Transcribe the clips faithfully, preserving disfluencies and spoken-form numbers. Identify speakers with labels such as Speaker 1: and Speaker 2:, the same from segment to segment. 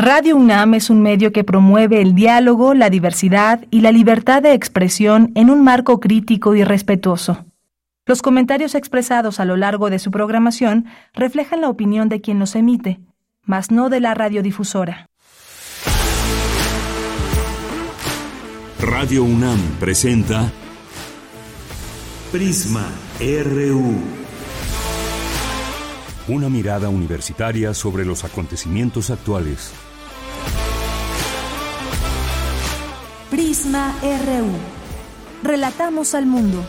Speaker 1: Radio UNAM es un medio que promueve el diálogo, la diversidad y la libertad de expresión en un marco crítico y respetuoso. Los comentarios expresados a lo largo de su programación reflejan la opinión de quien los emite, mas no de la radiodifusora.
Speaker 2: Radio UNAM presenta Prisma R U. Una mirada universitaria sobre los acontecimientos actuales.
Speaker 1: Prisma R U. Relatamos al mundo.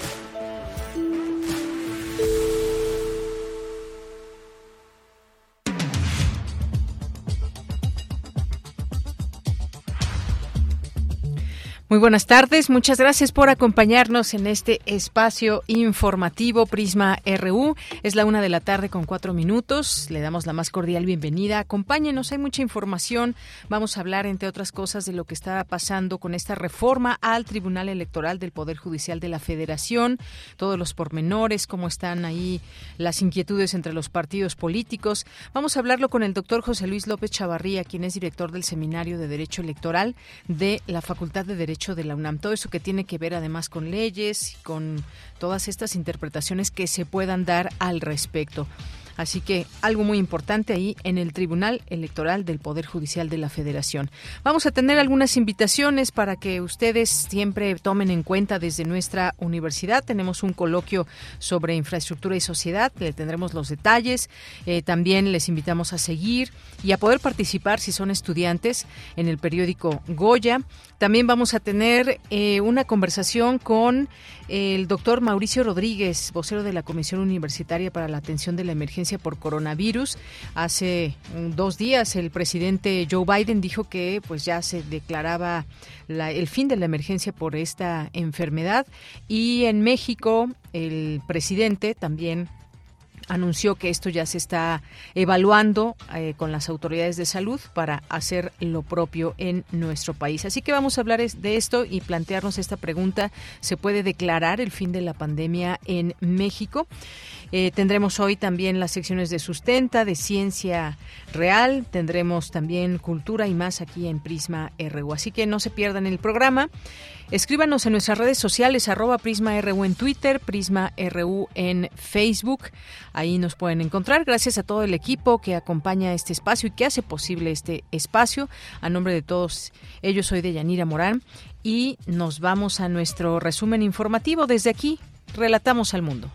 Speaker 3: Muy buenas tardes, muchas gracias por acompañarnos en este espacio informativo Prisma R U. Es la una de la tarde con cuatro minutos. Le damos la más cordial bienvenida. Acompáñenos, hay mucha información. Vamos a hablar, entre otras cosas, de lo que está pasando con esta reforma al Tribunal Electoral del Poder Judicial de la Federación. Todos los pormenores, cómo están ahí las inquietudes entre los partidos políticos. Vamos a hablarlo con el doctor José Luis López Chavarría, quien es director del Seminario de Derecho Electoral de la Facultad de Derecho de la UNAM. Todo eso que tiene que ver además con leyes y con todas estas interpretaciones que se puedan dar al respecto. Así que algo muy importante ahí en el Tribunal Electoral del Poder Judicial de la Federación. Vamos a tener algunas invitaciones para que ustedes siempre tomen en cuenta desde nuestra universidad. Tenemos un coloquio sobre infraestructura y sociedad, le tendremos los detalles. Eh, también les invitamos a seguir y a poder participar si son estudiantes en el periódico Goya. También vamos a tener eh, una conversación con el doctor Mauricio Rodríguez, vocero de la Comisión Universitaria para la Atención de la Emergencia por Coronavirus. Hace dos días el presidente Joe Biden dijo que pues ya se declaraba la, el fin de la emergencia por esta enfermedad, y en México el presidente también anunció que esto ya se está evaluando eh, con las autoridades de salud para hacer lo propio en nuestro país. Así que vamos a hablar de esto y plantearnos esta pregunta: ¿se puede declarar el fin de la pandemia en México? Eh, tendremos hoy también las secciones de Sustenta, de Ciencia Real, tendremos también Cultura y más aquí en Prisma R U. Así que no se pierdan el programa. Escríbanos en nuestras redes sociales, arroba Prisma R U en Twitter, Prisma R U en Facebook. Ahí nos pueden encontrar. Gracias a todo el equipo que acompaña este espacio y que hace posible este espacio. A nombre de todos ellos, soy Deyanira Morán y nos vamos a nuestro resumen informativo. Desde aquí, relatamos al mundo.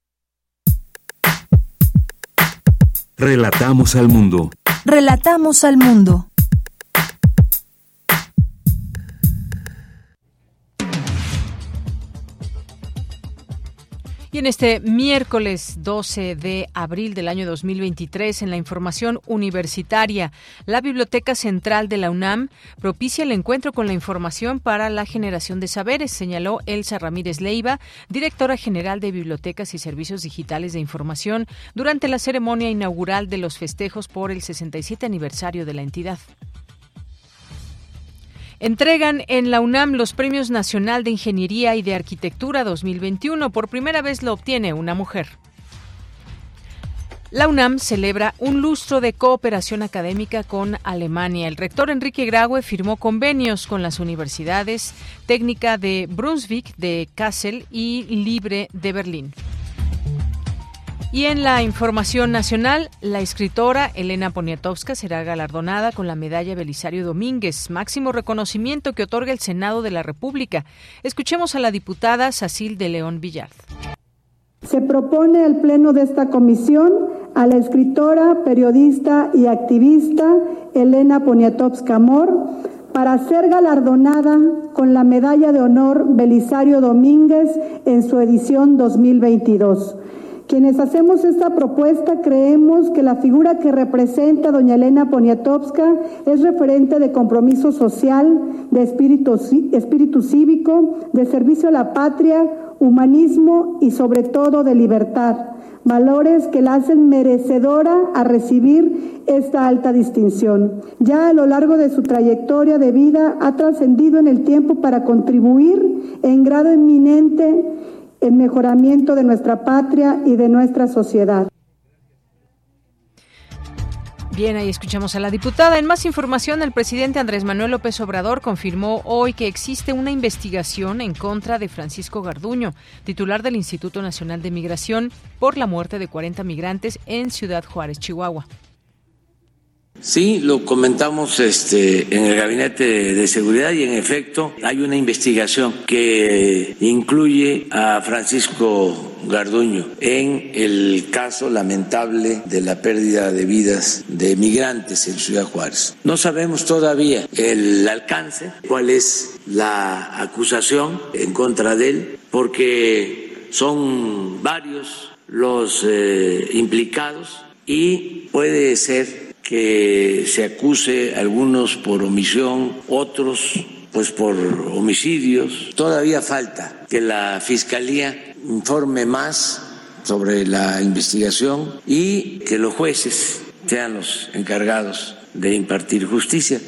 Speaker 2: Relatamos al mundo.
Speaker 1: Relatamos al mundo.
Speaker 3: Y en este miércoles doce de abril del año dos mil veintitrés, en la información universitaria, la Biblioteca Central de la UNAM propicia el encuentro con la información para la generación de saberes, señaló Elsa Ramírez Leiva, directora general de Bibliotecas y Servicios Digitales de Información, durante la ceremonia inaugural de los festejos por el sesenta y siete aniversario de la entidad. Entregan en la UNAM los Premios Nacional de Ingeniería y de Arquitectura dos mil veintiuno. Por primera vez lo obtiene una mujer. La UNAM celebra un lustro de cooperación académica con Alemania. El rector Enrique Graue firmó convenios con las universidades Técnica de Brunswick, de Kassel y Libre de Berlín. Y en la información nacional, la escritora Elena Poniatowska será galardonada con la medalla Belisario Domínguez, máximo reconocimiento que otorga el Senado de la República. Escuchemos a la diputada Sacil de León Villard.
Speaker 4: Se propone al Pleno de esta comisión a la escritora, periodista y activista Elena Poniatowska Mor para ser galardonada con la medalla de honor Belisario Domínguez en su edición dos mil veintidós. Quienes hacemos esta propuesta creemos que la figura que representa a doña Elena Poniatowska es referente de compromiso social, de espíritu, espíritu cívico, de servicio a la patria, humanismo y sobre todo de libertad, valores que la hacen merecedora a recibir esta alta distinción. Ya a lo largo de su trayectoria de vida ha trascendido en el tiempo para contribuir en grado eminente el mejoramiento de nuestra patria y de nuestra sociedad.
Speaker 3: Bien, ahí escuchamos a la diputada. En más información, el presidente Andrés Manuel López Obrador confirmó hoy que existe una investigación en contra de Francisco Garduño, titular del Instituto Nacional de Migración, por la muerte de cuarenta migrantes en Ciudad Juárez, Chihuahua.
Speaker 5: Sí, lo comentamos este, en el Gabinete de Seguridad y en efecto hay una investigación que incluye a Francisco Garduño en el caso lamentable de la pérdida de vidas de migrantes en Ciudad Juárez. No sabemos todavía el alcance, cuál es la acusación en contra de él, porque son varios los eh, implicados y puede ser que se acuse a algunos por omisión, otros pues por homicidios. Todavía falta que la Fiscalía informe más sobre la investigación y que los jueces sean los encargados de impartir justicia.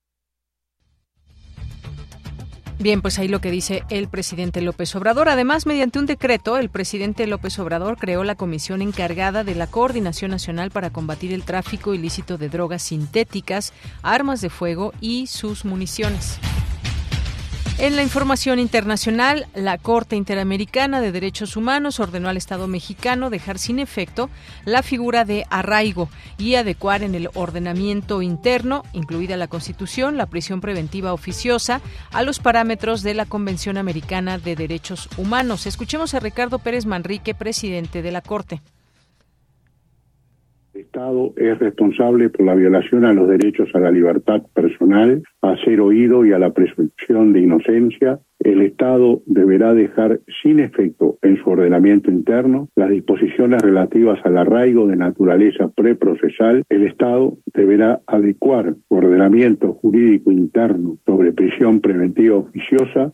Speaker 3: Bien, pues ahí lo que dice el presidente López Obrador. Además, mediante un decreto, el presidente López Obrador creó la comisión encargada de la Coordinación Nacional para combatir el tráfico ilícito de drogas sintéticas, armas de fuego y sus municiones. En la información internacional, la Corte Interamericana de Derechos Humanos ordenó al Estado mexicano dejar sin efecto la figura de arraigo y adecuar en el ordenamiento interno, incluida la Constitución, la prisión preventiva oficiosa, a los parámetros de la Convención Americana de Derechos Humanos. Escuchemos a Ricardo Pérez Manrique, presidente de la Corte.
Speaker 6: El Estado es responsable por la violación a los derechos a la libertad personal, a ser oído y a la presunción de inocencia. El Estado deberá dejar sin efecto en su ordenamiento interno las disposiciones relativas al arraigo de naturaleza preprocesal. El Estado deberá adecuar su ordenamiento jurídico interno sobre prisión preventiva oficiosa.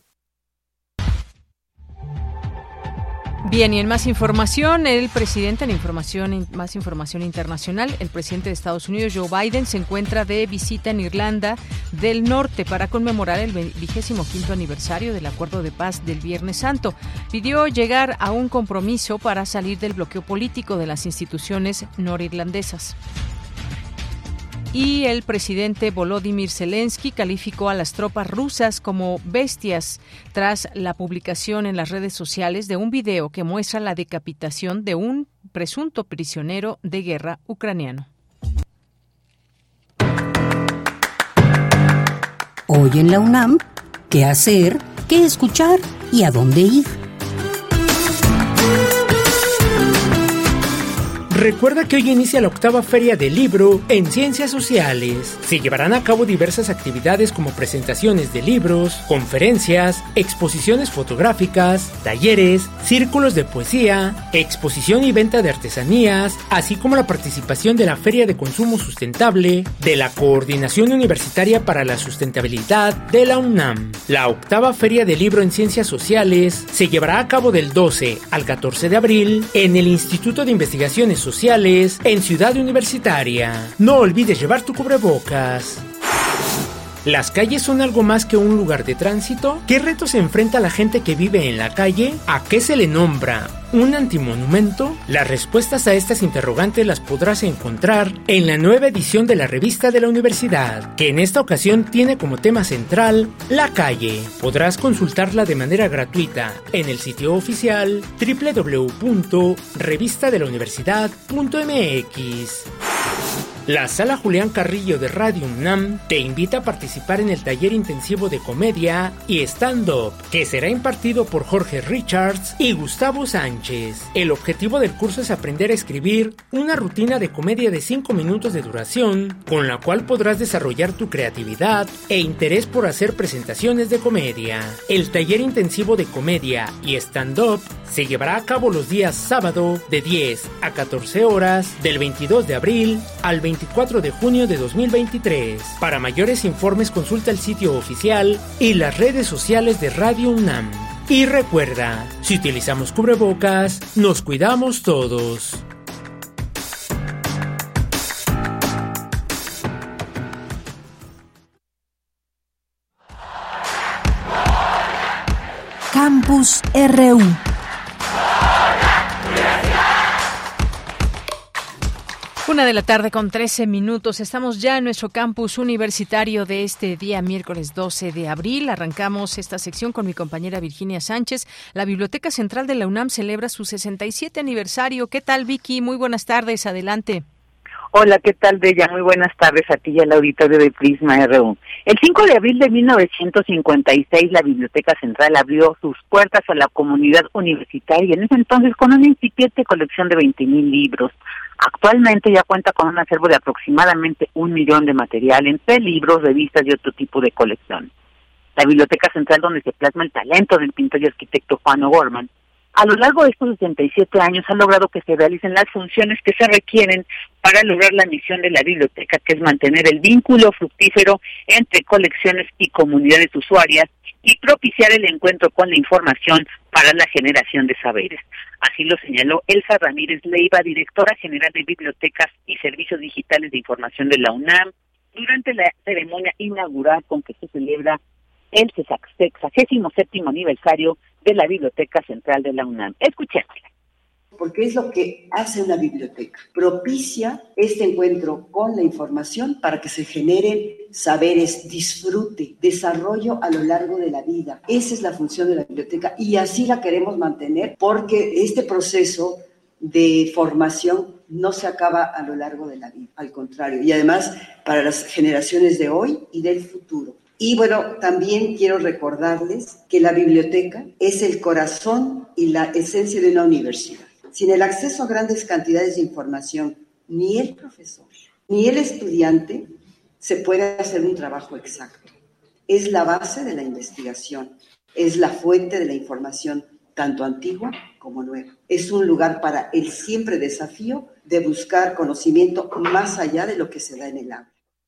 Speaker 3: Bien, y en más información, el presidente, en información, más información internacional, el presidente de Estados Unidos, Joe Biden, se encuentra de visita en Irlanda del Norte para conmemorar el vigésimo quinto aniversario del Acuerdo de Paz del Viernes Santo. Pidió llegar a un compromiso para salir del bloqueo político de las instituciones norirlandesas. Y el presidente Volodymyr Zelensky calificó a las tropas rusas como bestias tras la publicación en las redes sociales de un video que muestra la decapitación de un presunto prisionero de guerra ucraniano.
Speaker 7: Hoy en la UNAM, ¿qué hacer? ¿Qué escuchar? ¿Y a dónde ir?
Speaker 8: Recuerda que hoy inicia la octava Feria del Libro en Ciencias Sociales. Se llevarán a cabo diversas actividades como presentaciones de libros, conferencias, exposiciones fotográficas, talleres, círculos de poesía, exposición y venta de artesanías, así como la participación de la Feria de Consumo Sustentable de la Coordinación Universitaria para la Sustentabilidad de la UNAM. La octava Feria del Libro en Ciencias Sociales se llevará a cabo del doce al catorce de abril en el Instituto de Investigaciones Sociales en Ciudad Universitaria. No olvides llevar tu cubrebocas. ¿Las calles son algo más que un lugar de tránsito? ¿Qué retos se enfrenta la gente que vive en la calle? ¿A qué se le nombra un antimonumento? Las respuestas a estas interrogantes las podrás encontrar en la nueva edición de la revista de la universidad, que en esta ocasión tiene como tema central la calle. Podrás consultarla de manera gratuita en el sitio oficial doble u doble u doble u punto revista de la universidad punto eme equis. La Sala Julián Carrillo de Radio UNAM te invita a participar en el taller intensivo de comedia y stand-up, que será impartido por Jorge Richards y Gustavo Sánchez. El objetivo del curso es aprender a escribir una rutina de comedia de cinco minutos de duración, con la cual podrás desarrollar tu creatividad e interés por hacer presentaciones de comedia. El taller intensivo de comedia y stand-up se llevará a cabo los días sábado de diez a catorce horas del veintidós de abril al veinticuatro de junio de dos mil veintitrés. Para mayores informes consulta el sitio oficial y las redes sociales de Radio UNAM. Y recuerda, si utilizamos cubrebocas, nos cuidamos todos.
Speaker 7: Campus R U.
Speaker 3: Una de la tarde con trece minutos. Estamos ya en nuestro campus universitario de este día, miércoles doce de abril. Arrancamos esta sección con mi compañera Virginia Sánchez. La Biblioteca Central de la UNAM celebra su sesenta y siete aniversario. ¿Qué tal, Vicky? Muy buenas tardes. Adelante.
Speaker 9: Hola, ¿qué tal, Bella? Muy buenas tardes a ti y al auditorio de Prisma R U. El cinco de abril de mil novecientos cincuenta y seis, la Biblioteca Central abrió sus puertas a la comunidad universitaria, en ese entonces con una incipiente colección de veinte mil libros. Actualmente ya cuenta con un acervo de aproximadamente un millón de material entre libros, revistas y otro tipo de colección. La Biblioteca Central, donde se plasma el talento del pintor y arquitecto Juan O'Gorman, a lo largo de estos sesenta y siete años ha logrado que se realicen las funciones que se requieren para lograr la misión de la biblioteca, que es mantener el vínculo fructífero entre colecciones y comunidades usuarias y propiciar el encuentro con la información para la generación de saberes. Así lo señaló Elsa Ramírez Leiva, directora general de Bibliotecas y Servicios Digitales de Información de la UNAM, durante la ceremonia inaugural con que se celebra el sexagésimo séptimo aniversario de la Biblioteca Central de la UNAM. Escuchémosla.
Speaker 10: Porque es lo que hace una biblioteca. Propicia este encuentro con la información para que se generen saberes, disfrute, desarrollo a lo largo de la vida. Esa es la función de la biblioteca y así la queremos mantener, porque este proceso de formación no se acaba a lo largo de la vida, al contrario, y además para las generaciones de hoy y del futuro. Y bueno, también quiero recordarles que la biblioteca es el corazón y la esencia de una universidad. Sin el acceso a grandes cantidades de información, ni el profesor, ni el estudiante se puede hacer un trabajo exacto. Es la base de la investigación, es la fuente de la información, tanto antigua como nueva. Es un lugar para el siempre desafío de buscar conocimiento más allá de lo que se da en el aula.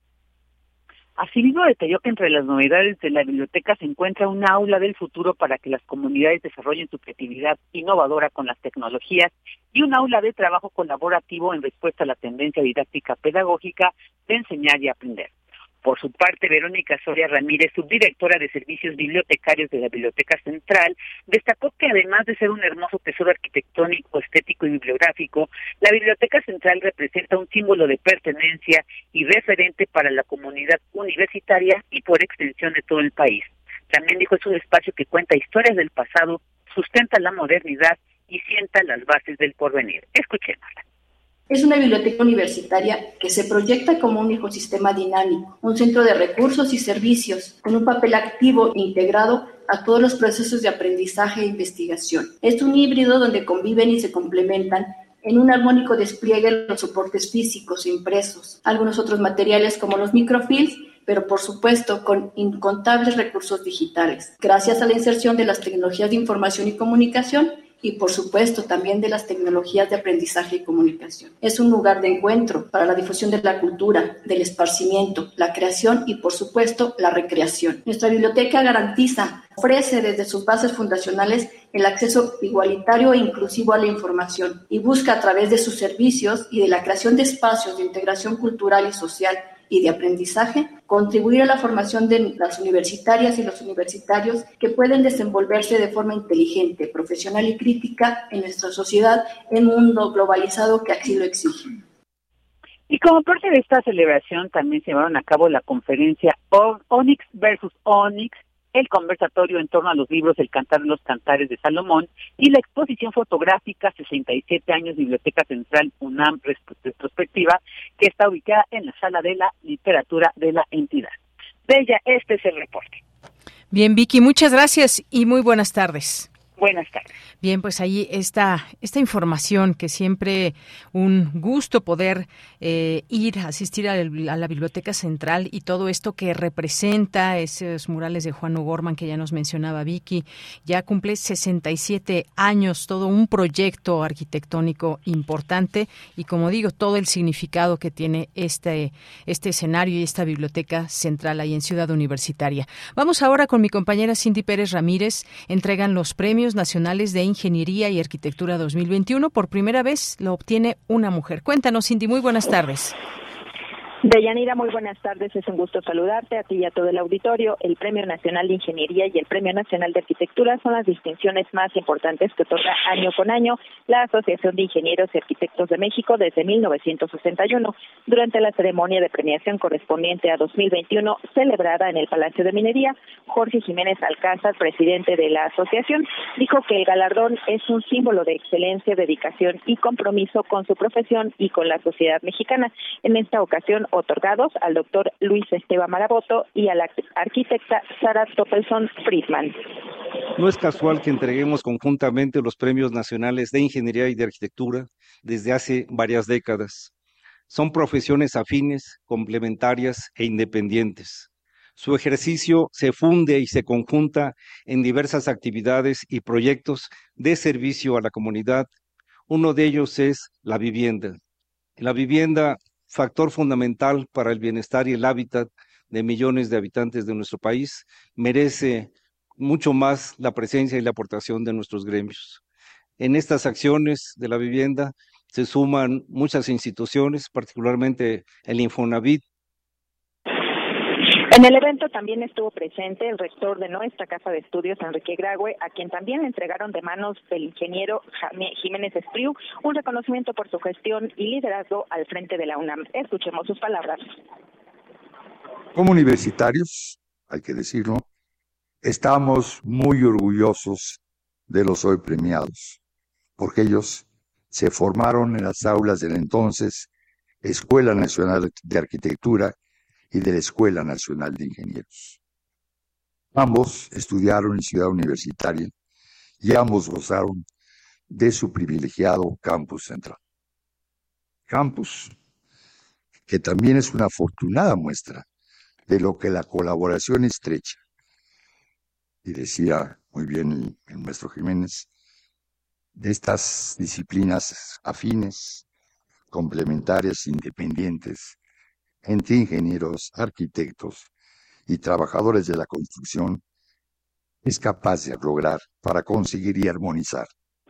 Speaker 9: Asimismo, detalló que entre las novedades de la biblioteca se encuentra un aula del futuro para que las comunidades desarrollen su creatividad innovadora con las tecnologías y un aula de trabajo colaborativo en respuesta a la tendencia didáctica pedagógica de enseñar y aprender. Por su parte, Verónica Soria Ramírez, subdirectora de Servicios Bibliotecarios de la Biblioteca Central, destacó que además de ser un hermoso tesoro arquitectónico, estético y bibliográfico, la Biblioteca Central representa un símbolo de pertenencia y referente para la comunidad universitaria y por extensión de todo el país. También dijo, es un espacio que cuenta historias del pasado, sustenta la modernidad y sienta las bases del porvenir. Escuchémosla.
Speaker 11: Es una biblioteca universitaria que se proyecta como un ecosistema dinámico, un centro de recursos y servicios, con un papel activo e integrado a todos los procesos de aprendizaje e investigación. Es un híbrido donde conviven y se complementan en un armónico despliegue los soportes físicos e impresos, algunos otros materiales como los microfilms, pero por supuesto con incontables recursos digitales, gracias a la inserción de las tecnologías de información y comunicación y por supuesto también de las tecnologías de aprendizaje y comunicación. Es un lugar de encuentro para la difusión de la cultura, del esparcimiento, la creación y por supuesto la recreación. Nuestra biblioteca garantiza, ofrece desde sus bases fundacionales el acceso igualitario e inclusivo a la información y busca a través de sus servicios y de la creación de espacios de integración cultural y social y de aprendizaje, contribuir a la formación de las universitarias y los universitarios que pueden desenvolverse de forma inteligente, profesional y crítica en nuestra sociedad, en un mundo globalizado que así lo exige.
Speaker 9: Y como parte de esta celebración también se llevaron a cabo la conferencia Onix versus Onix, el conversatorio en torno a los libros El Cantar de los Cantares de Salomón y la exposición fotográfica sesenta y siete años Biblioteca Central UNAM Retrospectiva, que está ubicada en la Sala de la Literatura de la entidad. Bella, este es el reporte.
Speaker 3: Bien, Vicky, muchas gracias y muy buenas tardes.
Speaker 9: Buenas tardes.
Speaker 3: Bien, pues ahí está esta información que siempre un gusto poder eh, ir a asistir a, el, a la Biblioteca Central y todo esto que representa esos murales de Juan O'Gorman que ya nos mencionaba Vicky. Ya cumple sesenta y siete años, todo un proyecto arquitectónico importante y como digo, todo el significado que tiene este, este escenario y esta Biblioteca Central ahí en Ciudad Universitaria. Vamos ahora con mi compañera Cindy Pérez Ramírez. Entregan los premios nacionales de Ingeniería y Arquitectura dos mil veintiuno. Por primera vez lo obtiene una mujer. Cuéntanos, Cindy, muy buenas tardes.
Speaker 12: Deyanira, muy buenas tardes, es un gusto saludarte a ti y a todo el auditorio. El Premio Nacional de Ingeniería y el Premio Nacional de Arquitectura son las distinciones más importantes que otorga año con año la Asociación de Ingenieros y Arquitectos de México desde mil novecientos sesenta y uno. Durante la ceremonia de premiación correspondiente a dos mil veintiuno, celebrada en el Palacio de Minería, Jorge Jiménez Alcázar, presidente de la asociación, dijo que el galardón es un símbolo de excelencia, dedicación y compromiso con su profesión y con la sociedad mexicana. En esta ocasión, otorgados al doctor Luis Esteban Maraboto y a la arquitecta Sara Toppelson Friedman.
Speaker 13: No es casual que entreguemos conjuntamente los premios nacionales de Ingeniería y de Arquitectura desde hace varias décadas. Son profesiones afines, complementarias e independientes. Su ejercicio se funde y se conjunta en diversas actividades y proyectos de servicio a la comunidad. Uno de ellos es la vivienda. La vivienda, factor fundamental para el bienestar y el hábitat de millones de habitantes de nuestro país, merece mucho más la presencia y la aportación de nuestros gremios. En estas acciones de la vivienda se suman muchas instituciones, particularmente el Infonavit.
Speaker 12: En el evento también estuvo presente el rector de nuestra Casa de Estudios, Enrique Graue, a quien también le entregaron de manos del ingeniero Jiménez Espriu un reconocimiento por su gestión y liderazgo al frente de la UNAM. Escuchemos sus palabras.
Speaker 14: Como universitarios, hay que decirlo, estamos muy orgullosos de los hoy premiados, porque ellos se formaron en las aulas de la entonces Escuela Nacional de Arquitectura y de la Escuela Nacional de Ingenieros. Ambos estudiaron en Ciudad Universitaria y ambos gozaron de su privilegiado campus central. Campus que también es una afortunada muestra de lo que la colaboración estrecha, y decía muy bien el, el maestro Jiménez, de estas disciplinas afines, complementarias, independientes, entre ingenieros, arquitectos y trabajadores de la construcción, es capaz de lograr para conseguir y armonizar.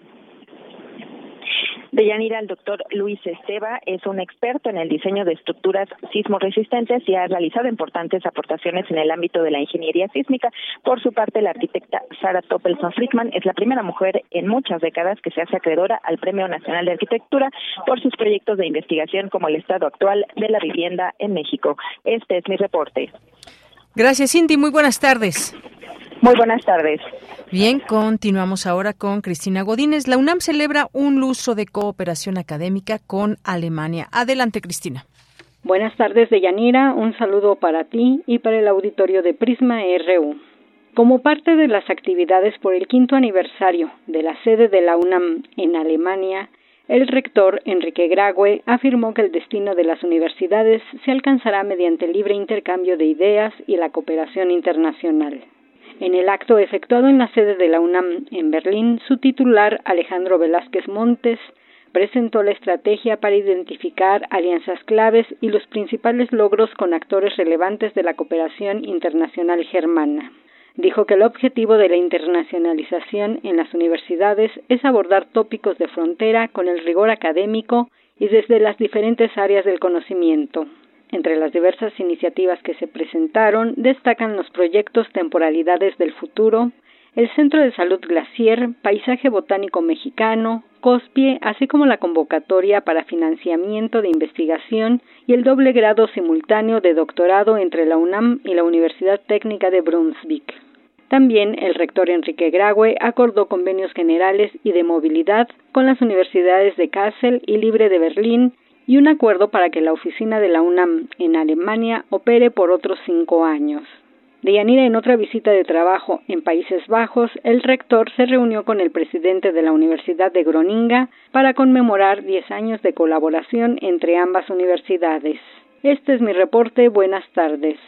Speaker 12: Deyanira, el doctor Luis Esteva es un experto en el diseño de estructuras sismorresistentes y ha realizado importantes aportaciones en el ámbito de la ingeniería sísmica. Por su parte, la arquitecta Sara Toppelson Friedman es la primera mujer en muchas décadas que se hace acreedora al Premio Nacional de Arquitectura por sus proyectos de investigación como el estado actual de la vivienda en México. Este es mi reporte.
Speaker 3: Gracias, Cindy. Muy buenas tardes.
Speaker 12: Muy buenas tardes.
Speaker 3: Bien, continuamos ahora con Cristina Godínez. La UNAM celebra un lustro de cooperación académica con Alemania. Adelante, Cristina.
Speaker 15: Buenas tardes, Deyanira. Un saludo para ti y para el auditorio de Prisma R U. Como parte de las actividades por el quinto aniversario de la sede de la UNAM en Alemania, el rector Enrique Graue afirmó que el destino de las universidades se alcanzará mediante el libre intercambio de ideas y la cooperación internacional. En el acto efectuado en la sede de la UNAM en Berlín, su titular, Alejandro Velázquez Montes, presentó la estrategia para identificar alianzas claves y los principales logros con actores relevantes de la cooperación internacional germana. Dijo que el objetivo de la internacionalización en las universidades es abordar tópicos de frontera con el rigor académico y desde las diferentes áreas del conocimiento. Entre las diversas iniciativas que se presentaron, destacan los proyectos Temporalidades del Futuro, el Centro de Salud Glacier, Paisaje Botánico Mexicano, COSPIE, así como la convocatoria para financiamiento de investigación y el doble grado simultáneo de doctorado entre la UNAM y la Universidad Técnica de Brunswick. También el rector Enrique Graue acordó convenios generales y de movilidad con las universidades de Kassel y Libre de Berlín, y un acuerdo para que la oficina de la UNAM en Alemania opere por otros cinco años. Deyanira, en otra visita de trabajo en Países Bajos, el rector se reunió con el presidente de la Universidad de Groninga para conmemorar diez años de colaboración entre ambas universidades. Este es mi reporte. Buenas tardes.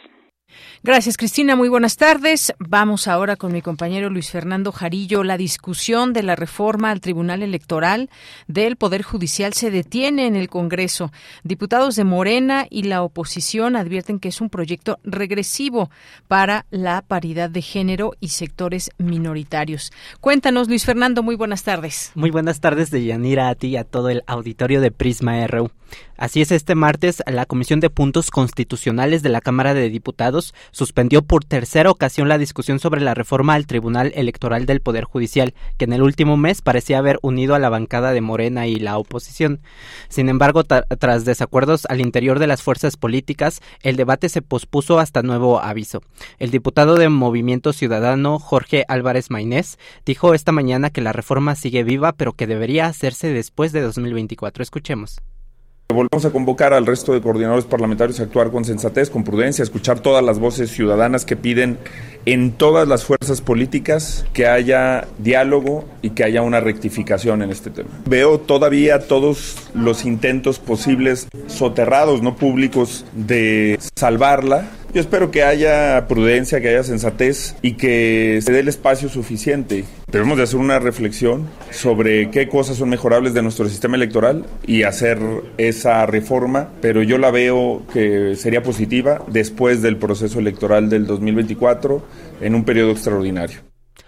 Speaker 3: Gracias, Cristina. Muy buenas tardes. Vamos ahora con mi compañero Luis Fernando Jarillo. La discusión de la reforma al Tribunal Electoral del Poder Judicial se detiene en el Congreso. Diputados de Morena y la oposición advierten que es un proyecto regresivo para la paridad de género y sectores minoritarios. Cuéntanos, Luis Fernando. Muy buenas tardes.
Speaker 16: Muy buenas tardes, Deyanira, a ti y a todo el auditorio de Prisma R U. Así es, este martes la Comisión de Puntos Constitucionales de la Cámara de Diputados suspendió por tercera ocasión la discusión sobre la reforma al Tribunal Electoral del Poder Judicial, que en el último mes parecía haber unido a la bancada de Morena y la oposición. Sin embargo, tra- tras desacuerdos al interior de las fuerzas políticas, el debate se pospuso hasta nuevo aviso. El diputado de Movimiento Ciudadano, Jorge Álvarez Maynés, dijo esta mañana que la reforma sigue viva, pero que debería hacerse después de dos mil veinticuatro. Escuchemos.
Speaker 17: Volvemos a convocar al resto de coordinadores parlamentarios a actuar con sensatez, con prudencia, a escuchar todas las voces ciudadanas que piden en todas las fuerzas políticas que haya diálogo y que haya una rectificación en este tema. Veo todavía todos los intentos posibles soterrados, no públicos, de salvarla. Yo espero que haya prudencia, que haya sensatez y que se dé el espacio suficiente. Debemos de hacer una reflexión sobre qué cosas son mejorables de nuestro sistema electoral y hacer esa reforma, pero yo la veo que sería positiva después del proceso electoral del dos mil veinticuatro en un periodo extraordinario.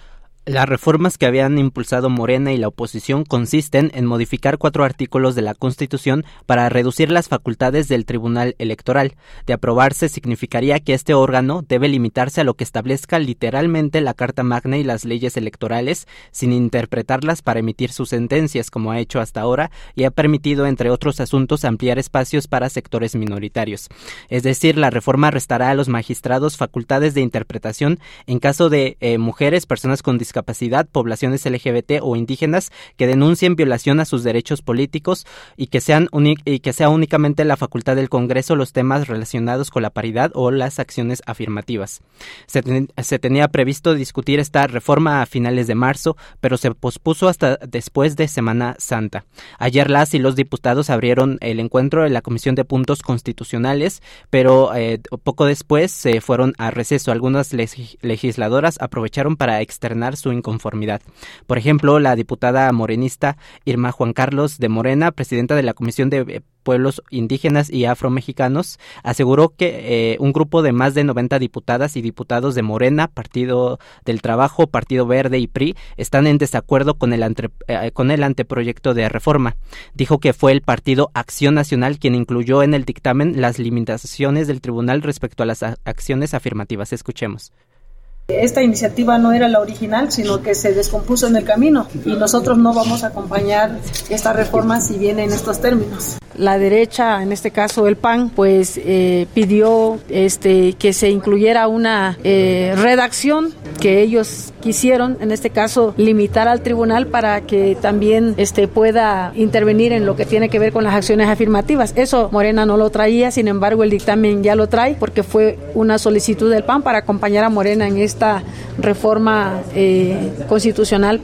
Speaker 16: Las reformas que habían impulsado Morena y la oposición consisten en modificar cuatro artículos de la Constitución para reducir las facultades del Tribunal Electoral. De aprobarse, significaría que este órgano debe limitarse a lo que establezca literalmente la Carta Magna y las leyes electorales, sin interpretarlas para emitir sus sentencias, como ha hecho hasta ahora, y ha permitido, entre otros asuntos, ampliar espacios para sectores minoritarios. Es decir, la reforma restará a los magistrados facultades de interpretación en caso de eh, mujeres, personas con discapacidad, Discapacidad, poblaciones L G B T o indígenas que denuncien violación a sus derechos políticos y que sean uni- y que sea únicamente la facultad del Congreso los temas relacionados con la paridad o las acciones afirmativas. Se, ten- se tenía previsto discutir esta reforma a finales de marzo, pero se pospuso hasta después de Semana Santa. Ayer las y los diputados abrieron el encuentro en la Comisión de Puntos Constitucionales, pero eh, poco después se fueron a receso. Algunas leg- legisladoras aprovecharon para externar su inconformidad. Por ejemplo, la diputada morenista Irma Juan Carlos de Morena, presidenta de la Comisión de Pueblos Indígenas y Afromexicanos, aseguró que eh, un grupo de más de noventa diputadas y diputados de Morena, Partido del Trabajo, Partido Verde y P R I están en desacuerdo con el, ante, eh, con el anteproyecto de reforma. Dijo que fue el Partido Acción Nacional quien incluyó en el dictamen las limitaciones del tribunal respecto a las a- acciones afirmativas. Escuchemos.
Speaker 18: Esta iniciativa no era la original, sino que se descompuso en el camino y nosotros no vamos a acompañar esta reforma si viene en estos términos. La derecha, en este caso el P A N, pues eh, pidió este, que se incluyera una eh, redacción que ellos quisieron, en este caso limitar al tribunal para que también este, pueda intervenir en lo que tiene que ver con las acciones afirmativas. Eso Morena no lo traía, sin embargo el dictamen ya lo trae porque fue una solicitud del P A N para acompañar a Morena en esta esta reforma eh, constitucional.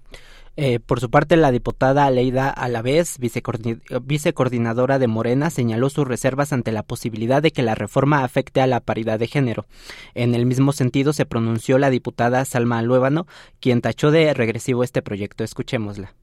Speaker 16: Eh, por su parte, la diputada Aleida Alavés, vicecoordin- vicecoordinadora de Morena, señaló sus reservas ante la posibilidad de que la reforma afecte a la paridad de género. En el mismo sentido se pronunció la diputada Salma Luébano, quien tachó de regresivo este proyecto. Escuchémosla.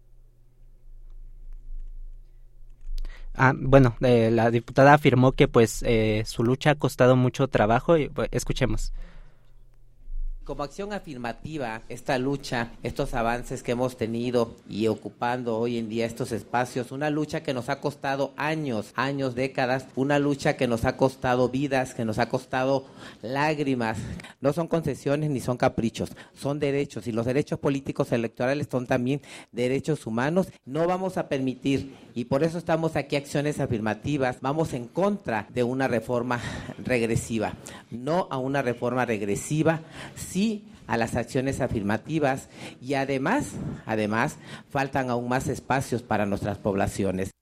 Speaker 16: Ah, bueno, eh, la diputada afirmó que pues eh, su lucha ha costado mucho trabajo y pues, escuchemos.
Speaker 19: Como acción afirmativa, esta lucha, estos avances que hemos tenido y ocupando hoy en día estos espacios, una lucha que nos ha costado años, años, décadas, una lucha que nos ha costado vidas, que nos ha costado lágrimas. No son concesiones ni son caprichos, son derechos y los derechos políticos electorales son también derechos humanos. No vamos a permitir, y por eso estamos aquí, acciones afirmativas, vamos en contra de una reforma regresiva, no a una reforma regresiva, sí a las acciones afirmativas y además, además, faltan aún más espacios para nuestras poblaciones.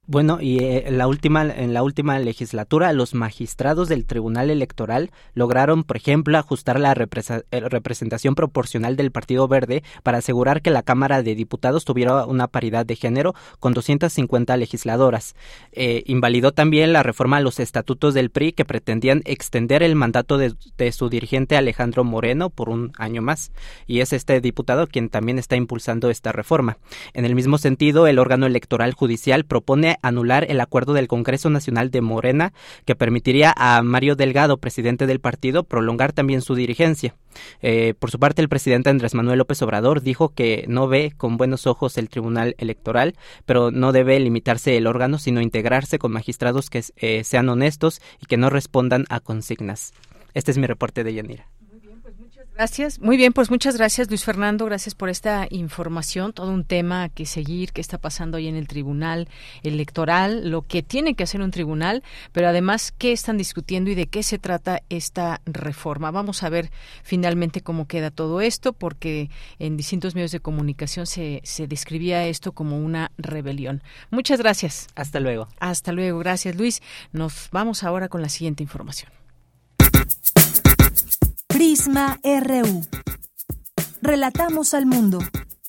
Speaker 16: Bueno, y eh, la última, en la última legislatura, los magistrados del Tribunal Electoral lograron, por ejemplo, ajustar la represa, eh, representación proporcional del Partido Verde para asegurar que la Cámara de Diputados tuviera una paridad de género con doscientas cincuenta legisladoras. Eh, invalidó también la reforma a los estatutos del P R I que pretendían extender el mandato de, de su dirigente Alejandro Moreno por un año más. Y es este diputado quien también está impulsando esta reforma. En el mismo sentido, el órgano electoral judicial propone anular el acuerdo del Congreso Nacional de Morena que permitiría a Mario Delgado, presidente del partido, prolongar también su dirigencia. Eh, por su parte, el presidente Andrés Manuel López Obrador dijo que no ve con buenos ojos el Tribunal Electoral, pero no debe limitarse el órgano, sino integrarse con magistrados que eh, sean honestos y que no respondan a consignas. Este es mi reporte de Yanira.
Speaker 3: Gracias. Muy bien, pues muchas gracias, Luis Fernando. Gracias por esta información. Todo un tema que seguir, qué está pasando ahí en el Tribunal Electoral, lo que tiene que hacer un tribunal, pero además qué están discutiendo y de qué se trata esta reforma. Vamos a ver finalmente cómo queda todo esto, porque en distintos medios de comunicación se, se describía esto como una rebelión. Muchas gracias.
Speaker 16: Hasta luego.
Speaker 3: Hasta luego. Gracias, Luis. Nos vamos ahora con la siguiente información.
Speaker 1: Prisma R U. Relatamos al mundo.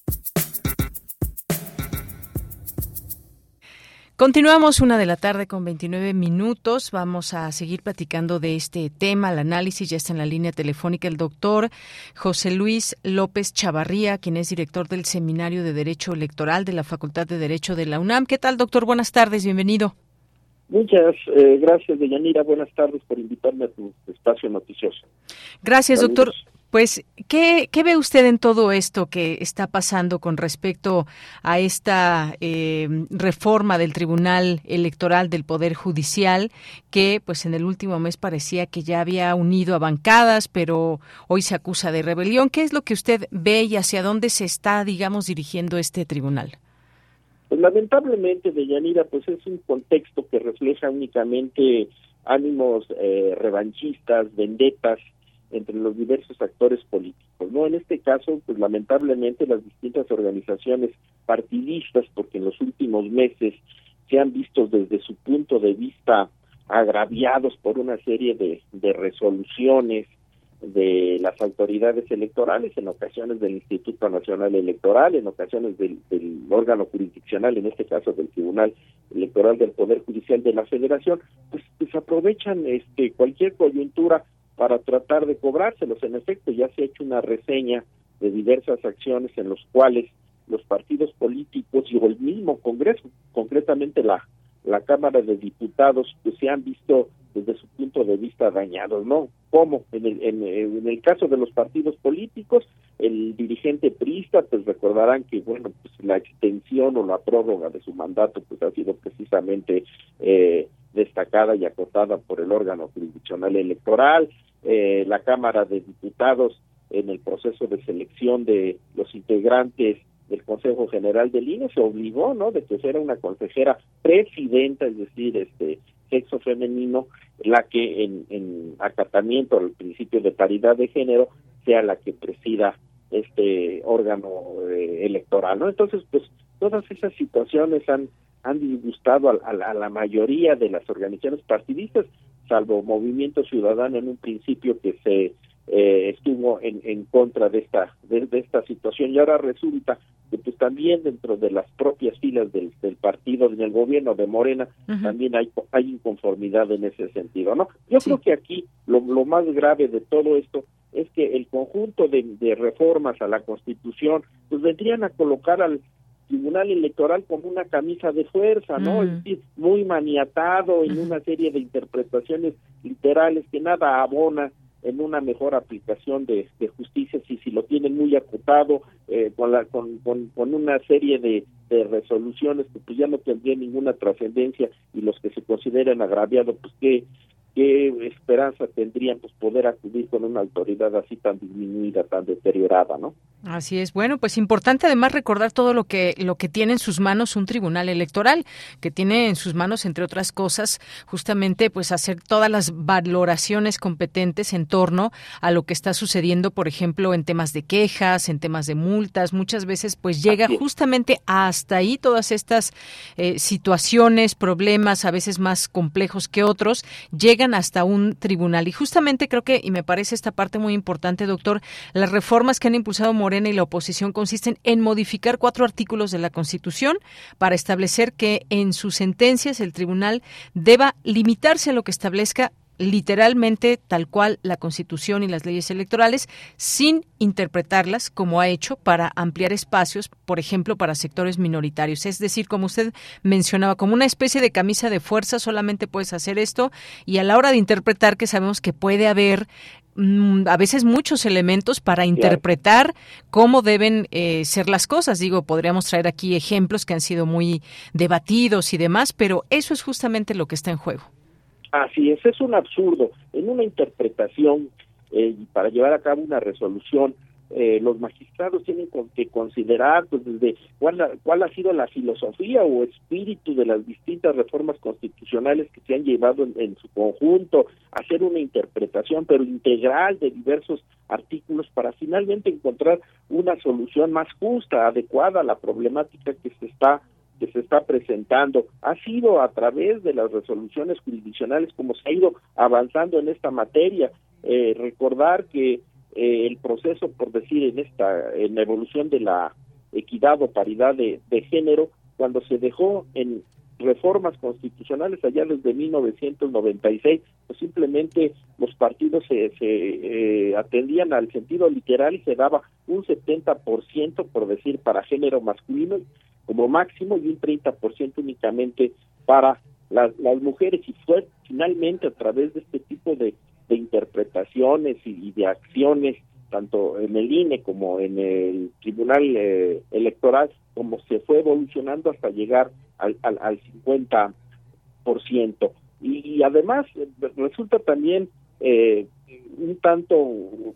Speaker 3: Continuamos una de la tarde con veintinueve minutos. Vamos a seguir platicando de este tema, el análisis. Ya está en la línea telefónica el doctor José Luis López Chavarría, quien es director del Seminario de Derecho Electoral de la Facultad de Derecho de la UNAM. ¿Qué tal, doctor? Buenas tardes, bienvenido.
Speaker 20: Muchas eh, gracias, Deyanira. Buenas tardes por invitarme a tu espacio noticioso.
Speaker 3: Gracias,
Speaker 20: Saludos.
Speaker 3: doctor. Pues, ¿qué, ¿qué ve usted en todo esto que está pasando con respecto a esta eh, reforma del Tribunal Electoral del Poder Judicial que, pues, en el último mes parecía que ya había unido a bancadas, pero hoy se acusa de rebelión? ¿Qué es lo que usted ve y hacia dónde se está, digamos, dirigiendo este tribunal?
Speaker 20: Pues lamentablemente, Deyanira, pues es un contexto que refleja únicamente ánimos eh, revanchistas, vendetas entre los diversos actores políticos, ¿no? En este caso, pues lamentablemente las distintas organizaciones partidistas, porque en los últimos meses se han visto desde su punto de vista agraviados por una serie de, de resoluciones de las autoridades electorales, en ocasiones del Instituto Nacional Electoral, en ocasiones del, del órgano jurisdiccional, en este caso del Tribunal Electoral del Poder Judicial de la Federación, pues, pues aprovechan este cualquier coyuntura para tratar de cobrárselos. En efecto, ya se ha hecho una reseña de diversas acciones en los cuales los partidos políticos y el mismo Congreso, concretamente la la Cámara de Diputados, pues se han visto desde su punto de vista dañados, ¿no? ¿Cómo? En el, en, en el caso de los partidos políticos, el dirigente priista, pues recordarán que, bueno, pues la extensión o la prórroga de su mandato, pues ha sido precisamente eh, destacada y acotada por el órgano jurisdiccional electoral. Eh, la Cámara de Diputados, en el proceso de selección de los integrantes del Consejo General del I N E, se obligó, ¿no?, de que fuera una consejera presidenta, es decir, este sexo femenino, la que en, en acatamiento al principio de paridad de género sea la que presida este órgano eh, electoral, ¿no? Entonces, pues todas esas situaciones han han disgustado a, a, a la mayoría de las organizaciones partidistas, salvo Movimiento Ciudadano en un principio que se eh, estuvo en, en contra de esta de, de esta situación, y ahora resulta que pues también dentro de las propias filas del, del partido, en el gobierno de Morena, uh-huh. también hay hay inconformidad en ese sentido, ¿no? Yo sí. creo que aquí lo, lo más grave de todo esto es que el conjunto de, de reformas a la Constitución pues vendrían a colocar al Tribunal Electoral como una camisa de fuerza, ¿no? Uh-huh. Es decir, muy maniatado en uh-huh. una serie de interpretaciones literales que nada abona en una mejor aplicación de, de justicia, si si lo tienen muy acotado, eh, con, la, con, con, con una serie de, de resoluciones que pues ya no tendrían ninguna trascendencia, y los que se consideran agraviados, pues qué, qué esperanza tendrían pues poder acudir con una autoridad así tan disminuida, tan deteriorada, ¿no?
Speaker 3: Así es. Bueno, pues importante además recordar todo lo que lo que tiene en sus manos un tribunal electoral, que tiene en sus manos, entre otras cosas, justamente pues hacer todas las valoraciones competentes en torno a lo que está sucediendo, por ejemplo, en temas de quejas, en temas de multas. Muchas veces pues llega justamente hasta ahí todas estas eh, situaciones, problemas, a veces más complejos que otros, llegan hasta un tribunal. Y justamente creo que, y me parece esta parte muy importante, doctor, las reformas que han impulsado Morena y la oposición consisten en modificar cuatro artículos de la Constitución para establecer que en sus sentencias el tribunal deba limitarse a lo que establezca literalmente tal cual la Constitución y las leyes electorales, sin interpretarlas como ha hecho para ampliar espacios, por ejemplo, para sectores minoritarios. Es decir, como usted mencionaba, como una especie de camisa de fuerza, solamente puedes hacer esto, y a la hora de interpretar, que sabemos que puede haber a veces muchos elementos para interpretar cómo deben eh, ser las cosas. Digo, podríamos traer aquí ejemplos que han sido muy debatidos y demás, pero eso es justamente lo que está en juego.
Speaker 20: Así es, es un absurdo. En una interpretación, eh, para llevar a cabo una resolución, eh, los magistrados tienen que considerar pues desde cuál, cuál ha sido la filosofía o espíritu de las distintas reformas constitucionales que se han llevado en, en su conjunto, hacer una interpretación pero integral de diversos artículos para finalmente encontrar una solución más justa, adecuada a la problemática que se está que se está presentando. Ha sido a través de las resoluciones jurisdiccionales como se ha ido avanzando en esta materia. Eh, recordar que eh, el proceso, por decir, en esta en la evolución de la equidad o paridad de, de género, cuando se dejó en reformas constitucionales allá desde mil novecientos noventa y seis, pues simplemente los partidos se, se eh, atendían al sentido literal y se daba un setenta por ciento, por decir, para género masculino como máximo y un treinta por ciento únicamente para las, las mujeres, y fue finalmente a través de este tipo de, de interpretaciones y, y de acciones, tanto en el I N E como en el Tribunal eh, Electoral, como se fue evolucionando hasta llegar al, al, al cincuenta por ciento. Y, y además resulta también eh, un tanto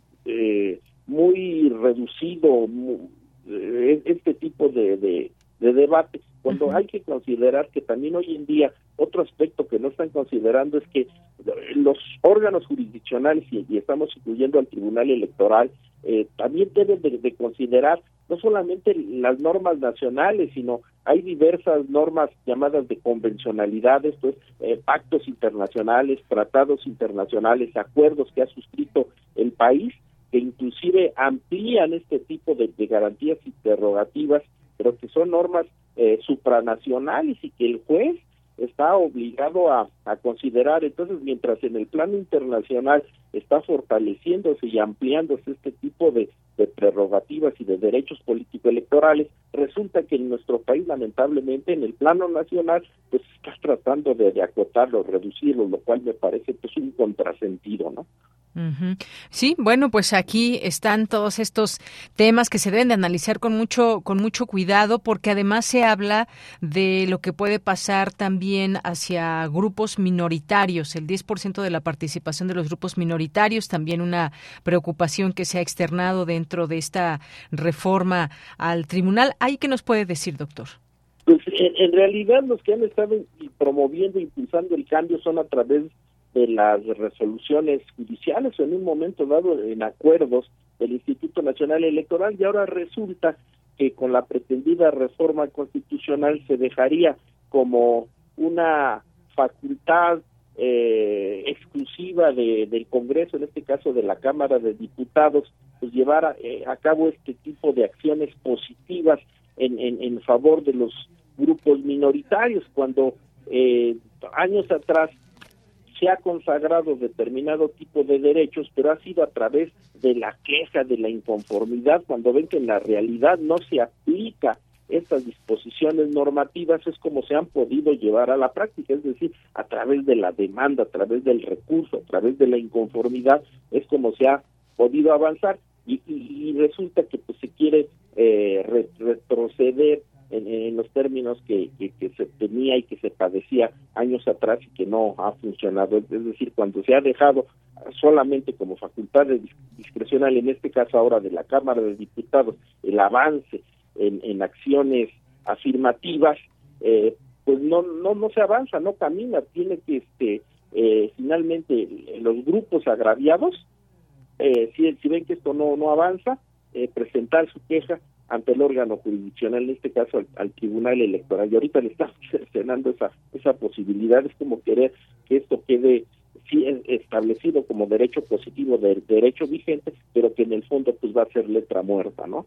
Speaker 20: eh, muy reducido muy, eh, este tipo de, de de debate, cuando uh-huh. hay que considerar que también hoy en día otro aspecto que no están considerando es que los órganos jurisdiccionales, y, y estamos incluyendo al Tribunal Electoral, eh, también deben de, de considerar no solamente las normas nacionales, sino hay diversas normas llamadas de convencionalidades, pues eh, pactos internacionales, tratados internacionales, acuerdos que ha suscrito el país, que inclusive amplían este tipo de, de garantías y prerrogativas, pero que son normas eh, supranacionales y que el juez está obligado a, a considerar. Entonces, mientras en el plano internacional está fortaleciéndose y ampliándose este tipo de, de prerrogativas y de derechos político-electorales, resulta que en nuestro país, lamentablemente, en el plano nacional, pues está tratando de, de acotarlo, reducirlo, lo cual me parece pues un contrasentido, ¿no?
Speaker 3: Uh-huh. Sí, bueno, pues aquí están todos estos temas que se deben de analizar con mucho con mucho cuidado, porque además se habla de lo que puede pasar también hacia grupos minoritarios, el diez por ciento de la participación de los grupos minoritarios, también una preocupación que se ha externado dentro de esta reforma al tribunal. ¿Ahí qué nos puede decir, doctor?
Speaker 20: Pues en, en realidad los que han estado promoviendo, impulsando el cambio son a través de las resoluciones judiciales o en un momento dado en acuerdos del Instituto Nacional Electoral, y ahora resulta que con la pretendida reforma constitucional se dejaría como una facultad eh, exclusiva de, del Congreso, en este caso de la Cámara de Diputados, pues llevar a, eh, a cabo este tipo de acciones positivas en, en, en favor de los grupos minoritarios, cuando eh, años atrás se ha consagrado determinado tipo de derechos, pero ha sido a través de la queja, de la inconformidad, cuando ven que en la realidad no se aplica estas disposiciones normativas, es como se han podido llevar a la práctica, es decir, a través de la demanda, a través del recurso, a través de la inconformidad, es como se ha podido avanzar, y, y, y resulta que pues se quiere eh, re- retroceder en, en los términos que, que, que se tenía y que se padecía años atrás y que no ha funcionado. Es decir, cuando se ha dejado solamente como facultad discrecional, en este caso ahora de la Cámara de Diputados, el avance en, en acciones afirmativas, eh, pues no no no se avanza, no camina. Tiene que este eh, finalmente los grupos agraviados, eh, si, si ven que esto no no avanza, eh, presentar su queja ante el órgano jurisdiccional, en este caso al, al Tribunal Electoral. Y ahorita le estamos cercenando esa esa posibilidad. Es como querer que esto quede sí establecido como derecho positivo, de derecho vigente, pero que en el fondo pues va a ser letra muerta, ¿no?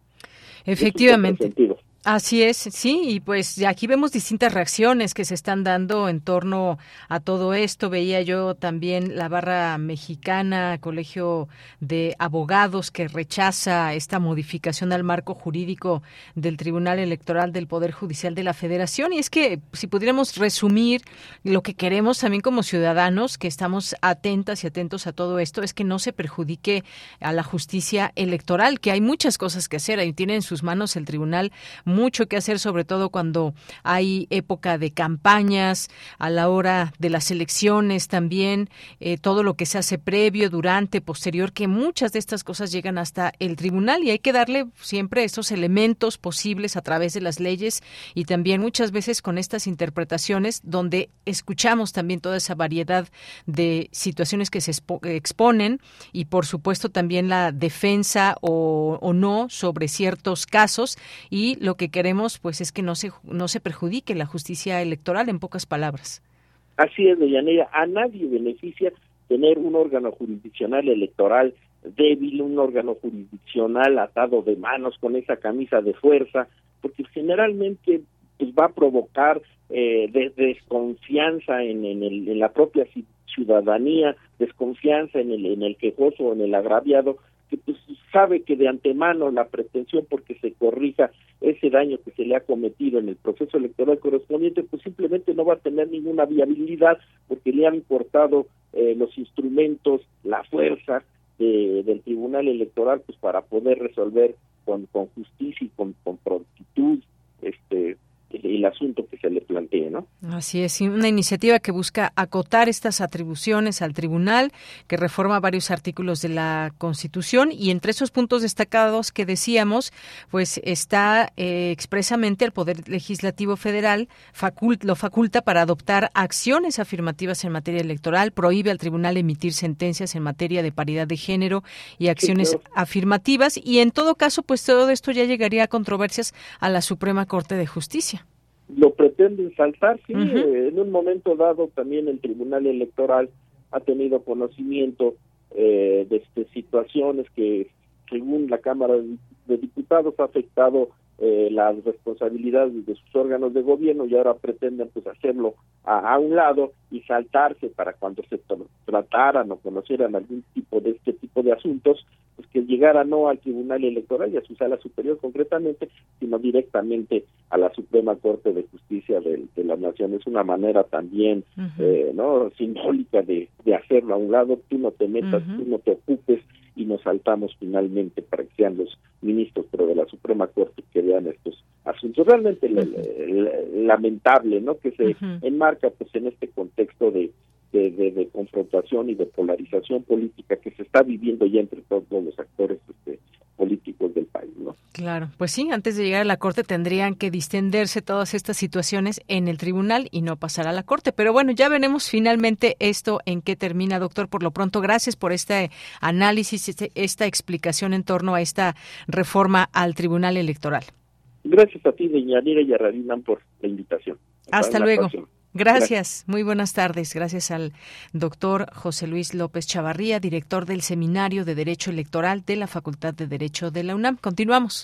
Speaker 3: Efectivamente. Así es, sí, y pues aquí vemos distintas reacciones que se están dando en torno a todo esto. Veía yo también la Barra Mexicana, Colegio de Abogados, que rechaza esta modificación al marco jurídico del Tribunal Electoral del Poder Judicial de la Federación. Y es que si pudiéramos resumir lo que queremos también como ciudadanos, que estamos atentas y atentos a todo esto, es que no se perjudique a la justicia electoral, que hay muchas cosas que hacer. Ahí tiene en sus manos el tribunal mucho que hacer, sobre todo cuando hay época de campañas, a la hora de las elecciones también, eh, todo lo que se hace previo, durante, posterior, que muchas de estas cosas llegan hasta el tribunal y hay que darle siempre estos elementos posibles a través de las leyes y también muchas veces con estas interpretaciones donde escuchamos también toda esa variedad de situaciones que se expo- exponen y por supuesto también la defensa o, o no sobre ciertos casos, y lo que queremos pues es que no se no se perjudique la justicia electoral, en pocas palabras.
Speaker 20: Así es, Deyanira, a nadie beneficia tener un órgano jurisdiccional electoral débil, un órgano jurisdiccional atado de manos con esa camisa de fuerza, porque generalmente pues va a provocar eh, des- desconfianza en, en, el, en la propia ciudadanía, desconfianza en el, en el quejoso o en el agraviado, que pues sabe que de antemano la pretensión porque se corrija ese daño que se le ha cometido en el proceso electoral correspondiente, pues simplemente no va a tener ninguna viabilidad porque le han cortado eh, los instrumentos, la fuerza de, del Tribunal Electoral pues para poder resolver con, con justicia y con, con prontitud este el asunto que se le plantee, ¿no?
Speaker 3: Así es, una iniciativa que busca acotar estas atribuciones al tribunal, que reforma varios artículos de la Constitución, y entre esos puntos destacados que decíamos, pues está eh, expresamente el Poder Legislativo Federal facult, lo faculta para adoptar acciones afirmativas en materia electoral, prohíbe al tribunal emitir sentencias en materia de paridad de género y acciones sí, claro. afirmativas, y en todo caso, pues todo esto ya llegaría a controversias a la Suprema Corte de Justicia.
Speaker 20: Lo pretenden saltar, sí,
Speaker 3: uh-huh.
Speaker 20: eh, en un momento dado también el Tribunal Electoral ha tenido conocimiento eh, de, de situaciones que según la Cámara de Diputados ha afectado eh, las responsabilidades de sus órganos de gobierno, y ahora pretenden pues hacerlo a, a un lado y saltarse para cuando se tra- trataran o conocieran algún tipo de este tipo de asuntos, pues que llegara no al Tribunal Electoral y a su sala superior concretamente, sino directamente a la Suprema Corte de Justicia de, de la Nación. Es una manera también uh-huh. eh, no simbólica de, de hacerlo a un lado. Tú no te metas, uh-huh. tú no te ocupes, y nos saltamos finalmente para que sean los ministros pero de la Suprema Corte que vean estos asuntos. Realmente uh-huh. le, le, lamentable, ¿no? Que se uh-huh. enmarca pues en este contexto de De, de, de confrontación y de polarización política que se está viviendo ya entre todos los actores este, políticos del país, ¿no?
Speaker 3: Claro, pues sí, antes de llegar a la Corte tendrían que distenderse todas estas situaciones en el tribunal y no pasar a la Corte. Pero bueno, ya veremos finalmente esto en qué termina, doctor. Por lo pronto, gracias por este análisis, este, esta explicación en torno a esta reforma al Tribunal Electoral.
Speaker 20: Gracias a ti, Deyanira, y a Radio UNAM por la invitación.
Speaker 3: Hasta, Hasta luego. Próxima. Gracias. Gracias, muy buenas tardes. Gracias al doctor José Luis López Chavarría, director del Seminario de Derecho Electoral de la Facultad de Derecho de la UNAM. Continuamos.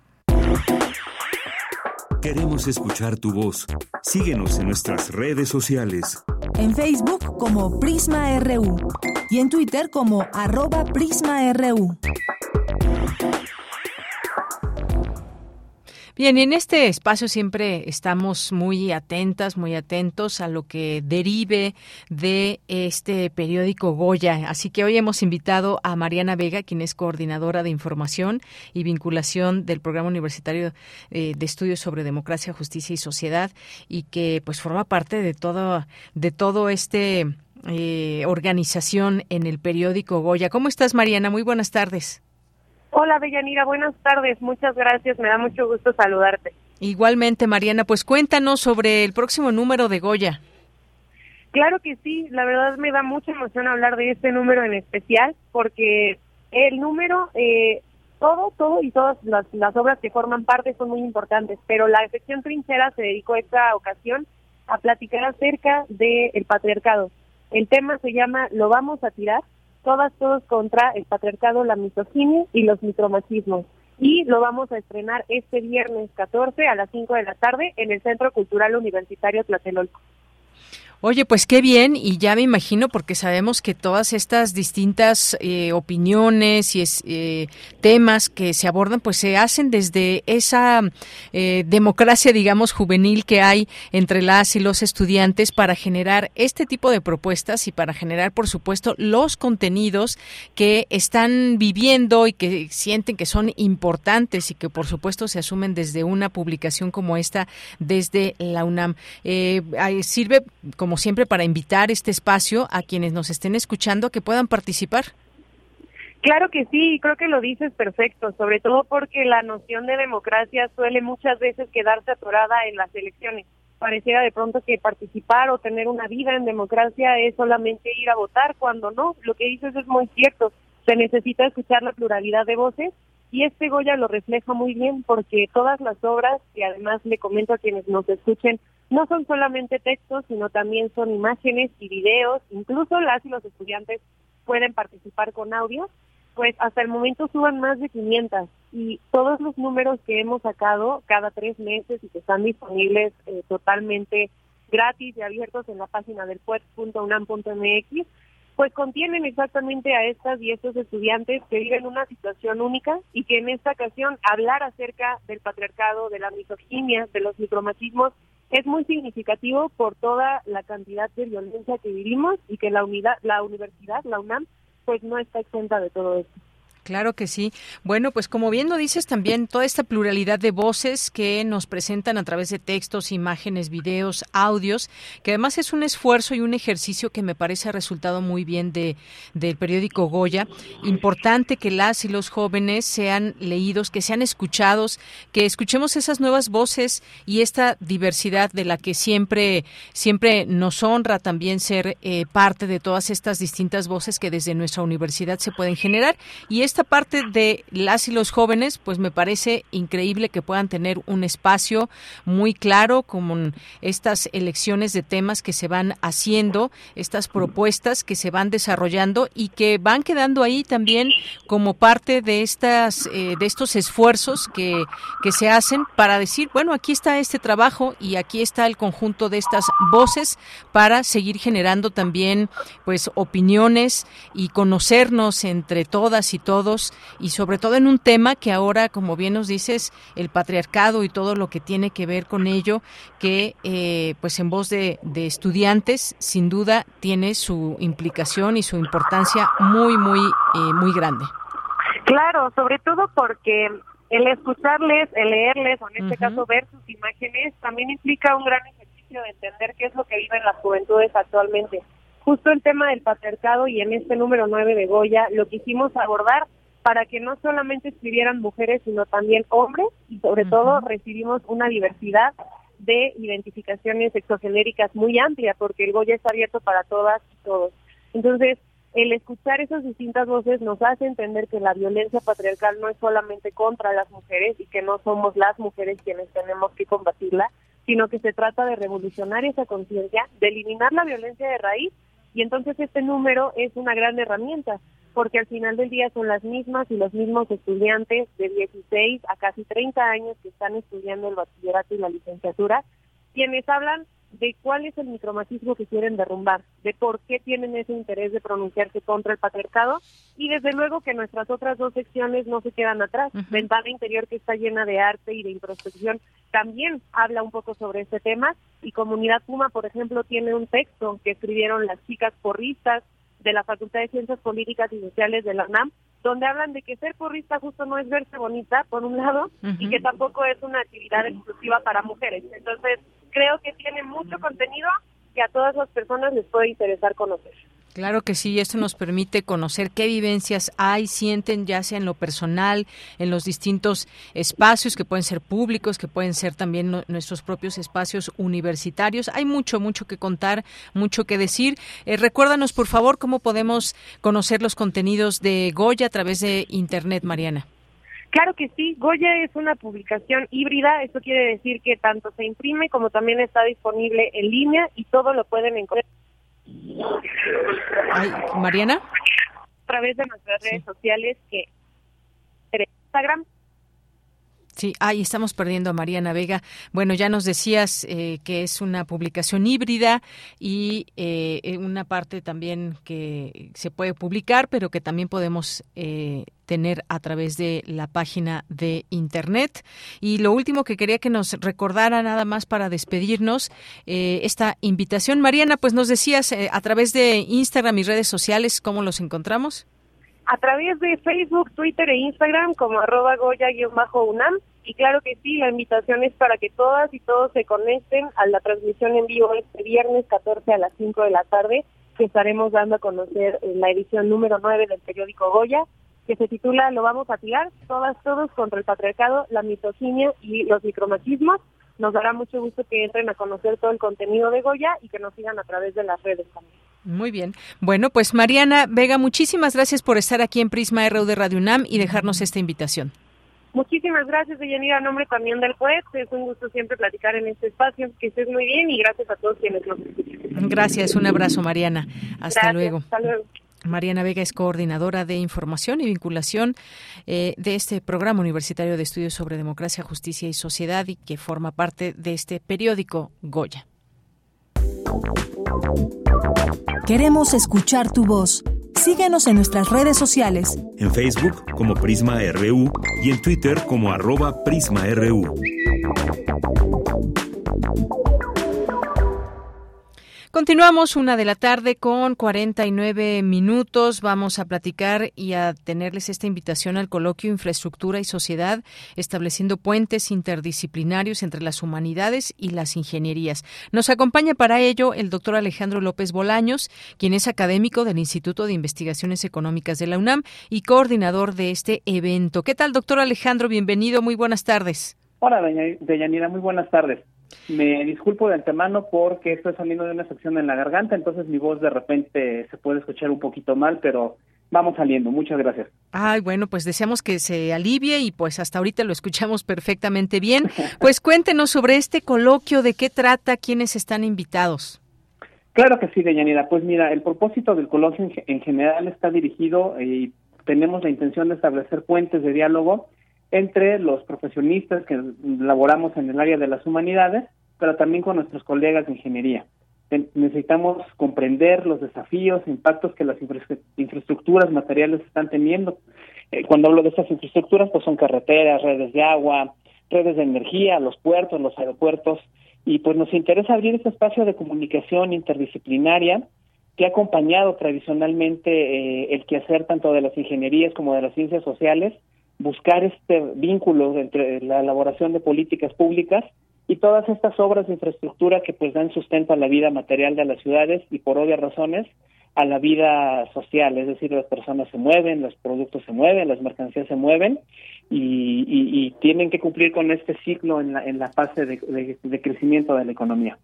Speaker 2: Queremos escuchar tu voz. Síguenos en nuestras redes sociales.
Speaker 1: En Facebook como Prisma R U y en Twitter como arroba Prisma R U.
Speaker 3: Bien, en este espacio siempre estamos muy atentas, muy atentos a lo que derive de este periódico Goya. Así que hoy hemos invitado a Mariana Vega, quien es coordinadora de información y vinculación del Programa Universitario eh, de Estudios sobre Democracia, Justicia y Sociedad, y que pues forma parte de todo, de todo este eh, organización en el periódico Goya. ¿Cómo estás, Mariana? Muy buenas tardes.
Speaker 21: Hola, Deyanira, buenas tardes, muchas gracias, me da mucho gusto saludarte.
Speaker 3: Igualmente, Mariana, pues cuéntanos sobre el próximo número de Goya.
Speaker 21: Claro que sí, la verdad me da mucha emoción hablar de este número en especial, porque el número, eh, todo, todo y todas las, las obras que forman parte son muy importantes, pero la sección Trinchera se dedicó esta ocasión a platicar acerca del patriarcado. El tema se llama Lo vamos a tirar. Todas, todos contra el patriarcado, la misoginia y los micromachismos. Y lo vamos a estrenar este viernes catorce a las cinco de la tarde en el Centro Cultural Universitario Tlatelolco.
Speaker 3: Oye, pues qué bien, y ya me imagino, porque sabemos que todas estas distintas eh, opiniones y es, eh, temas que se abordan, pues se hacen desde esa eh, democracia, digamos, juvenil que hay entre las y los estudiantes para generar este tipo de propuestas y para generar, por supuesto, los contenidos que están viviendo y que sienten que son importantes y que, por supuesto, se asumen desde una publicación como esta, desde la UNAM. Eh, sirve como siempre para invitar este espacio a quienes nos estén escuchando a que puedan participar.
Speaker 21: Claro que sí, creo que lo dices perfecto, sobre todo porque la noción de democracia suele muchas veces quedarse atorada en las elecciones. Pareciera de pronto que participar o tener una vida en democracia es solamente ir a votar, cuando no, lo que dices es muy cierto, se necesita escuchar la pluralidad de voces. Y este Goya lo refleja muy bien porque todas las obras, y además le comento a quienes nos escuchen, no son solamente textos, sino también son imágenes y videos, incluso las y los estudiantes pueden participar con audio, pues hasta el momento suban más de quinientas y todos los números que hemos sacado cada tres meses y que están disponibles eh, totalmente gratis y abiertos en la página del puet punto unam punto m x, pues contienen exactamente a estas y estos estudiantes que viven una situación única y que en esta ocasión hablar acerca del patriarcado, de la misoginia, de los micromachismos, es muy significativo por toda la cantidad de violencia que vivimos y que la unidad, la universidad, la UNAM, pues no está exenta de todo esto.
Speaker 3: Claro que sí. Bueno, pues como bien lo dices también, toda esta pluralidad de voces que nos presentan a través de textos, imágenes, videos, audios, que además es un esfuerzo y un ejercicio que me parece ha resultado muy bien de del periódico Goya. Importante que las y los jóvenes sean leídos, que sean escuchados, que escuchemos esas nuevas voces y esta diversidad de la que siempre, siempre nos honra también ser eh, parte de todas estas distintas voces que desde nuestra universidad se pueden generar. Y es esta parte de las y los jóvenes, pues me parece increíble que puedan tener un espacio muy claro como estas elecciones de temas que se van haciendo, estas propuestas que se van desarrollando y que van quedando ahí también como parte de estas eh, de estos esfuerzos que, que se hacen para decir, bueno, aquí está este trabajo y aquí está el conjunto de estas voces para seguir generando también pues opiniones y conocernos entre todas y todos, y sobre todo en un tema que ahora, como bien nos dices, el patriarcado y todo lo que tiene que ver con ello, que eh, pues en voz de, de estudiantes sin duda tiene su implicación y su importancia muy, muy, eh, muy grande.
Speaker 21: Claro, sobre todo porque el escucharles, el leerles, o en este uh-huh. caso ver sus imágenes, también implica un gran ejercicio de entender qué es lo que viven las juventudes actualmente. Justo el tema del patriarcado y en este número nueve de Goya lo quisimos abordar para que no solamente escribieran mujeres, sino también hombres, y sobre uh-huh. todo recibimos una diversidad de identificaciones sexogenéricas muy amplia, porque el Goya está abierto para todas y todos. Entonces, el escuchar esas distintas voces nos hace entender que la violencia patriarcal no es solamente contra las mujeres y que no somos las mujeres quienes tenemos que combatirla, sino que se trata de revolucionar esa conciencia, de eliminar la violencia de raíz, y entonces este número es una gran herramienta, porque al final del día son las mismas y los mismos estudiantes de dieciséis a casi treinta años que están estudiando el bachillerato y la licenciatura, quienes hablan de cuál es el micromachismo que quieren derrumbar, de por qué tienen ese interés de pronunciarse contra el patriarcado, y desde luego que nuestras otras dos secciones no se quedan atrás. Uh-huh. Ventana Interior, que está llena de arte y de introspección, también habla un poco sobre este tema, y Comunidad Puma, por ejemplo, tiene un texto que escribieron las chicas porristas de la Facultad de Ciencias Políticas y Sociales de la UNAM, donde hablan de que ser porrista justo no es verse bonita, por un lado, uh-huh. y que tampoco es una actividad exclusiva para mujeres. Entonces, creo que tiene mucho contenido que a todas las personas les puede interesar conocer.
Speaker 3: Claro que sí, esto nos permite conocer qué vivencias hay, sienten, ya sea en lo personal, en los distintos espacios que pueden ser públicos, que pueden ser también no, nuestros propios espacios universitarios. Hay mucho, mucho que contar, mucho que decir. Eh, recuérdanos, por favor, cómo podemos conocer los contenidos de Goya a través de Internet, Mariana.
Speaker 21: Claro que sí, Goya es una publicación híbrida, esto quiere decir que tanto se imprime como también está disponible en línea y todo lo pueden encontrar.
Speaker 3: Ay, Mariana.
Speaker 21: A través de nuestras redes sí. sociales, que Instagram.
Speaker 3: Sí, ahí estamos perdiendo a Mariana Vega. Bueno, ya nos decías eh, que es una publicación híbrida y eh, una parte también que se puede publicar, pero que también podemos eh, tener a través de la página de Internet. Y lo último que quería que nos recordara, nada más para despedirnos, eh, esta invitación. Mariana, pues nos decías eh, a través de Instagram y redes sociales, ¿cómo los encontramos?
Speaker 21: A través de Facebook, Twitter e Instagram como arroba Goya-UNAM. Y claro que sí, la invitación es para que todas y todos se conecten a la transmisión en vivo este viernes catorce a las cinco de la tarde, que estaremos dando a conocer en la edición número nueve del periódico Goya, que se titula Lo vamos a tirar, todas, todos contra el patriarcado, la misoginia y los micromachismos. Nos dará mucho gusto que entren a conocer todo el contenido de Goya y que nos sigan a través de las redes también.
Speaker 3: Muy bien. Bueno, pues Mariana Vega, muchísimas gracias por estar aquí en Prisma R U de Radio UNAM y dejarnos esta invitación.
Speaker 21: Muchísimas gracias, Deyanira, a nombre también del juez. Es un gusto siempre platicar en este espacio. Que estés muy bien y gracias a todos quienes nos escuchan.
Speaker 3: Gracias, un abrazo, Mariana. Hasta
Speaker 21: gracias,
Speaker 3: luego.
Speaker 21: Hasta luego.
Speaker 3: Mariana Vega es coordinadora de información y vinculación eh, de este programa universitario de estudios sobre democracia, justicia y sociedad y que forma parte de este periódico Goya.
Speaker 1: Queremos escuchar tu voz. Síguenos en nuestras redes sociales.
Speaker 2: En Facebook como Prisma R U y en Twitter como arroba Prisma R U.
Speaker 3: Continuamos una de la tarde con cuarenta y nueve minutos. Vamos a platicar y a tenerles esta invitación al coloquio Infraestructura y Sociedad, estableciendo puentes interdisciplinarios entre las humanidades y las ingenierías. Nos acompaña para ello el doctor Alejandro López Bolaños, quien es académico del Instituto de Investigaciones Económicas de la UNAM y coordinador de este evento. ¿Qué tal, doctor Alejandro? Bienvenido, muy buenas tardes.
Speaker 4: Hola, Deyanira, muy buenas tardes. Me disculpo de antemano porque estoy saliendo de una sección en la garganta, entonces mi voz de repente se puede escuchar un poquito mal, pero vamos saliendo. Muchas gracias.
Speaker 3: Ay, bueno, pues deseamos que se alivie y pues hasta ahorita lo escuchamos perfectamente bien. Pues cuéntenos sobre este coloquio, de qué trata, quiénes están invitados.
Speaker 4: Claro que sí, Deyanira. Pues mira, el propósito del coloquio en, en general está dirigido y tenemos la intención de establecer puentes de diálogo entre los profesionistas que laboramos en el área de las humanidades, pero también con nuestros colegas de ingeniería. Necesitamos comprender los desafíos e impactos que las infra- infraestructuras materiales están teniendo. Eh, cuando hablo de estas infraestructuras, pues son carreteras, redes de agua, redes de energía, los puertos, los aeropuertos, y pues nos interesa abrir este espacio de comunicación interdisciplinaria que ha acompañado tradicionalmente eh, el quehacer tanto de las ingenierías como de las ciencias sociales, buscar este vínculo entre la elaboración de políticas públicas y todas estas obras de infraestructura que pues dan sustento a la vida material de las ciudades y por obvias razones a la vida social, es decir, las personas se mueven, los productos se mueven, las mercancías se mueven y, y, y tienen que cumplir con este ciclo en la, en la fase de, de, de crecimiento de la economía.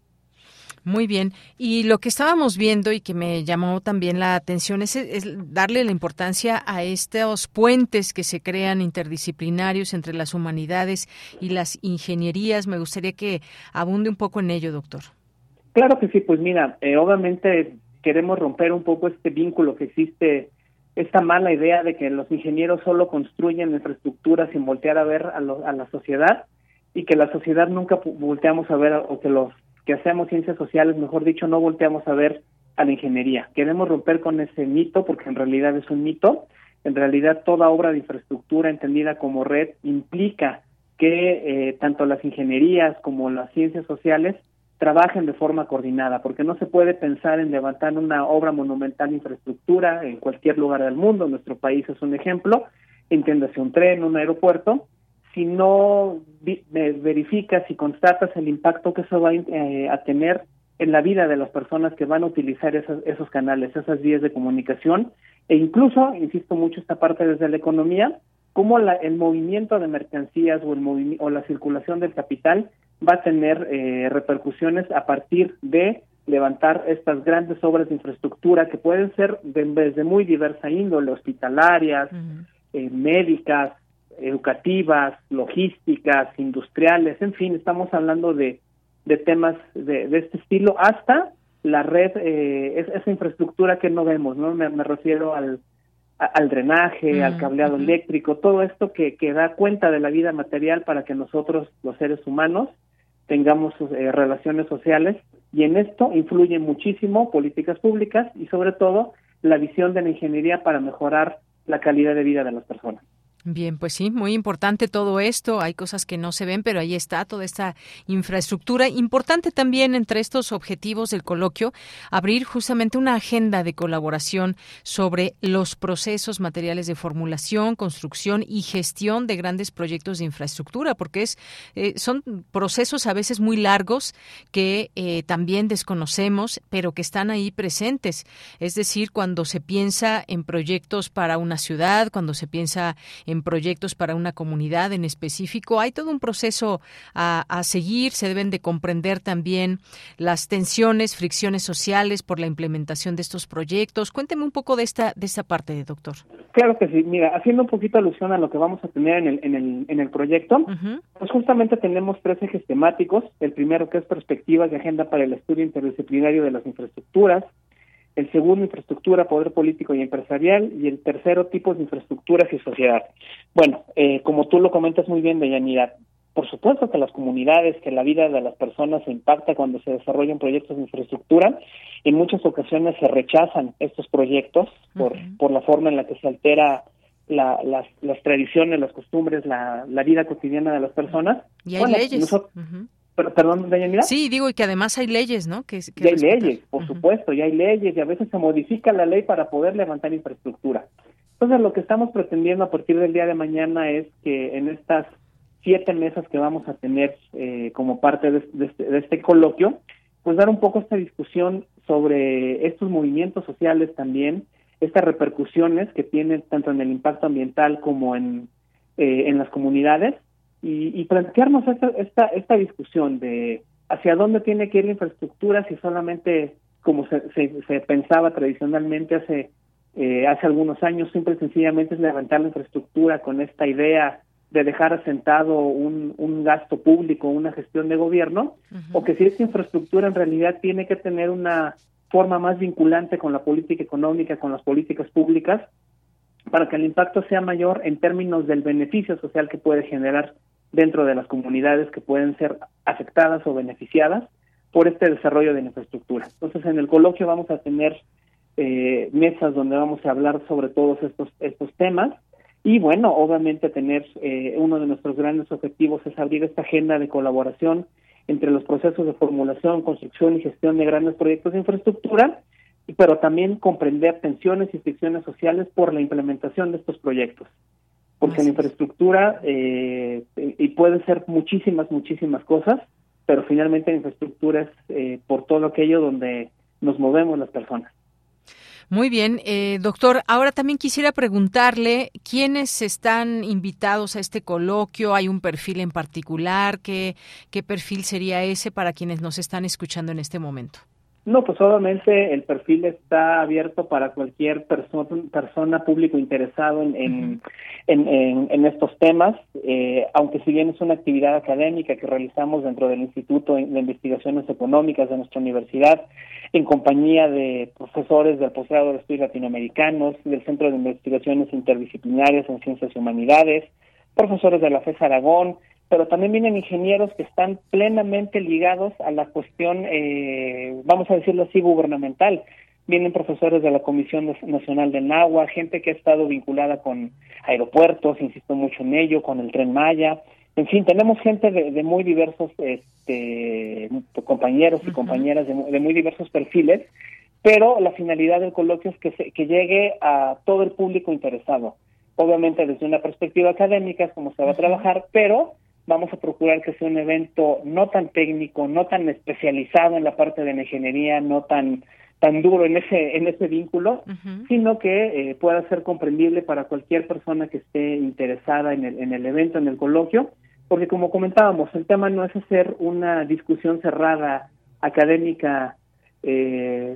Speaker 3: Muy bien. Y lo que estábamos viendo y que me llamó también la atención es, es darle la importancia a estos puentes que se crean interdisciplinarios entre las humanidades y las ingenierías. Me gustaría que abunde un poco en ello, doctor.
Speaker 4: Claro que sí. Pues mira, eh, obviamente queremos romper un poco este vínculo que existe, esta mala idea de que los ingenieros solo construyen infraestructuras sin voltear a ver a, lo, a la sociedad. y que la sociedad nunca volteamos a ver, o que los que hacemos ciencias sociales, mejor dicho, no volteamos a ver a la ingeniería. Queremos romper con ese mito, porque en realidad es un mito. En realidad toda obra de infraestructura entendida como red implica que eh, tanto las ingenierías como las ciencias sociales trabajen de forma coordinada, porque no se puede pensar en levantar una obra monumental de infraestructura en cualquier lugar del mundo. Nuestro país es un ejemplo, entiéndase un tren, un aeropuerto, si no vi, eh, verificas y constatas el impacto que eso va eh, a tener en la vida de las personas que van a utilizar esos, esos canales, esas vías de comunicación, e incluso, insisto mucho esta parte desde la economía, cómo la, el movimiento de mercancías o, el movi- o la circulación del capital va a tener eh, repercusiones a partir de levantar estas grandes obras de infraestructura que pueden ser de, desde muy diversa índole, hospitalarias, uh-huh. eh, médicas, educativas, logísticas, industriales, en fin, estamos hablando de, de temas de, de este estilo, hasta la red, eh, es, esa infraestructura que no vemos, ¿no? Me, me refiero al, a, al drenaje, uh-huh. al cableado uh-huh. eléctrico, todo esto que, que da cuenta de la vida material para que nosotros, los seres humanos, tengamos eh, relaciones sociales, y en esto influyen muchísimo políticas públicas y sobre todo la visión de la ingeniería para mejorar la calidad de vida de las personas.
Speaker 3: Bien, pues sí, muy importante todo esto. Hay cosas que no se ven, pero ahí está toda esta infraestructura. Importante también entre estos objetivos del coloquio, abrir justamente una agenda de colaboración sobre los procesos materiales de formulación, construcción y gestión de grandes proyectos de infraestructura, porque es eh, son procesos a veces muy largos que eh, también desconocemos, pero que están ahí presentes. Es decir, cuando se piensa en proyectos para una ciudad, cuando se piensa en en proyectos para una comunidad en específico. Hay todo un proceso a, a seguir. Se deben de comprender también las tensiones, fricciones sociales por la implementación de estos proyectos. Cuénteme un poco de esta de esta parte, doctor.
Speaker 4: Claro que sí. Mira, haciendo un poquito alusión a lo que vamos a tener en el en el en el proyecto, uh-huh. pues justamente tenemos tres ejes temáticos. El primero, que es perspectivas de agenda para el estudio interdisciplinario de las infraestructuras. El segundo, infraestructura, poder político y empresarial, y el tercero, tipos de infraestructuras y sociedad. Bueno, eh, como tú lo comentas muy bien, Deyanira, por supuesto que las comunidades, que la vida de las personas se impacta cuando se desarrollan proyectos de infraestructura. En muchas ocasiones se rechazan estos proyectos por, uh-huh. por la forma en la que se altera la, las, las tradiciones, las costumbres, la, la vida cotidiana de las personas.
Speaker 3: Y hay
Speaker 4: bueno,
Speaker 3: leyes.
Speaker 4: Nosotros, uh-huh. Perdón, Deyanira.
Speaker 3: Sí, digo, y que además hay leyes, ¿no? Que, que
Speaker 4: y hay
Speaker 3: respetar.
Speaker 4: leyes, por uh-huh. supuesto, y hay leyes, y a veces se modifica la ley para poder levantar infraestructura. Entonces, lo que estamos pretendiendo a partir del día de mañana es que en estas siete mesas que vamos a tener eh, como parte de, de, este, de este coloquio, pues dar un poco esta discusión sobre estos movimientos sociales también, estas repercusiones que tienen tanto en el impacto ambiental como en, eh, en las comunidades, Y, y plantearnos esta, esta esta discusión de hacia dónde tiene que ir la infraestructura, si solamente, como se, se, se pensaba tradicionalmente hace eh, hace algunos años, simple y sencillamente es levantar la infraestructura con esta idea de dejar asentado un, un gasto público, una gestión de gobierno, uh-huh. o que si esta infraestructura en realidad tiene que tener una forma más vinculante con la política económica, con las políticas públicas, para que el impacto sea mayor en términos del beneficio social que puede generar dentro de las comunidades que pueden ser afectadas o beneficiadas por este desarrollo de la infraestructura. Entonces, en el coloquio vamos a tener eh, mesas donde vamos a hablar sobre todos estos estos temas y, bueno, obviamente tener eh, uno de nuestros grandes objetivos es abrir esta agenda de colaboración entre los procesos de formulación, construcción y gestión de grandes proyectos de infraestructura, pero también comprender tensiones y fricciones sociales por la implementación de estos proyectos. Porque Así la infraestructura eh, y puede ser muchísimas, muchísimas cosas, pero finalmente la infraestructura es eh, por todo aquello donde nos movemos las personas.
Speaker 3: Muy bien, eh, doctor. Ahora también quisiera preguntarle quiénes están invitados a este coloquio. ¿Hay un perfil en particular? ¿Qué, qué perfil sería ese para quienes nos están escuchando en este momento?
Speaker 4: No, pues obviamente el perfil está abierto para cualquier persona, persona público interesado en, en, uh-huh. en, en, en estos temas, eh, aunque si bien es una actividad académica que realizamos dentro del Instituto de Investigaciones Económicas de nuestra universidad, en compañía de profesores del Posgrado de Estudios Latinoamericanos, del Centro de Investigaciones Interdisciplinarias en Ciencias y Humanidades, profesores de la FES Aragón, pero también vienen ingenieros que están plenamente ligados a la cuestión, eh, vamos a decirlo así, gubernamental. Vienen profesores de la Comisión Nacional del Agua, gente que ha estado vinculada con aeropuertos, insisto mucho en ello, con el Tren Maya. En fin, tenemos gente de, de muy diversos este, compañeros y uh-huh. compañeras de, de muy diversos perfiles, pero la finalidad del coloquio es que, se, que llegue a todo el público interesado. Obviamente desde una perspectiva académica es como se va uh-huh. a trabajar, pero vamos a procurar que sea un evento no tan técnico, no tan especializado en la parte de la ingeniería, no tan tan duro en ese en ese vínculo, uh-huh. sino que eh, pueda ser comprendible para cualquier persona que esté interesada en el en el evento, en el coloquio, porque como comentábamos, el tema no es hacer una discusión cerrada, académica, eh,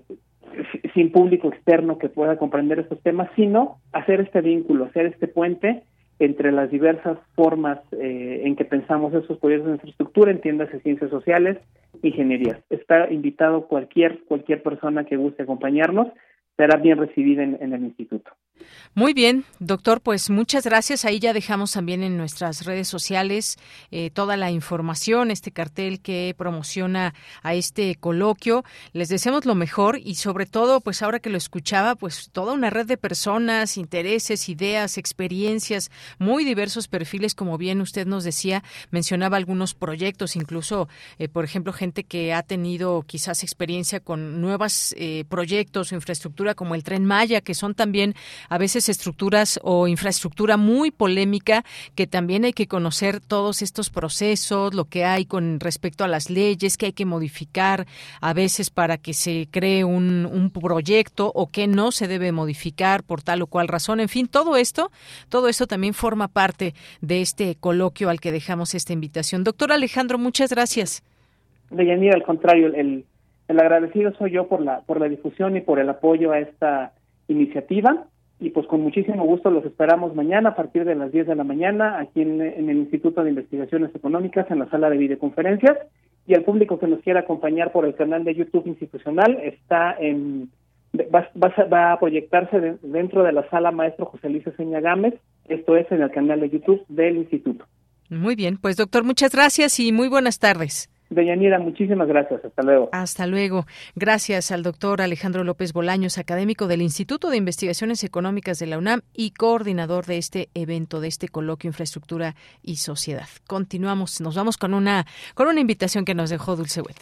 Speaker 4: sin público externo que pueda comprender estos temas, sino hacer este vínculo, hacer este puente entre las diversas formas eh, en que pensamos esos proyectos de infraestructura, entiéndase ciencias sociales, ingenierías. Está invitado cualquier cualquier persona que guste acompañarnos, será bien recibida en, en el instituto.
Speaker 3: Muy bien, doctor, pues muchas gracias. Ahí ya dejamos también en nuestras redes sociales eh, toda la información, este cartel que promociona a este coloquio. Les deseamos lo mejor y sobre todo, pues ahora que lo escuchaba, pues toda una red de personas, intereses, ideas, experiencias, muy diversos perfiles, como bien usted nos decía, mencionaba algunos proyectos, incluso, eh, por ejemplo, gente que ha tenido quizás experiencia con nuevos eh, proyectos o infraestructura como el Tren Maya, que son también a veces estructuras o infraestructura muy polémica, que también hay que conocer todos estos procesos, lo que hay con respecto a las leyes, que hay que modificar a veces para que se cree un, un proyecto o que no se debe modificar por tal o cual razón. En fin, todo esto, todo esto también forma parte de este coloquio al que dejamos esta invitación. Doctor Alejandro, muchas gracias.
Speaker 4: Deyanira, al contrario, el, el agradecido soy yo por la, por la difusión y por el apoyo a esta iniciativa. Y pues con muchísimo gusto los esperamos mañana a partir de las diez de la mañana aquí en, en el Instituto de Investigaciones Económicas en la sala de videoconferencias, y al público que nos quiera acompañar por el canal de YouTube institucional está en va, va, va a proyectarse de, dentro de la sala Maestro José Luis Ezeña Gámez, esto es en el canal de YouTube del Instituto.
Speaker 3: Muy bien, pues doctor, muchas gracias y muy buenas tardes.
Speaker 4: Deyanira, muchísimas gracias. Hasta luego.
Speaker 3: Hasta luego. Gracias al doctor Alejandro López Bolaños, académico del Instituto de Investigaciones Económicas de la UNAM y coordinador de este evento, de este coloquio Infraestructura y Sociedad. Continuamos, nos vamos con una, con una invitación que nos dejó Dulce Wet.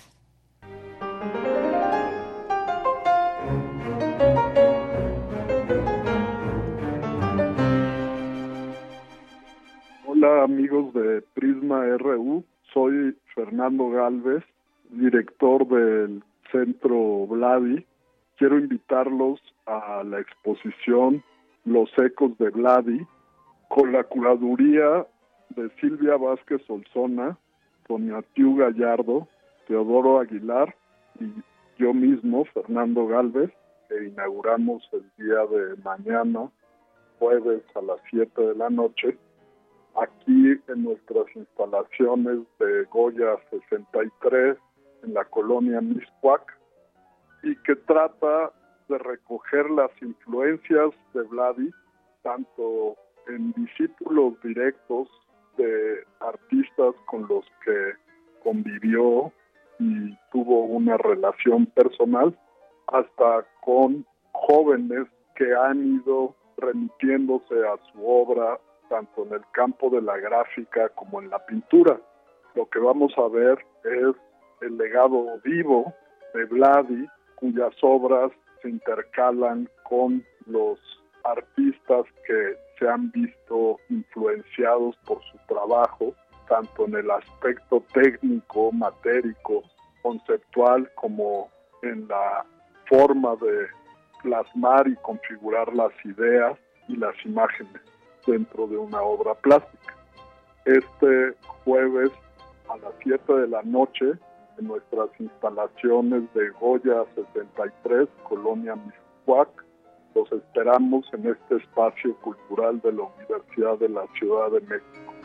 Speaker 5: Hola amigos de Prisma R U. Soy Fernando Galvez, director del Centro Vladi. Quiero invitarlos a la exposición Los Ecos de Vladi, con la curaduría de Silvia Vázquez Solsona, Tonatiu Gallardo, Teodoro Aguilar y yo mismo, Fernando Galvez, que inauguramos el día de mañana, jueves a las siete de la noche, aquí en nuestras instalaciones de Goya sesenta y tres, en la colonia Mixcoac, y que trata de recoger las influencias de Vladi, tanto en discípulos directos de artistas con los que convivió y tuvo una relación personal, hasta con jóvenes que han ido remitiéndose a su obra tanto en el campo de la gráfica como en la pintura. Lo que vamos a ver es el legado vivo de Vladi, cuyas obras se intercalan con los artistas que se han visto influenciados por su trabajo, tanto en el aspecto técnico, matérico, conceptual, como en la forma de plasmar y configurar las ideas y las imágenes dentro de una obra plástica. Este jueves a las siete de la noche, en nuestras instalaciones de Goya sesenta y tres, Colonia Mixcoac, los esperamos en este espacio cultural de la Universidad de la Ciudad de México.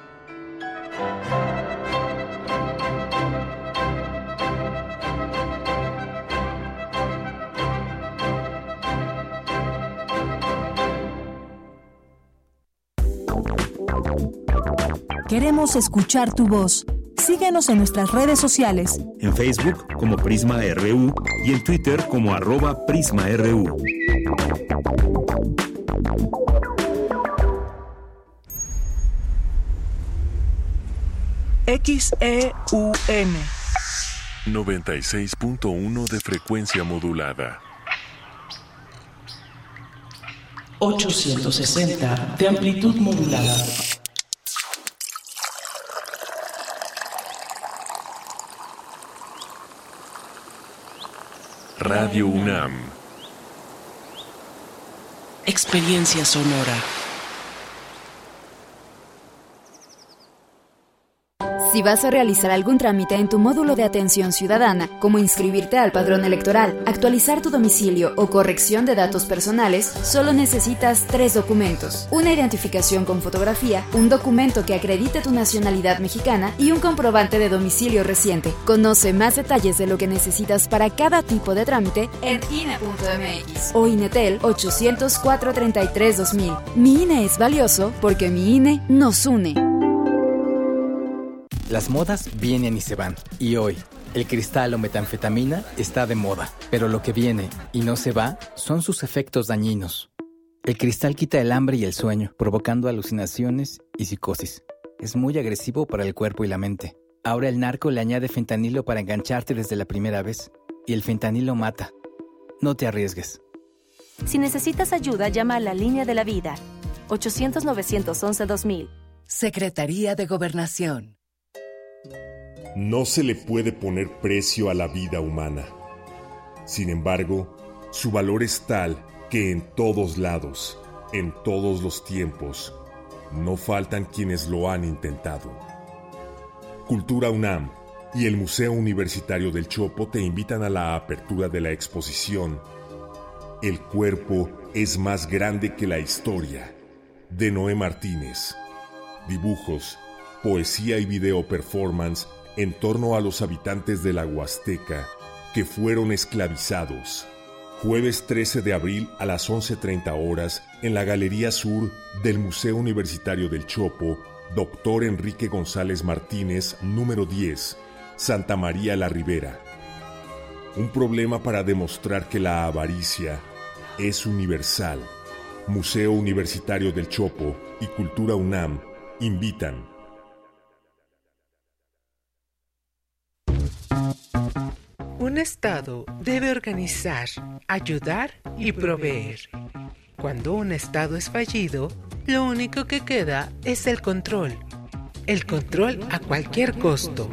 Speaker 1: Queremos escuchar tu voz. Síguenos en nuestras redes sociales.
Speaker 2: En Facebook como Prisma R U y en Twitter como arroba Prisma R U.
Speaker 6: X E U N
Speaker 22: noventa y seis punto uno de frecuencia modulada.
Speaker 6: ochocientos sesenta de amplitud modulada.
Speaker 22: Radio UNAM.
Speaker 6: Experiencia sonora.
Speaker 23: Si vas a realizar algún trámite en tu módulo de atención ciudadana, como inscribirte al padrón electoral, actualizar tu domicilio o corrección de datos personales, solo necesitas tres documentos: una identificación con fotografía, un documento que acredite tu nacionalidad mexicana y un comprobante de domicilio reciente. Conoce más detalles de lo que necesitas para cada tipo de trámite en I N E punto M X o INETEL ochocientos cuatro treinta y tres dos mil. Mi I N E es valioso porque mi I N E nos une.
Speaker 24: Las modas vienen y se van, y hoy, el cristal o metanfetamina está de moda, pero lo que viene y no se va son sus efectos dañinos. El cristal quita el hambre y el sueño, provocando alucinaciones y psicosis. Es muy agresivo para el cuerpo y la mente. Ahora el narco le añade fentanilo para engancharte desde la primera vez, y el fentanilo mata. No te arriesgues.
Speaker 25: Si necesitas ayuda, llama a la Línea de la Vida, ochocientos nueve once dos mil.
Speaker 26: Secretaría de Gobernación.
Speaker 27: No se le puede poner precio a la vida humana. Sin embargo, su valor es tal que en todos lados, en todos los tiempos, no faltan quienes lo han intentado. Cultura UNAM y el Museo Universitario del Chopo te invitan a la apertura de la exposición El cuerpo es más grande que la historia, de Noé Martínez. Dibujos, poesía y video performance en torno a los habitantes de la Huasteca que fueron esclavizados. Jueves trece de abril a las once treinta horas en la Galería Sur del Museo Universitario del Chopo, Doctor Enrique González Martínez, número diez, Santa María la Ribera. Un problema para demostrar que la avaricia es universal. Museo Universitario del Chopo y Cultura UNAM invitan.
Speaker 28: Un Estado debe organizar, ayudar y proveer. Cuando un Estado es fallido, lo único que queda es el control. El control a cualquier costo.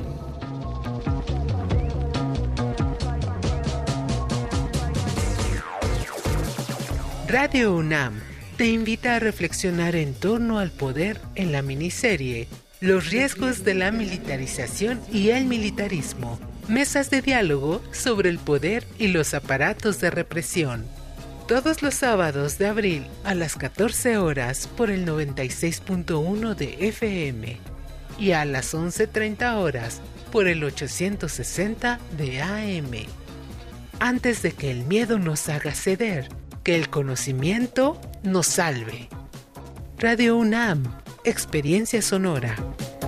Speaker 28: Radio UNAM te invita a reflexionar en torno al poder en la miniserie Los riesgos de la militarización y el militarismo. Mesas de diálogo sobre el poder y los aparatos de represión. Todos los sábados de abril a las catorce horas por el noventa y seis punto uno de F M y a las once treinta horas por el ochocientos sesenta de A M. Antes de que el miedo nos haga ceder, que el conocimiento nos salve. Radio UNAM, experiencia sonora.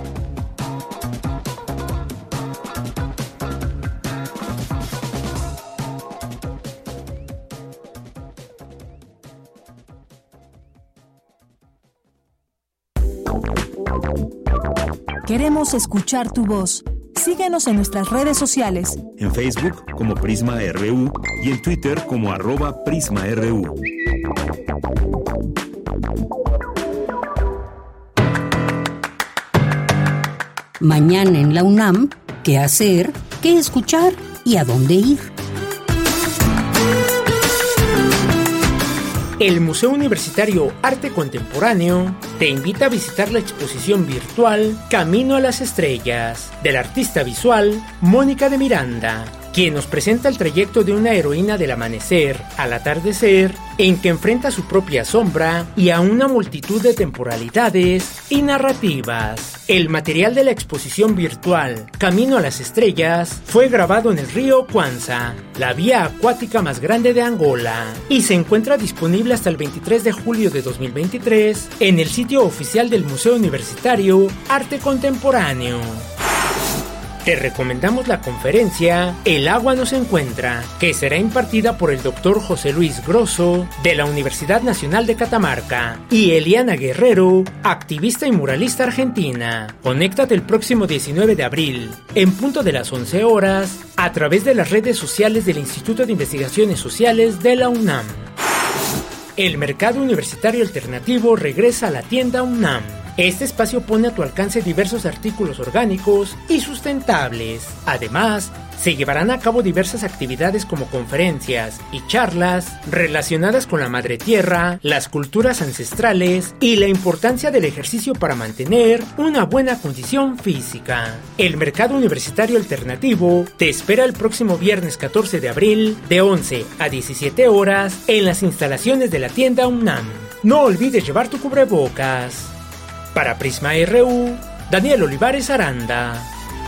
Speaker 1: Queremos escuchar tu voz. Síguenos en nuestras redes sociales.
Speaker 2: En Facebook como Prisma R U y en Twitter como arroba Prisma R U.
Speaker 7: Mañana en la UNAM, ¿qué hacer? ¿Qué escuchar? ¿Y a dónde ir?
Speaker 8: El Museo Universitario Arte Contemporáneo te invita a visitar la exposición virtual Camino a las Estrellas, del artista visual Mónica de Miranda, quien nos presenta el trayecto de una heroína del amanecer al atardecer, en que enfrenta su propia sombra y a una multitud de temporalidades y narrativas. El material de la exposición virtual Camino a las Estrellas fue grabado en el río Kwanza, la vía acuática más grande de Angola, y se encuentra disponible hasta el veintitrés de julio de dos mil veintitrés en el sitio oficial del Museo Universitario Arte Contemporáneo. Te recomendamos la conferencia El agua nos encuentra, que será impartida por el doctor José Luis Grosso de la Universidad Nacional de Catamarca y Eliana Guerrero, activista y muralista argentina. Conéctate el próximo diecinueve de abril, en punto de las once horas, a través de las redes sociales del Instituto de Investigaciones Sociales de la UNAM. El mercado universitario alternativo regresa a la tienda UNAM. Este espacio pone a tu alcance diversos artículos orgánicos y sustentables. Además, se llevarán a cabo diversas actividades como conferencias y charlas relacionadas con la madre tierra, las culturas ancestrales y la importancia del ejercicio para mantener una buena condición física. El mercado universitario alternativo te espera el próximo viernes catorce de abril de once a diecisiete horas en las instalaciones de la tienda UNAM. No olvides llevar tu cubrebocas. Para Prisma R U, Daniel Olivares Aranda.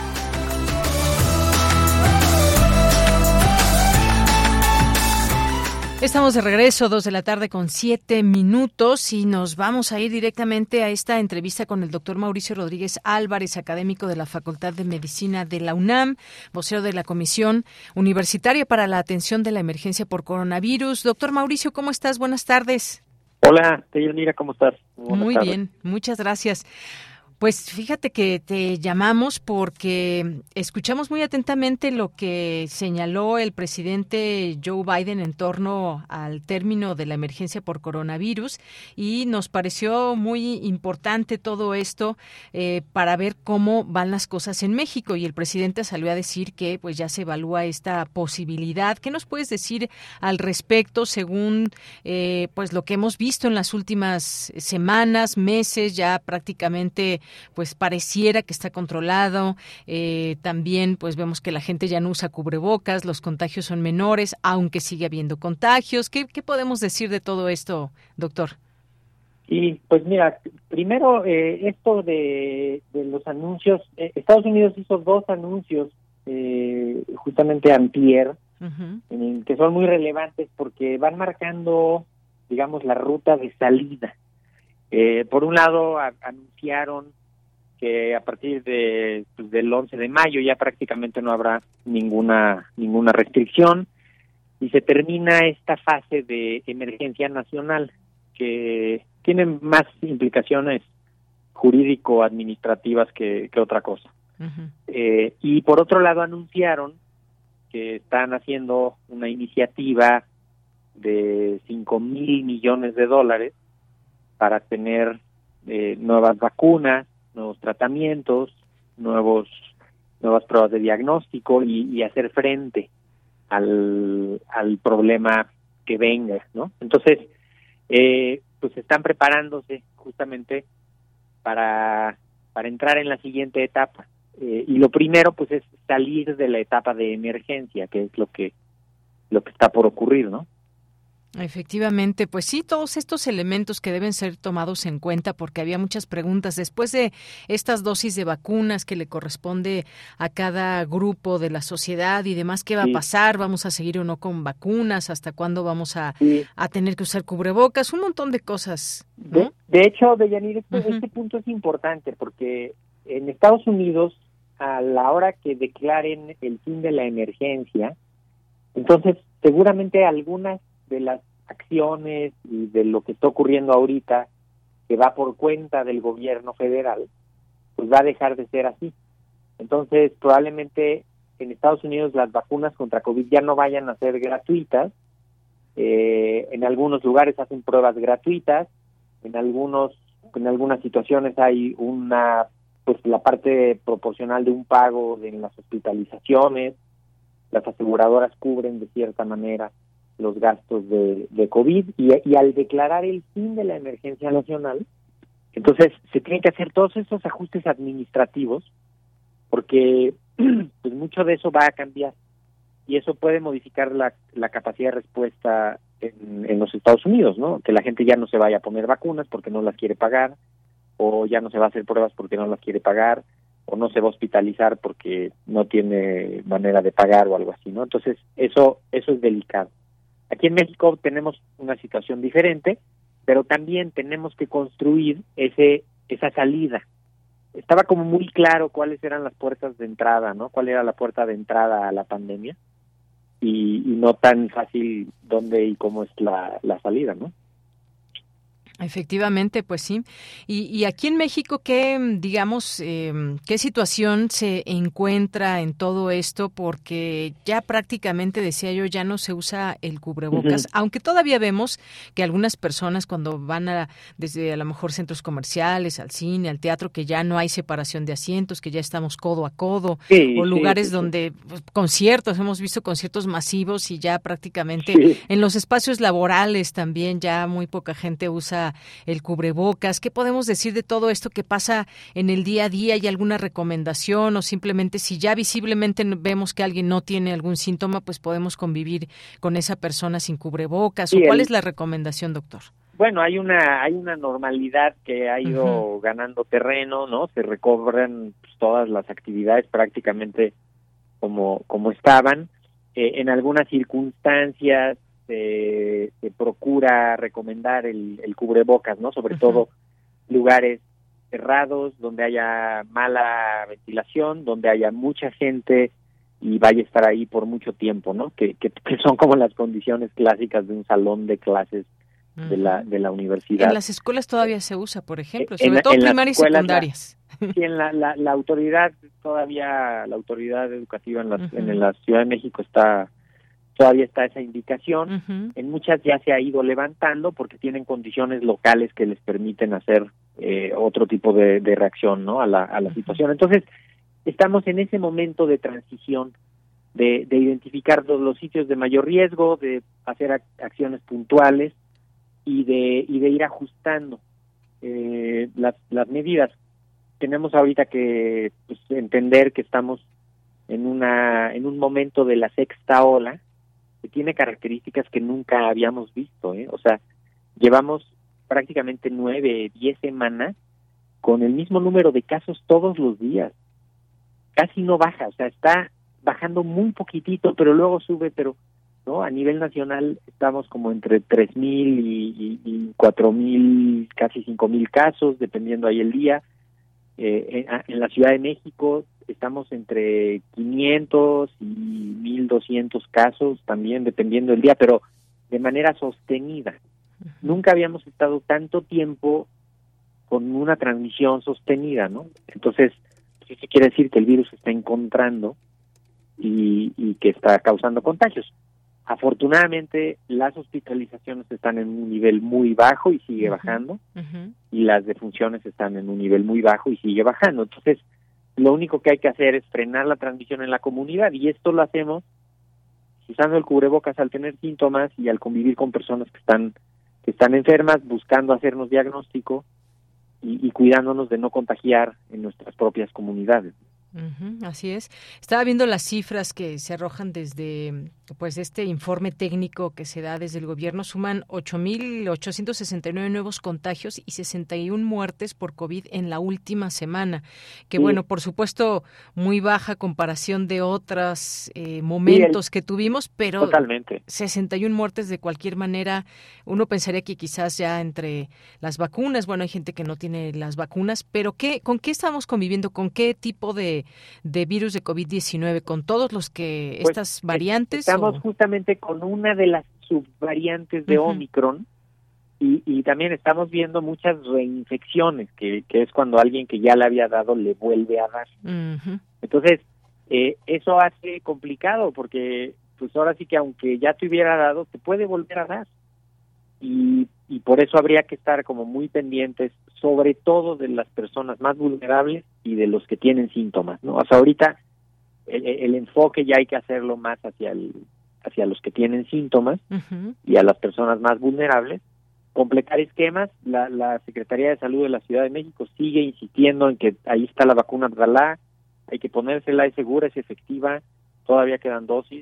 Speaker 3: Estamos de regreso, dos de la tarde con siete minutos, y nos vamos a ir directamente a esta entrevista con el doctor Mauricio Rodríguez Álvarez, académico de la Facultad de Medicina de la UNAM, vocero de la Comisión Universitaria para la Atención de la Emergencia por Coronavirus. Doctor Mauricio, ¿cómo estás? Buenas tardes.
Speaker 9: Hola, Deyanira, ¿cómo estás?
Speaker 3: Buenas Muy tardes. Bien, muchas gracias. Pues fíjate que te llamamos porque escuchamos muy atentamente lo que señaló el presidente Joe Biden en torno al término de la emergencia por coronavirus, y nos pareció muy importante todo esto eh, para ver cómo van las cosas en México. Y el presidente salió a decir que pues ya se evalúa esta posibilidad. ¿Qué nos puedes decir al respecto según eh, pues lo que hemos visto en las últimas semanas, meses? Ya prácticamente pues pareciera que está controlado. Eh, también pues vemos que la gente ya no usa cubrebocas, los contagios son menores, aunque sigue habiendo contagios. ¿Qué, qué podemos decir de todo esto, doctor?
Speaker 9: Y pues mira, primero eh, esto de, de los anuncios. Eh, Estados Unidos hizo dos anuncios eh, justamente antier, uh-huh. en, que son muy relevantes porque van marcando, digamos, la ruta de salida. Eh, por un lado, a, anunciaron que a partir de pues, del once de mayo ya prácticamente no habrá ninguna ninguna restricción y se termina esta fase de emergencia nacional que tiene más implicaciones jurídico-administrativas que, que otra cosa. Uh-huh. Eh, y por otro lado anunciaron que están haciendo una iniciativa de cinco mil millones de dólares para tener eh, nuevas vacunas, nuevos tratamientos, nuevos nuevas pruebas de diagnóstico y, y hacer frente al, al problema que venga, ¿no? Entonces, eh, pues están preparándose justamente para para entrar en la siguiente etapa. Eh, y lo primero, pues, es salir de la etapa de emergencia, que es lo que lo que está por ocurrir, ¿no?
Speaker 3: Efectivamente, pues sí, todos estos elementos que deben ser tomados en cuenta, porque había muchas preguntas después de estas dosis de vacunas que le corresponde a cada grupo de la sociedad y demás. ¿Qué va sí. a pasar? ¿Vamos a seguir o no con vacunas? ¿Hasta cuándo vamos a, sí. a tener que usar cubrebocas? Un montón de cosas, ¿no? De, de hecho, Deyanira, este, uh-huh. este punto es importante porque en Estados Unidos, a la hora que declaren el fin de la emergencia, entonces seguramente algunas de las acciones y de lo que está ocurriendo ahorita, que va por cuenta del gobierno federal, pues va a dejar de ser así. Entonces, probablemente en Estados Unidos las vacunas contra COVID ya no vayan a ser gratuitas. Eh, en algunos lugares hacen pruebas gratuitas, en algunos, en algunas situaciones hay una, pues la parte proporcional de un pago en las hospitalizaciones, las aseguradoras cubren de cierta manera los gastos de, de COVID, y, y al declarar el fin de la emergencia nacional, entonces se tienen que hacer todos esos ajustes administrativos, porque pues mucho de eso va a cambiar,
Speaker 9: y eso puede modificar la, la capacidad de respuesta en, en los Estados Unidos, ¿no? Que la gente ya no se vaya a poner vacunas porque no las quiere pagar, o ya no se va a hacer pruebas porque no las quiere pagar, o no se va a hospitalizar porque no tiene manera de pagar o algo así, ¿no? Entonces, eso eso es delicado. Aquí en México tenemos una situación diferente, pero también tenemos que construir ese esa salida. Estaba como muy claro cuáles eran las puertas de entrada, ¿no? Cuál era la puerta de entrada a la pandemia, y, y no tan fácil dónde y cómo es la, la salida, ¿no?
Speaker 3: Efectivamente, pues sí. Y, y aquí en México, ¿qué, digamos, eh, qué situación se encuentra en todo esto? Porque ya prácticamente, decía yo, ya no se usa el cubrebocas, uh-huh. aunque todavía vemos que algunas personas cuando van a, desde a lo mejor centros comerciales, al cine, al teatro, que ya no hay separación de asientos, que ya estamos codo a codo, sí, o lugares sí, sí, donde, pues, conciertos, hemos visto conciertos masivos y ya prácticamente sí. en los espacios laborales también ya muy poca gente usa el cubrebocas. ¿Qué podemos decir de todo esto que pasa en el día a día? ¿Hay alguna recomendación o simplemente si ya visiblemente vemos que alguien no tiene algún síntoma, pues podemos convivir con esa persona sin cubrebocas? Sí, ¿o cuál el... es la recomendación, doctor?
Speaker 9: Bueno, hay una hay una normalidad que ha ido uh-huh. ganando terreno, ¿no? Se recobran, pues, todas las actividades prácticamente como como estaban. Eh, en algunas circunstancias Se, se procura recomendar el, el cubrebocas, ¿no? Sobre uh-huh. todo lugares cerrados, donde haya mala ventilación, donde haya mucha gente y vaya a estar ahí por mucho tiempo, ¿no? Que, que, que son como las condiciones clásicas de un salón de clases uh-huh. de la de la universidad.
Speaker 3: En las escuelas todavía se usa, por ejemplo, sobre en, todo en primarias y secundarias.
Speaker 9: La, sí, en la, la, la autoridad, todavía la autoridad educativa en la, uh-huh. en la Ciudad de México está... Todavía está esa indicación, uh-huh. en muchas ya se ha ido levantando porque tienen condiciones locales que les permiten hacer eh, otro tipo de, de reacción, ¿no? a la, a la uh-huh. situación. Entonces, estamos en ese momento de transición, de, de identificar todos los sitios de mayor riesgo, de hacer ac- acciones puntuales y de, y de ir ajustando eh, las, las medidas. Tenemos ahorita que, pues, entender que estamos en una en un momento de la sexta ola, que tiene características que nunca habíamos visto, ¿eh? O sea, llevamos prácticamente nueve, diez semanas con el mismo número de casos todos los días. Casi no baja, o sea, está bajando muy poquitito, pero luego sube, pero no, a nivel nacional estamos como entre tres mil y, y, y cuatro mil, casi cinco mil casos, dependiendo ahí el día. Eh, en, en la Ciudad de México estamos entre quinientos y mil doscientos casos también, dependiendo del día, pero de manera sostenida. Uh-huh. Nunca habíamos estado tanto tiempo con una transmisión sostenida, ¿no? Entonces, eso quiere decir que el virus se está encontrando y, y que está causando contagios. Afortunadamente, las hospitalizaciones están en un nivel muy bajo y sigue uh-huh. bajando, uh-huh. y las defunciones están en un nivel muy bajo y sigue bajando. Entonces, lo único que hay que hacer es frenar la transmisión en la comunidad, y esto lo hacemos usando el cubrebocas al tener síntomas y al convivir con personas que están que están enfermas, buscando hacernos diagnóstico y, y cuidándonos de no contagiar en nuestras propias comunidades.
Speaker 3: Uh-huh, así es. Estaba viendo las cifras que se arrojan desde, pues, este informe técnico que se da desde el gobierno. Suman ocho mil ochocientos sesenta y nueve nuevos contagios y sesenta y una muertes por COVID en la última semana. Que sí. Bueno, por supuesto, muy baja comparación de otros eh, momentos sí, el... que tuvimos, pero
Speaker 9: totalmente.
Speaker 3: sesenta y una muertes de cualquier manera. Uno pensaría que quizás ya entre las vacunas, bueno, hay gente que no tiene las vacunas, pero ¿qué, ¿con qué estamos conviviendo? ¿Con qué tipo de de virus de COVID diecinueve, con todos los que
Speaker 9: pues,
Speaker 3: estas variantes?
Speaker 9: Estamos
Speaker 3: o...
Speaker 9: justamente con una de las subvariantes de uh-huh. Omicron, y, y también estamos viendo muchas reinfecciones, que, que es cuando alguien que ya le había dado le vuelve a dar. Uh-huh. Entonces, eh, eso hace complicado, porque pues ahora sí que aunque ya te hubiera dado, te puede volver a dar. Y, y por eso habría que estar como muy pendientes, sobre todo de las personas más vulnerables y de los que tienen síntomas, ¿no? O sea, ahorita el, el enfoque ya hay que hacerlo más hacia el hacia los que tienen síntomas uh-huh. y a las personas más vulnerables. Completar esquemas. La, la Secretaría de Salud de la Ciudad de México sigue insistiendo en que ahí está la vacuna Abdalá, hay que ponérsela, es segura, es efectiva, todavía quedan dosis.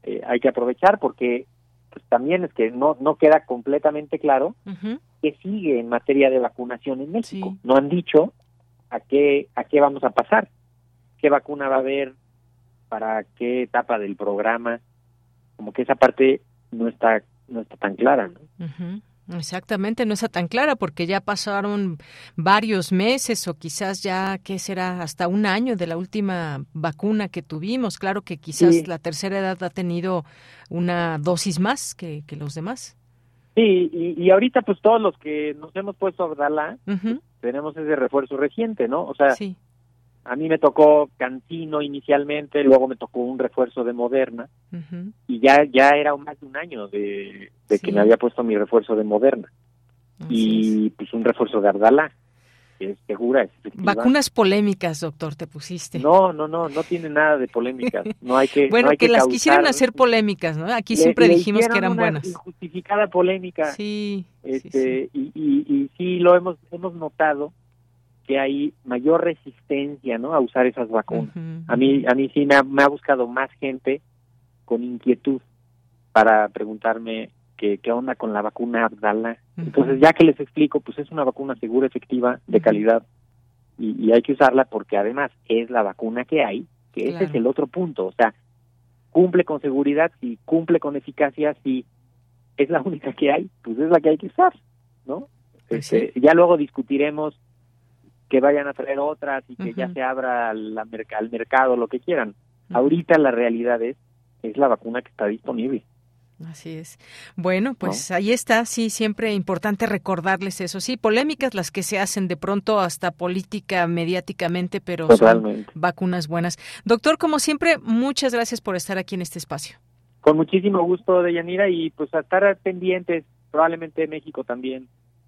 Speaker 9: eh, hay que aprovechar porque pues también es que no no queda completamente claro uh-huh. qué sigue en materia de vacunación en México. Sí. No han dicho a qué a qué vamos a pasar, qué vacuna va a haber, para qué etapa del programa, como que esa parte no está no está tan clara, ¿no?
Speaker 3: Uh-huh. Exactamente, no está tan clara porque ya pasaron varios meses o quizás ya, ¿qué será? Hasta un año de la última vacuna que tuvimos. Claro que quizás sí. La tercera edad ha tenido una dosis más que, que los demás.
Speaker 9: Sí, y, y ahorita pues todos los que nos hemos puesto a Abdala, uh-huh. tenemos ese refuerzo reciente, ¿no? O sea, sí. A mí me tocó Cancino inicialmente, luego me tocó un refuerzo de Moderna, uh-huh. y ya ya era más de un año de, de sí. que me había puesto mi refuerzo de Moderna. Así y es. Pues un refuerzo de Abdala, que es segura, es efectiva.
Speaker 3: Vacunas polémicas, doctor, te pusiste.
Speaker 9: No, no, no, no tiene nada de polémicas. No hay que
Speaker 3: Bueno,
Speaker 9: no hay
Speaker 3: que,
Speaker 9: que
Speaker 3: las
Speaker 9: causar...
Speaker 3: quisieran hacer polémicas, ¿no? Aquí le, siempre le dijimos que eran
Speaker 9: una
Speaker 3: buenas.
Speaker 9: Injustificada polémica.
Speaker 3: Sí,
Speaker 9: este,
Speaker 3: sí, sí.
Speaker 9: Y, y, y sí lo hemos hemos notado que hay mayor resistencia, ¿no?, a usar esas vacunas. Uh-huh. A mí a mí sí me ha, me ha buscado más gente con inquietud para preguntarme qué qué onda con la vacuna Abdala. Uh-huh. Entonces, ya que les explico, pues es una vacuna segura, efectiva, de calidad, y, y hay que usarla porque además es la vacuna que hay, que claro. Ese es el otro punto. O sea, cumple con seguridad, sí, cumple con eficacia, sí, es la única que hay, pues es la que hay que usar, ¿no?
Speaker 3: Pues
Speaker 9: este,
Speaker 3: sí.
Speaker 9: Ya luego discutiremos que vayan a traer otras y que uh-huh. ya se abra la merc- al mercado, lo que quieran. Uh-huh. Ahorita la realidad es, es la vacuna que está disponible.
Speaker 3: Así es. Bueno, pues ¿no? Ahí está, sí, siempre importante recordarles eso. Sí, polémicas las que se hacen de pronto hasta política, mediáticamente, pero
Speaker 9: Totalmente.
Speaker 3: Son vacunas buenas. Doctor, como siempre, muchas gracias por estar aquí en este espacio.
Speaker 9: Con muchísimo gusto, Deyanira, y pues a estar pendientes, probablemente México también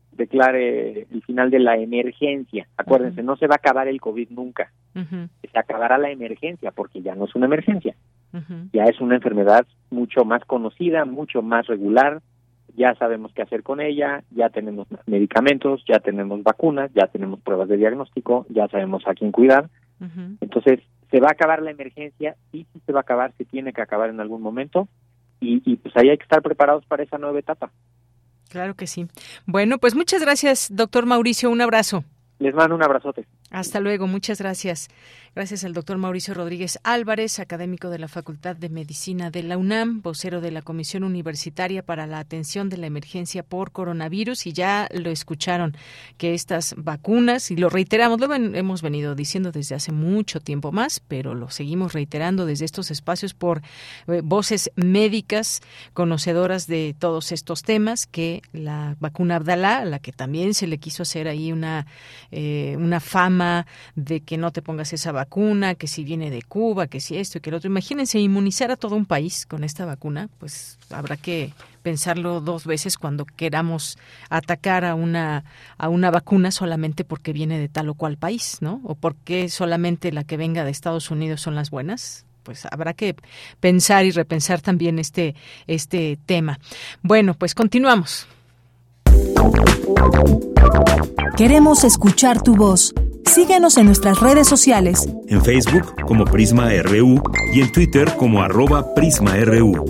Speaker 9: declare el final de la emergencia. Acuérdense, uh-huh. no se va a acabar el COVID nunca. Uh-huh. Se acabará la emergencia porque ya no es una emergencia. Uh-huh. Ya es una enfermedad mucho más conocida, mucho más regular. Ya sabemos qué hacer con ella, ya tenemos medicamentos, ya tenemos vacunas, ya tenemos pruebas de diagnóstico, ya sabemos a quién cuidar. Uh-huh. Entonces, se va a acabar la emergencia, y si se va a acabar, se tiene que acabar en algún momento, y, y pues ahí hay que estar preparados para esa nueva etapa.
Speaker 3: Claro que sí. Bueno, pues muchas gracias, doctor Mauricio. Un abrazo.
Speaker 9: Les mando un abrazote.
Speaker 3: Hasta luego. Muchas gracias. Gracias al doctor Mauricio Rodríguez Álvarez, académico de la Facultad de Medicina de la UNAM, vocero de la Comisión Universitaria para la Atención de la Emergencia por Coronavirus. Y ya lo escucharon, que estas vacunas, y lo reiteramos, lo ven, hemos venido diciendo desde hace mucho tiempo más, pero lo seguimos reiterando desde estos espacios por eh, voces médicas conocedoras de todos estos temas, que la vacuna Abdala, a la que también se le quiso hacer ahí una, eh, una fama de que no te pongas esa vacuna, vacuna, que si viene de Cuba, que si esto y que el otro. Imagínense, inmunizar a todo un país con esta vacuna, pues habrá que pensarlo dos veces cuando queramos atacar a una a una vacuna solamente porque viene de tal o cual país, ¿no? O porque solamente la que venga de Estados Unidos son las buenas. Pues habrá que pensar y repensar también este este tema. Bueno, pues continuamos.
Speaker 1: Queremos escuchar tu voz. Síguenos en nuestras redes sociales.
Speaker 2: En Facebook como Prisma R U y en Twitter como arroba Prisma R U.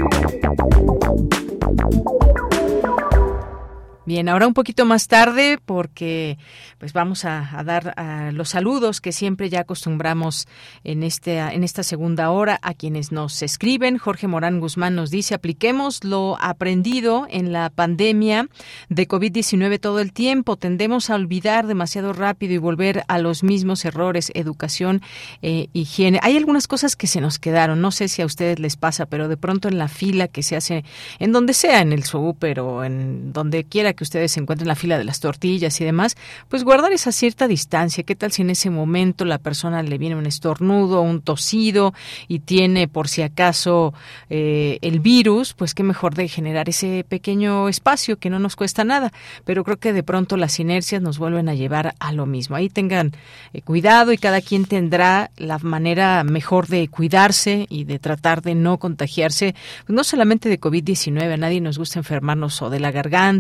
Speaker 3: Bien, ahora un poquito más tarde porque pues vamos a, a dar a los saludos que siempre ya acostumbramos en este en esta segunda hora a quienes nos escriben. Jorge Morán Guzmán nos dice: apliquemos lo aprendido en la pandemia de COVID diecinueve todo el tiempo. Tendemos a olvidar demasiado rápido y volver a los mismos errores. Educación, eh, higiene. Hay algunas cosas que se nos quedaron. No sé si a ustedes les pasa, pero de pronto en la fila que se hace en donde sea, en el súper o en donde quiera que ustedes se encuentren, la fila de las tortillas y demás, pues guardar esa cierta distancia. ¿Qué tal si en ese momento la persona le viene un estornudo, un tosido y tiene por si acaso eh, el virus? Pues qué mejor de generar ese pequeño espacio que no nos cuesta nada, pero creo que de pronto las inercias nos vuelven a llevar a lo mismo. Ahí tengan eh, cuidado y cada quien tendrá la manera mejor de cuidarse y de tratar de no contagiarse, pues no solamente de COVID diecinueve, a nadie nos gusta enfermarnos o de la garganta o de la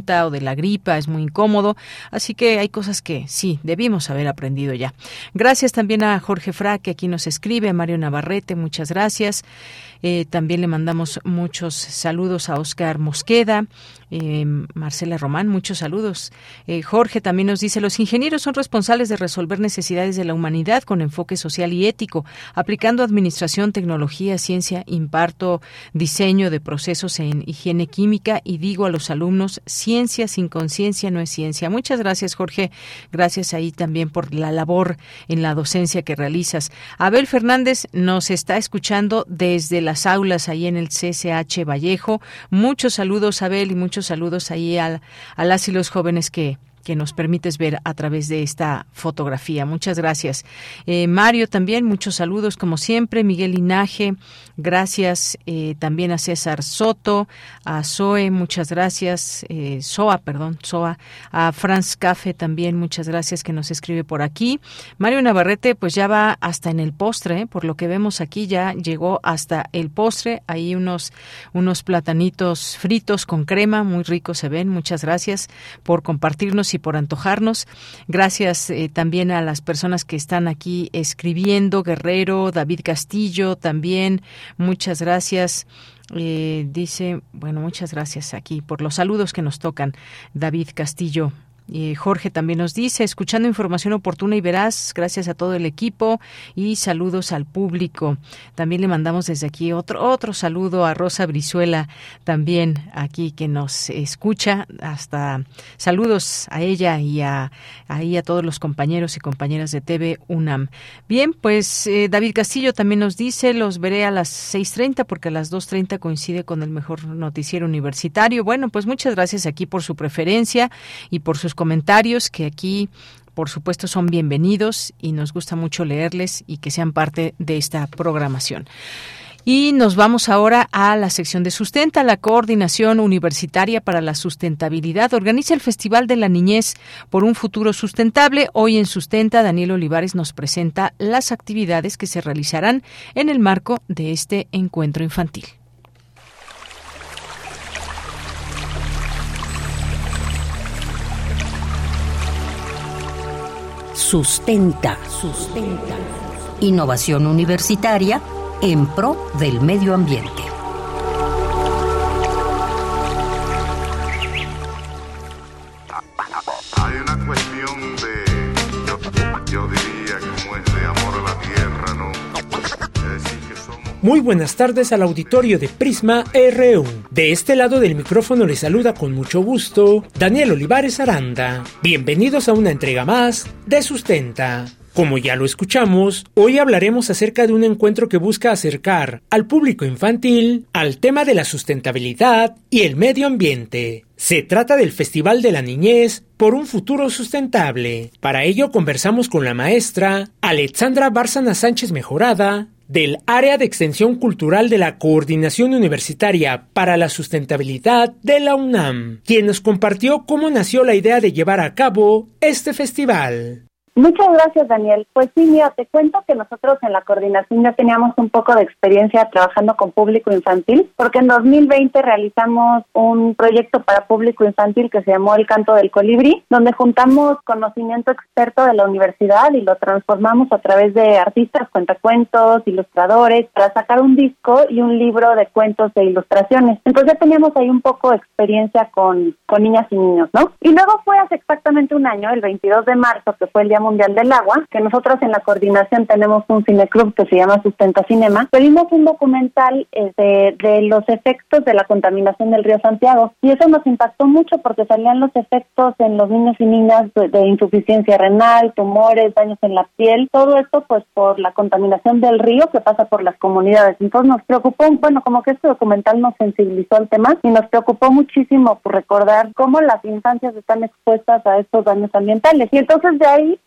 Speaker 3: la gripa, es muy incómodo, así que hay cosas que sí, debimos haber aprendido ya. Gracias también a Jorge Fra, que aquí nos escribe, a Mario Navarrete, muchas gracias. Eh, también le mandamos muchos saludos a Oscar Mosqueda, eh, Marcela Román, muchos saludos. Eh, Jorge también nos dice, los ingenieros son responsables de resolver necesidades de la humanidad con enfoque social y ético, aplicando administración, tecnología, ciencia, imparto diseño de procesos en higiene química y digo a los alumnos, ciencia sin conciencia no es ciencia. Muchas gracias, Jorge. Gracias ahí también por la labor en la docencia que realizas. Abel Fernández nos está escuchando desde la las aulas ahí en el C C H Vallejo. Muchos saludos, Abel, y muchos saludos ahí a, a las y los jóvenes que que nos permites ver a través de esta fotografía. Muchas gracias. Eh, Mario también, muchos saludos como siempre. Miguel Linaje, gracias. Eh, también a César Soto, a Zoe, muchas gracias. Eh, Soa, perdón, Soa. A Franz Cafe también, muchas gracias, que nos escribe por aquí. Mario Navarrete, pues ya va hasta en el postre, ¿eh? Por lo que vemos aquí ya llegó hasta el postre. Ahí unos, unos platanitos fritos con crema, muy ricos se ven. Muchas gracias por compartirnos y por antojarnos. Gracias eh, también a las personas que están aquí escribiendo, Guerrero, David Castillo también, muchas gracias. Eh, dice, bueno, muchas gracias aquí por los saludos que nos tocan, David Castillo. Eh, Jorge también nos dice, escuchando información oportuna y veraz, gracias a todo el equipo y saludos al público. También le mandamos desde aquí otro otro saludo a Rosa Brizuela, también aquí que nos escucha, hasta saludos a ella y a, ahí a todos los compañeros y compañeras de T V UNAM. Bien, pues eh, David Castillo también nos dice, los veré a las seis treinta porque a las dos treinta coincide con el mejor noticiero universitario. Bueno, pues muchas gracias aquí por su preferencia y por sus comentarios, que aquí por supuesto son bienvenidos y nos gusta mucho leerles y que sean parte de esta programación. Y nos vamos ahora a la sección de Sustenta. La Coordinación Universitaria para la Sustentabilidad organiza el Festival de la Niñez por un Futuro Sustentable. Hoy en Sustenta, Daniel Olivares nos presenta las actividades que se realizarán en el marco de este encuentro infantil.
Speaker 7: Sustenta, sustenta. Innovación universitaria en pro del medio ambiente.
Speaker 10: Hay una cuestión de, yo, yo diría, como es de amor a la tierra, ¿no? Es decir, que somos...
Speaker 8: Muy buenas tardes al auditorio de Prisma R U. De este lado del micrófono les saluda con mucho gusto Daniel Olivares Aranda. Bienvenidos a una entrega más de Sustenta. Como ya lo escuchamos, hoy hablaremos acerca de un encuentro que busca acercar al público infantil al tema de la sustentabilidad y el medio ambiente. Se trata del Festival de la Niñez por un Futuro Sustentable. Para ello conversamos con la maestra Alexandra Bárcena Sánchez Mejorada, del Área de Extensión Cultural de la Coordinación Universitaria para la Sustentabilidad de la UNAM, quien nos compartió cómo nació la idea de llevar a cabo este festival.
Speaker 11: Muchas gracias, Daniel. Pues sí, mira, te cuento que nosotros en la coordinación ya teníamos un poco de experiencia trabajando con público infantil, porque en dos mil veinte realizamos un proyecto para público infantil que se llamó El Canto del Colibrí, donde juntamos conocimiento experto de la universidad y lo transformamos a través de artistas, cuentacuentos, ilustradores, para sacar un disco y un libro de cuentos e ilustraciones. Entonces ya teníamos ahí un poco de experiencia con, con niñas y niños, ¿no? Y luego fue hace exactamente un año, el veintidós de marzo, que fue el Día Mundial del Agua, que nosotros en la coordinación tenemos un cineclub que se llama Sustenta Cinema. Pedimos un documental eh, de, de los efectos de la contaminación del río Santiago, y eso nos impactó mucho porque salían los efectos en los niños y niñas de, de insuficiencia renal, tumores, daños en la piel, todo esto pues por la contaminación del río que pasa por las comunidades. Entonces nos preocupó, bueno, como que este documental nos sensibilizó al tema y nos preocupó muchísimo por recordar cómo las infancias están expuestas a estos daños ambientales. Y entonces de ahí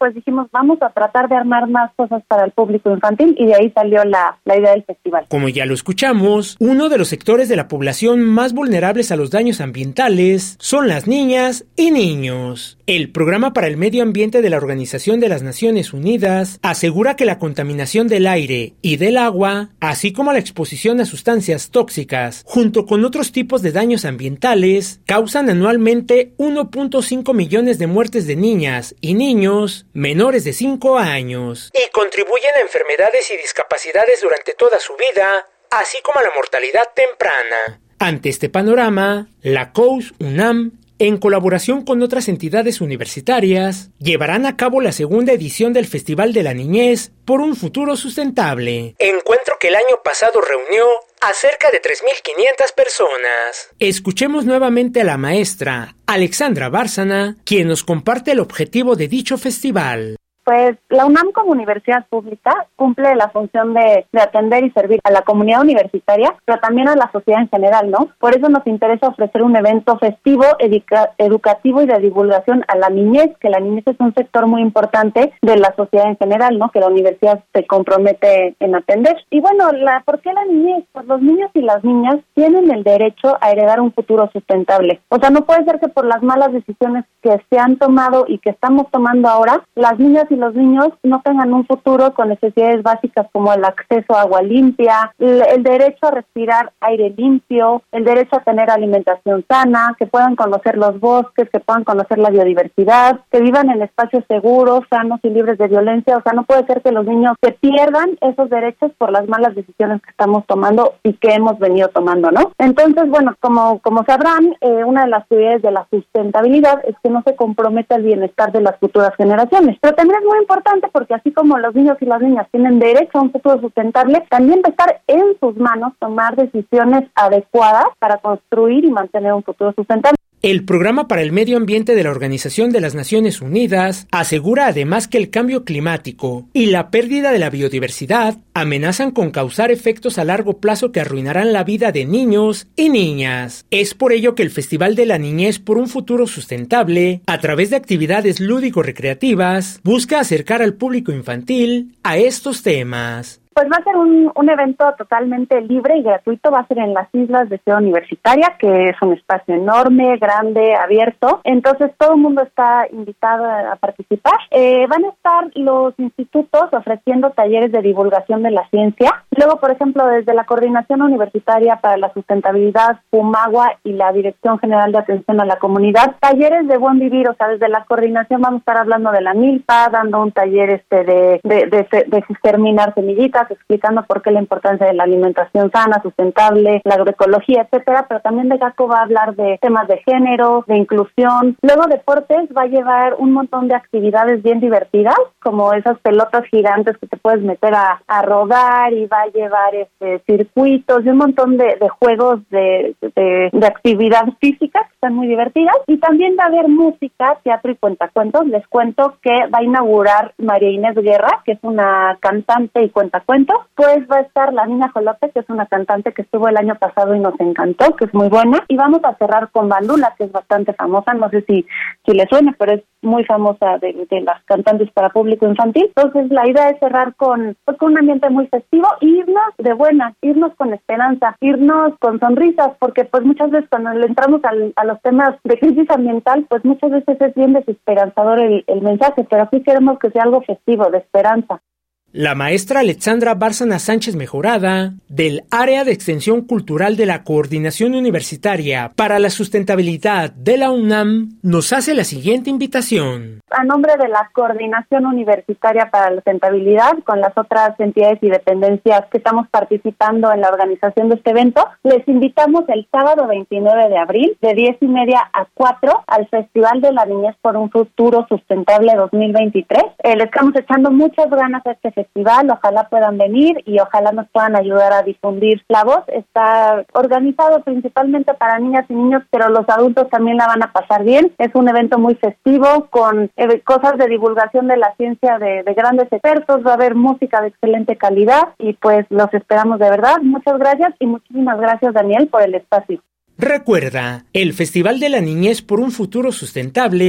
Speaker 11: pues dijimos, vamos a tratar de armar más cosas para el público infantil y de ahí salió la, la idea del festival.
Speaker 8: Como ya lo escuchamos, uno de los sectores de la población más vulnerables a los daños ambientales son las niñas y niños. El Programa para el Medio Ambiente de la Organización de las Naciones Unidas asegura que la contaminación del aire y del agua, así como la exposición a sustancias tóxicas, junto con otros tipos de daños ambientales, causan anualmente uno punto cinco millones de muertes de niñas y niños menores de cinco años y contribuyen a enfermedades y discapacidades durante toda su vida, así como a la mortalidad temprana. Ante este panorama, la C O U S UNAM, en colaboración con otras entidades universitarias, llevarán a cabo la segunda edición del Festival de la Niñez por un Futuro Sustentable, encuentro que el año pasado reunió a cerca de tres mil quinientas personas. Escuchemos nuevamente a la maestra Alexandra Bárcena, quien nos comparte el objetivo de dicho festival.
Speaker 11: Pues la UNAM como universidad pública cumple la función de, de atender y servir a la comunidad universitaria, pero también a la sociedad en general, ¿no? Por eso nos interesa ofrecer un evento festivo, educa- educativo y de divulgación a la niñez, que la niñez es un sector muy importante de la sociedad en general, ¿no? Que la universidad se compromete en atender. Y bueno, la, ¿por qué la niñez? Pues los niños y las niñas tienen el derecho a heredar un futuro sustentable. O sea, no puede ser que por las malas decisiones que se han tomado y que estamos tomando ahora, las niñas y los niños no tengan un futuro con necesidades básicas como el acceso a agua limpia, el, el derecho a respirar aire limpio, el derecho a tener alimentación sana, que puedan conocer los bosques, que puedan conocer la biodiversidad, que vivan en espacios seguros, sanos y libres de violencia. O sea, no puede ser que los niños se pierdan esos derechos por las malas decisiones que estamos tomando y que hemos venido tomando, ¿no? Entonces, bueno, como, como sabrán, eh, una de las prioridades de la sustentabilidad es que no se comprometa el bienestar de las futuras generaciones. Pero también es muy importante porque así como los niños y las niñas tienen derecho a un futuro sustentable, también va a estar en sus manos tomar decisiones adecuadas para construir y mantener un futuro sustentable.
Speaker 8: El Programa para el Medio Ambiente de la Organización de las Naciones Unidas asegura además que el cambio climático y la pérdida de la biodiversidad amenazan con causar efectos a largo plazo que arruinarán la vida de niños y niñas. Es por ello que el Festival de la Niñez por un Futuro Sustentable, a través de actividades lúdico-recreativas, busca acercar al público infantil a estos temas.
Speaker 11: Pues va a ser un, un evento totalmente libre y gratuito, va a ser en las Islas de Ciudad Universitaria, que es un espacio enorme, grande, abierto, entonces todo el mundo está invitado a, a participar. Eh, van a estar los institutos ofreciendo talleres de divulgación de la ciencia, luego por ejemplo desde la Coordinación Universitaria para la Sustentabilidad, Pumagua y la Dirección General de Atención a la Comunidad, talleres de buen vivir. O sea, desde la coordinación vamos a estar hablando de la milpa, dando un taller este de, de, de, de, de germinar semillitas, explicando por qué la importancia de la alimentación sana, sustentable, la agroecología, etcétera, pero también de Gaco va a hablar de temas de género, de inclusión. Luego deportes va a llevar un montón de actividades bien divertidas, como esas pelotas gigantes que te puedes meter a, a rodar, y va a llevar este circuitos y un montón de, de juegos de, de, de actividad física que están muy divertidas. Y también va a haber música, teatro y cuentacuentos. Les cuento que va a inaugurar María Inés Guerra, que es una cantante y cuentacuentos. Pues va a estar la Niña Jolote, que es una cantante que estuvo el año pasado y nos encantó, que es muy buena. Y vamos a cerrar con Bandula, que es bastante famosa, no sé si, si le suena, pero es muy famosa de, de las cantantes para público infantil. Entonces la idea es cerrar con, pues, con un ambiente muy festivo e irnos de buena, irnos con esperanza, irnos con sonrisas, porque pues muchas veces cuando le entramos al, a los temas de crisis ambiental, pues muchas veces es bien desesperanzador el, el mensaje, pero aquí queremos que sea algo festivo, de esperanza.
Speaker 8: La maestra Alexandra Bárcena Sánchez Mejorada, del Área de Extensión Cultural de la Coordinación Universitaria para la Sustentabilidad de la UNAM, nos hace la siguiente invitación.
Speaker 11: A nombre de la Coordinación Universitaria para la Sustentabilidad, con las otras entidades y dependencias que estamos participando en la organización de este evento, les invitamos el sábado veintinueve de abril, de diez y media a cuatro, al Festival de la Niñez por un Futuro Sustentable dos mil veintitrés. Eh, le estamos echando muchas ganas a este festival. Festival, ojalá puedan venir y ojalá nos puedan ayudar a difundir la voz. Está organizado principalmente para niñas y niños, pero los adultos también la van a pasar bien. Es un evento muy festivo con eh, cosas de divulgación de la ciencia de, de grandes expertos. Va a haber música de excelente calidad y pues los esperamos de verdad. Muchas gracias y muchísimas gracias, Daniel, por el espacio.
Speaker 8: Recuerda, el Festival de la Niñez por un Futuro Sustentable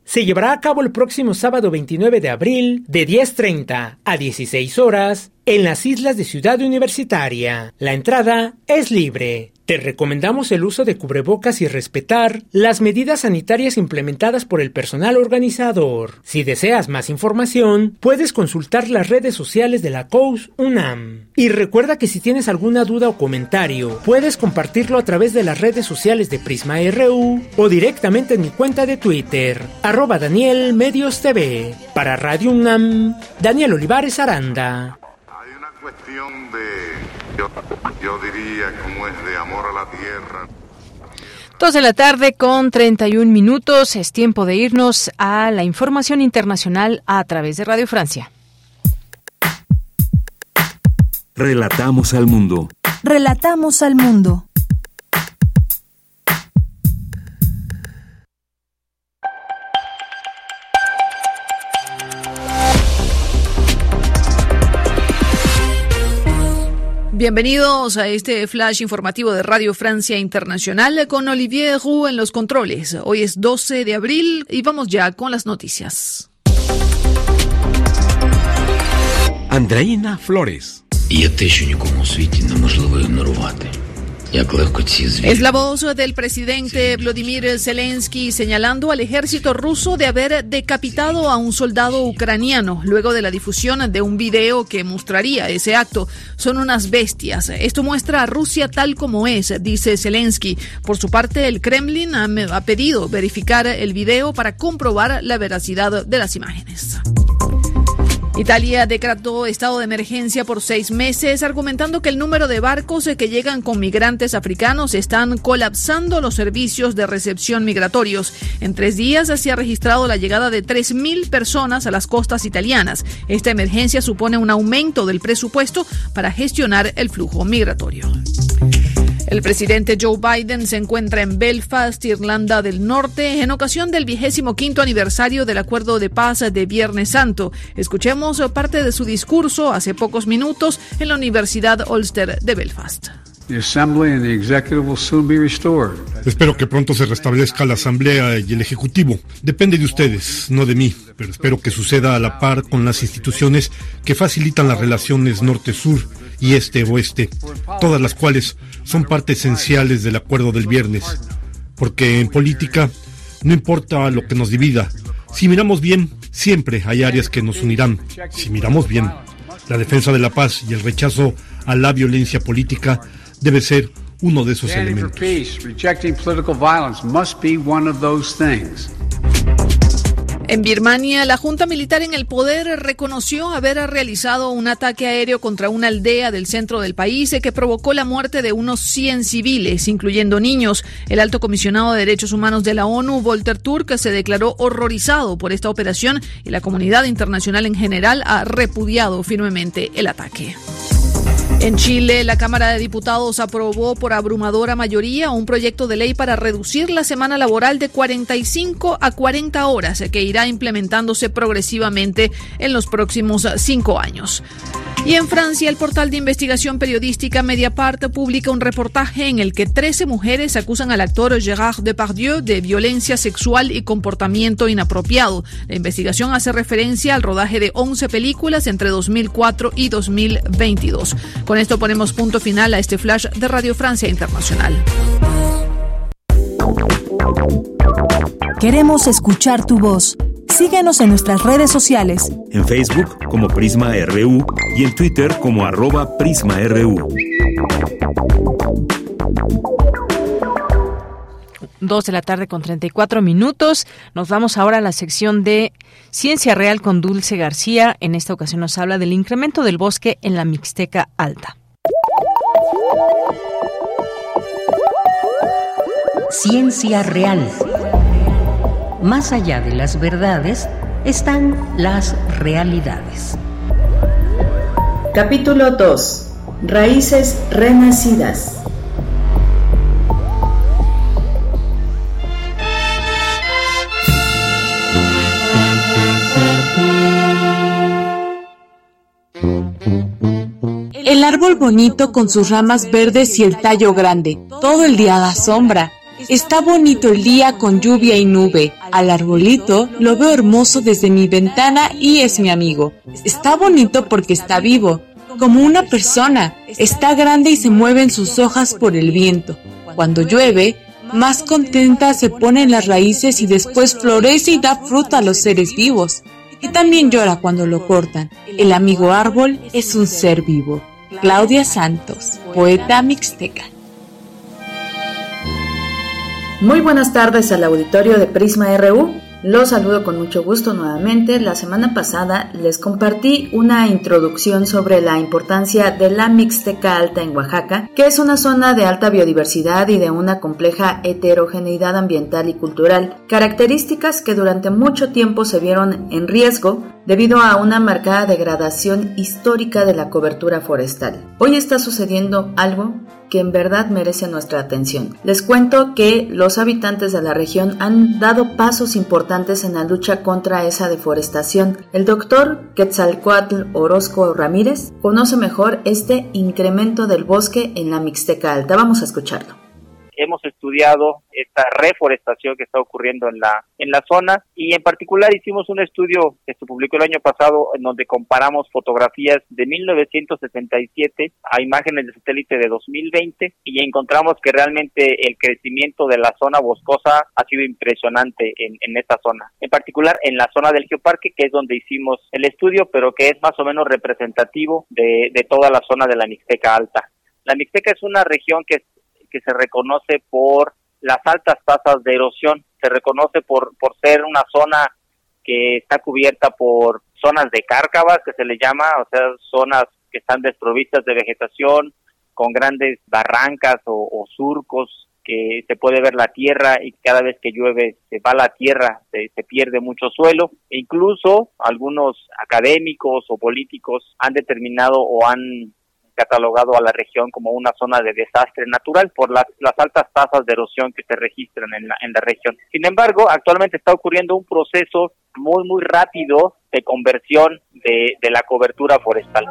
Speaker 8: se llevará a cabo el próximo sábado veintinueve de abril de diez treinta a dieciséis horas en las islas de Ciudad Universitaria. La entrada es libre. Te recomendamos el uso de cubrebocas y respetar las medidas sanitarias implementadas por el personal organizador. Si deseas más información, puedes consultar las redes sociales de la C O U S UNAM. Y recuerda que si tienes alguna duda o comentario, puedes compartirlo a través de las redes sociales de Prisma R U o directamente en mi cuenta de Twitter, arroba Daniel Medios T V. Para Radio UNAM, Daniel Olivares Aranda.
Speaker 10: Hay una cuestión de... Yo, yo diría como es de amor a la tierra.
Speaker 3: Dos de la tarde con treinta y un minutos. Es tiempo de irnos a la información internacional a través de Radio Francia.
Speaker 2: Relatamos al mundo.
Speaker 1: Relatamos al mundo.
Speaker 12: Bienvenidos a este flash informativo de Radio Francia Internacional con Olivier Roux en los controles. Hoy es doce de abril y vamos ya con las noticias.
Speaker 13: Andreina Flores.
Speaker 12: Es la voz del presidente Volodymyr Zelensky señalando al ejército ruso de haber decapitado a un soldado ucraniano luego de la difusión de un video que mostraría ese acto. Son unas bestias. Esto muestra a Rusia tal como es, dice Zelensky. Por su parte, el Kremlin ha, ha pedido verificar el video para comprobar la veracidad de las imágenes. Italia decretó estado de emergencia por seis meses, argumentando que el número de barcos que llegan con migrantes africanos están colapsando los servicios de recepción migratorios. En tres días se ha registrado la llegada de tres mil personas a las costas italianas. Esta emergencia supone un aumento del presupuesto para gestionar el flujo migratorio. El presidente Joe Biden se encuentra en Belfast, Irlanda del Norte, en ocasión del vigésimo quinto aniversario del Acuerdo de Paz de Viernes Santo. Escuchemos parte de su discurso hace pocos minutos en la Universidad Ulster de Belfast.
Speaker 14: Espero que pronto se restablezca la Asamblea y el Ejecutivo. Depende de ustedes, no de mí, pero espero que suceda a la par con las instituciones que facilitan las relaciones norte-sur y este-oeste, todas las cuales son parte esenciales del acuerdo del viernes, porque en política no importa lo que nos divida, si miramos bien, siempre hay áreas que nos unirán. Si miramos bien, la defensa de la paz y el rechazo a la violencia política debe ser uno de esos elementos.
Speaker 12: En Birmania, la junta militar en el poder reconoció haber realizado un ataque aéreo contra una aldea del centro del país que provocó la muerte de unos cien civiles, incluyendo niños. El alto comisionado de Derechos Humanos de la ONU, Volker Turk, se declaró horrorizado por esta operación y la comunidad internacional en general ha repudiado firmemente el ataque. En Chile, la Cámara de Diputados aprobó por abrumadora mayoría un proyecto de ley para reducir la semana laboral de cuarenta y cinco a cuarenta horas, que irá implementándose progresivamente en los próximos cinco años. Y en Francia, el portal de investigación periodística Mediapart publica un reportaje en el que trece mujeres acusan al actor Gérard Depardieu de violencia sexual y comportamiento inapropiado. La investigación hace referencia al rodaje de once películas entre dos mil cuatro y dos mil veintidós. Con esto ponemos punto final a este flash de Radio Francia Internacional.
Speaker 1: Queremos escuchar tu voz. Síguenos en nuestras redes sociales.
Speaker 2: En Facebook como Prisma R U y en Twitter como arroba Prisma R U.
Speaker 3: Dos de la tarde con treinta y cuatro minutos. Nos vamos ahora a la sección de Ciencia Real con Dulce García. En esta ocasión nos habla del incremento del bosque en la Mixteca Alta.
Speaker 7: Ciencia Real. Más allá de las verdades están las realidades.
Speaker 15: Capítulo dos. Raíces renacidas.
Speaker 16: El árbol bonito con sus ramas verdes y el tallo grande, todo el día da sombra.
Speaker 4: Está bonito el día con lluvia y nube. Al arbolito lo veo hermoso desde mi ventana y es mi amigo. Está bonito porque está vivo, como una persona. Está grande y se mueven sus hojas por el viento. Cuando llueve, más contenta se ponen las raíces y después florece y da fruta a los seres vivos. Y también llora cuando lo cortan. El amigo árbol es un ser vivo. Claudia Santos, poeta mixteca.
Speaker 15: Muy buenas tardes al auditorio de Prisma R U. Los saludo con mucho gusto nuevamente. La semana pasada les compartí una introducción sobre la importancia de la Mixteca Alta en Oaxaca, que es una zona de alta biodiversidad y de una compleja heterogeneidad ambiental y cultural, características que durante mucho tiempo se vieron en riesgo debido a una marcada degradación histórica de la cobertura forestal. Hoy está sucediendo algo que en verdad merece nuestra atención. Les cuento que los habitantes de la región han dado pasos importantes en la lucha contra esa deforestación. El doctor Quetzalcóatl Orozco Ramírez conoce mejor este incremento del bosque en la Mixteca Alta. Vamos a escucharlo.
Speaker 9: Hemos estudiado esta reforestación que está ocurriendo en la en la zona y en particular hicimos un estudio que se publicó el año pasado en donde comparamos fotografías de mil novecientos sesenta y siete a imágenes de satélite de dos mil veinte y encontramos que realmente el crecimiento de la zona boscosa ha sido impresionante en, en esta zona, en particular en la zona del Geoparque, que es donde hicimos el estudio, pero que es más o menos representativo de, de toda la zona de la Mixteca Alta. La Mixteca es una región que que se reconoce por las altas tasas de erosión, se reconoce por, por ser una zona que está cubierta por zonas de cárcavas, que se le llama, o sea, zonas que están desprovistas de vegetación, con grandes barrancas o, o surcos, que se puede ver la tierra y cada vez que llueve se va la tierra, se, se pierde mucho suelo. E incluso algunos académicos o políticos han determinado o han catalogado a la región como una zona de desastre natural por las, las altas tasas de erosión que se registran en la, en la región. Sin embargo, actualmente está ocurriendo un proceso muy, muy rápido de conversión de, de la cobertura forestal.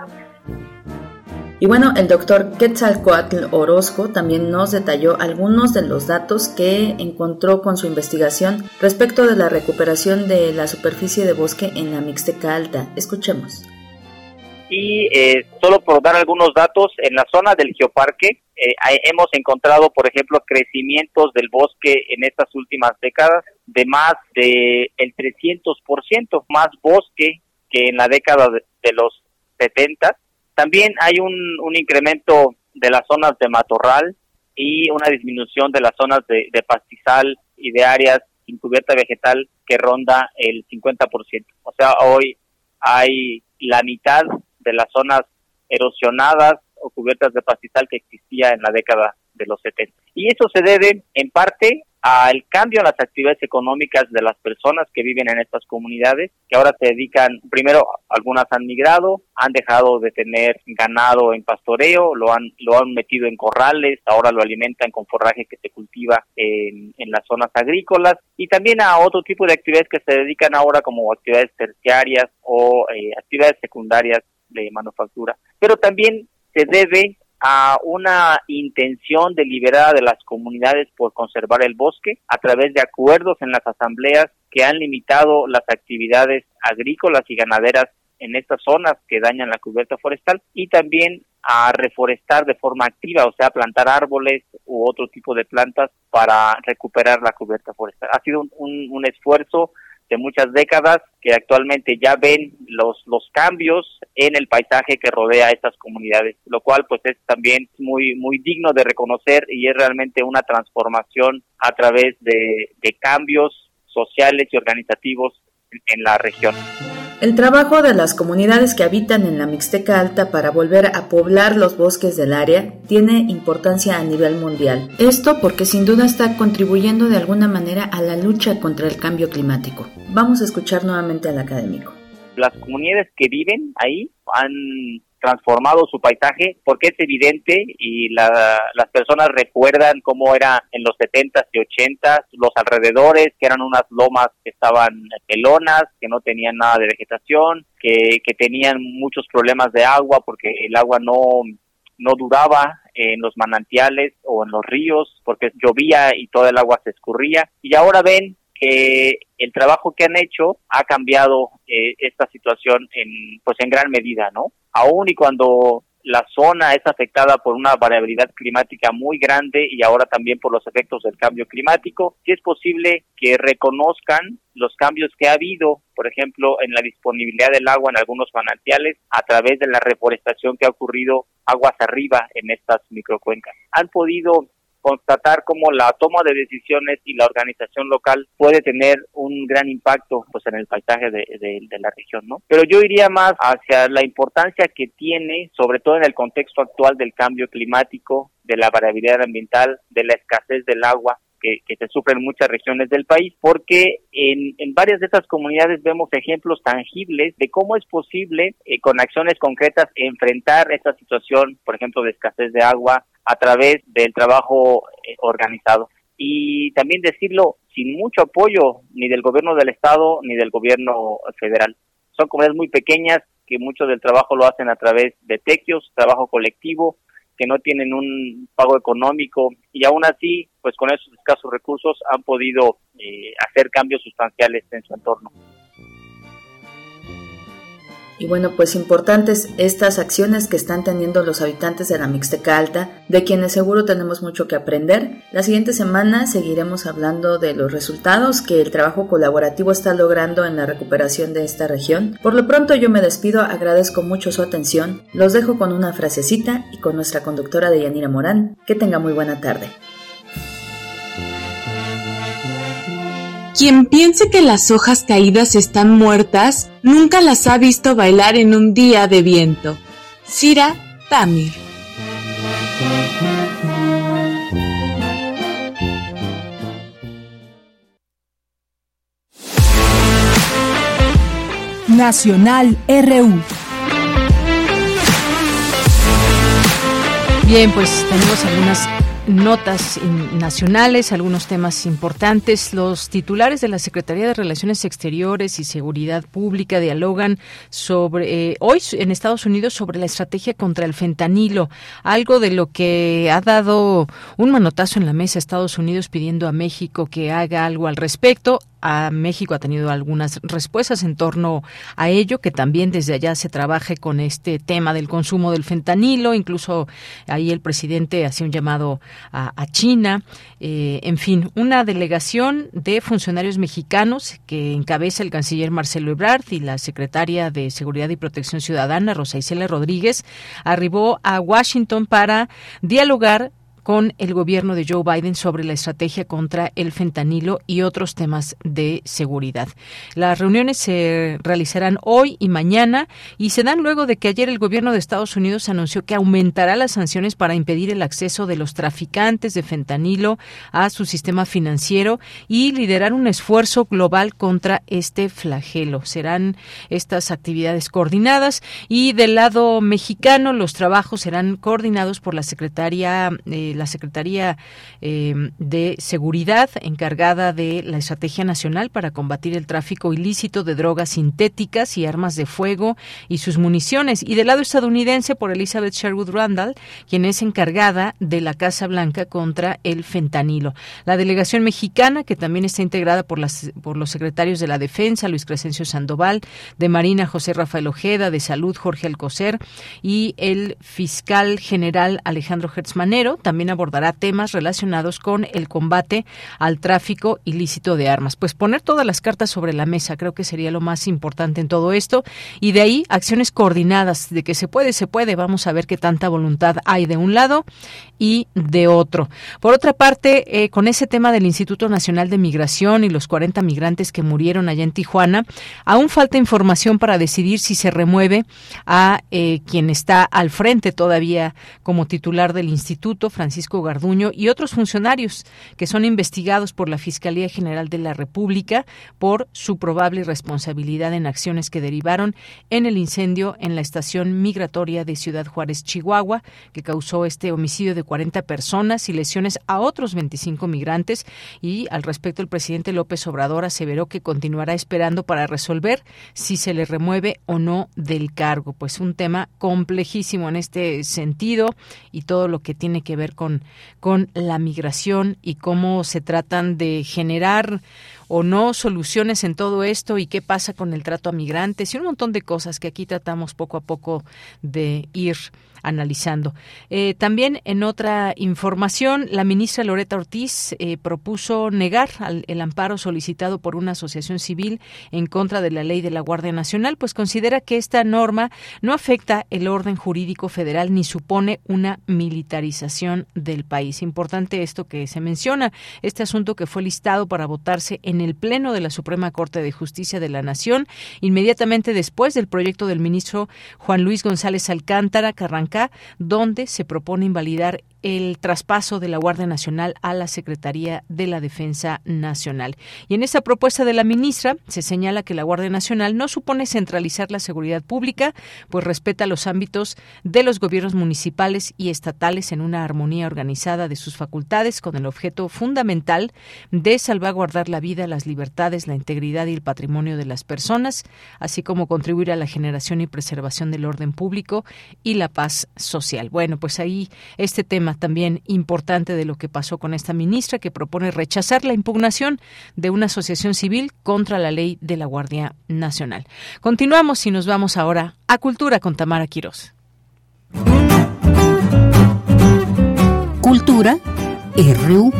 Speaker 15: Y bueno, el doctor Quetzalcóatl Orozco también nos detalló algunos de los datos que encontró con su investigación respecto de la recuperación de la superficie de bosque en la Mixteca Alta. Escuchemos.
Speaker 9: Y eh, solo por dar algunos datos, en la zona del Geoparque eh, hemos encontrado, por ejemplo, crecimientos del bosque en estas últimas décadas de más de el trescientos por ciento, más bosque que en la década de, de los setenta. También hay un, un incremento de las zonas de matorral y una disminución de las zonas de, de pastizal y de áreas sin cubierta vegetal que ronda el cincuenta por ciento. O sea, hoy hay la mitad de las zonas erosionadas o cubiertas de pastizal que existía en la década de los setenta. Y eso se debe, en parte, al cambio en las actividades económicas de las personas que viven en estas comunidades, que ahora se dedican, primero, algunas han migrado, han dejado de tener ganado en pastoreo, lo han lo han metido en corrales, ahora lo alimentan con forraje que se cultiva en, en las zonas agrícolas, y también a otro tipo de actividades que se dedican ahora como actividades terciarias o eh, actividades secundarias de manufactura. Pero también se debe a una intención deliberada de las comunidades por conservar el bosque a través de acuerdos en las asambleas que han limitado las actividades agrícolas y ganaderas en estas zonas que dañan la cubierta forestal, y también a reforestar de forma activa, o sea, plantar árboles u otro tipo de plantas para recuperar la cubierta forestal. Ha sido un, un, un esfuerzo de muchas décadas que actualmente ya ven los los cambios en el paisaje que rodea a estas comunidades, lo cual pues es también muy muy digno de reconocer y es realmente una transformación a través de, de cambios sociales y organizativos en, en la región.
Speaker 15: El trabajo de las comunidades que habitan en la Mixteca Alta para volver a poblar los bosques del área tiene importancia a nivel mundial. Esto porque sin duda está contribuyendo de alguna manera a la lucha contra el cambio climático. Vamos a escuchar nuevamente al académico.
Speaker 9: Las comunidades que viven ahí han transformado su paisaje porque es evidente y la, las personas recuerdan cómo era en los setentas y ochentas, los alrededores, que eran unas lomas que estaban pelonas, que no tenían nada de vegetación, que, que tenían muchos problemas de agua porque el agua no, no duraba en los manantiales o en los ríos porque llovía y toda el agua se escurría, y ahora ven que el trabajo que han hecho ha cambiado eh, esta situación en pues en gran medida, ¿no? Aún y cuando la zona es afectada por una variabilidad climática muy grande y ahora también por los efectos del cambio climático, sí es posible que reconozcan los cambios que ha habido, por ejemplo, en la disponibilidad del agua en algunos manantiales a través de la reforestación que ha ocurrido aguas arriba en estas microcuencas. Han podido constatar cómo la toma de decisiones y la organización local puede tener un gran impacto pues en el paisaje de, de, de la región, ¿no? Pero yo iría más hacia la importancia que tiene, sobre todo en el contexto actual del cambio climático, de la variabilidad ambiental, de la escasez del agua que, que se sufre en muchas regiones del país, porque en, en varias de estas comunidades vemos ejemplos tangibles de cómo es posible, eh, con acciones concretas, enfrentar esta situación, por ejemplo, de escasez de agua, a través del trabajo eh, organizado. Y también decirlo, sin mucho apoyo ni del gobierno del estado ni del gobierno federal. Son comunidades muy pequeñas que mucho del trabajo lo hacen a través de tequios, trabajo colectivo, que no tienen un pago económico, y aún así, pues con esos escasos recursos han podido eh, hacer cambios sustanciales en su entorno.
Speaker 15: Y bueno, pues importantes estas acciones que están teniendo los habitantes de la Mixteca Alta, de quienes seguro tenemos mucho que aprender. La siguiente semana seguiremos hablando de los resultados que el trabajo colaborativo está logrando en la recuperación de esta región. Por lo pronto yo me despido, agradezco mucho su atención, los dejo con una frasecita y con nuestra conductora Deyanira Morán. Que tenga muy buena tarde.
Speaker 4: Quien piense que las hojas caídas están muertas, nunca las ha visto bailar en un día de viento. Cira Tamir.
Speaker 1: Nacional R U.
Speaker 3: Bien, pues tenemos algunas notas nacionales, algunos temas importantes. Los titulares de la Secretaría de Relaciones Exteriores y Seguridad Pública dialogan sobre eh, hoy en Estados Unidos sobre la estrategia contra el fentanilo, algo de lo que ha dado un manotazo en la mesa Estados Unidos pidiendo a México que haga algo al respecto. A México ha tenido algunas respuestas en torno a ello, que también desde allá se trabaje con este tema del consumo del fentanilo. Incluso ahí el presidente hacía un llamado a, a China. Eh, en fin, una delegación de funcionarios mexicanos que encabeza el canciller Marcelo Ebrard y la secretaria de Seguridad y Protección Ciudadana, Rosa Isela Rodríguez, arribó a Washington para dialogar con el gobierno de Joe Biden sobre la estrategia contra el fentanilo y otros temas de seguridad. Las reuniones se realizarán hoy y mañana y se dan luego de que ayer el gobierno de Estados Unidos anunció que aumentará las sanciones para impedir el acceso de los traficantes de fentanilo a su sistema financiero y liderar un esfuerzo global contra este flagelo. Serán estas actividades coordinadas y del lado mexicano los trabajos serán coordinados por la secretaria eh, la Secretaría eh, de Seguridad, encargada de la Estrategia Nacional para combatir el tráfico ilícito de drogas sintéticas y armas de fuego y sus municiones. Y del lado estadounidense por Elizabeth Sherwood Randall, quien es encargada de la Casa Blanca contra el fentanilo. La delegación mexicana, que también está integrada por, las, por los secretarios de la Defensa, Luis Crescencio Sandoval, de Marina, José Rafael Ojeda, de Salud, Jorge Alcocer, y el fiscal general Alejandro Hertz Manero, también abordará temas relacionados con el combate al tráfico ilícito de armas. Pues poner todas las cartas sobre la mesa creo que sería lo más importante en todo esto, y de ahí acciones coordinadas, de que se puede, se puede. Vamos a ver qué tanta voluntad hay de un lado y de otro. Por otra parte, eh, con ese tema del Instituto Nacional de Migración y los cuarenta migrantes que murieron allá en Tijuana, aún falta información para decidir si se remueve a eh, quien está al frente todavía como titular del instituto, Francisco Francisco Garduño y otros funcionarios que son investigados por la Fiscalía General de la República por su probable responsabilidad en acciones que derivaron en el incendio en la estación migratoria de Ciudad Juárez, Chihuahua, que causó este homicidio de cuarenta personas y lesiones a otros veinticinco migrantes. Y al respecto, el presidente López Obrador aseveró que continuará esperando para resolver si se le remueve o no del cargo. Pues un tema complejísimo en este sentido y todo lo que tiene que ver con, con la migración y cómo se tratan de generar o no soluciones en todo esto y qué pasa con el trato a migrantes y un montón de cosas que aquí tratamos poco a poco de ir analizando. Eh, también en otra información, la ministra Loretta Ortiz eh, propuso negar al, el amparo solicitado por una asociación civil en contra de la ley de la Guardia Nacional, pues considera que esta norma no afecta el orden jurídico federal ni supone una militarización del país. Importante esto que se menciona, este asunto que fue listado para votarse en el Pleno de la Suprema Corte de Justicia de la Nación, inmediatamente después del proyecto del ministro Juan Luis González Alcántara, que arrancó donde se propone invalidar el traspaso de la Guardia Nacional a la Secretaría de la Defensa Nacional. Y en esta propuesta de la ministra se señala que la Guardia Nacional no supone centralizar la seguridad pública, pues respeta los ámbitos de los gobiernos municipales y estatales en una armonía organizada de sus facultades con el objeto fundamental de salvaguardar la vida, las libertades, la integridad y el patrimonio de las personas, así como contribuir a la generación y preservación del orden público y la paz social. Bueno, pues ahí este tema también importante de lo que pasó con esta ministra que propone rechazar la impugnación de una asociación civil contra la ley de la Guardia Nacional. Continuamos y nos vamos ahora a Cultura con Tamara Quirós.
Speaker 7: Cultura R U.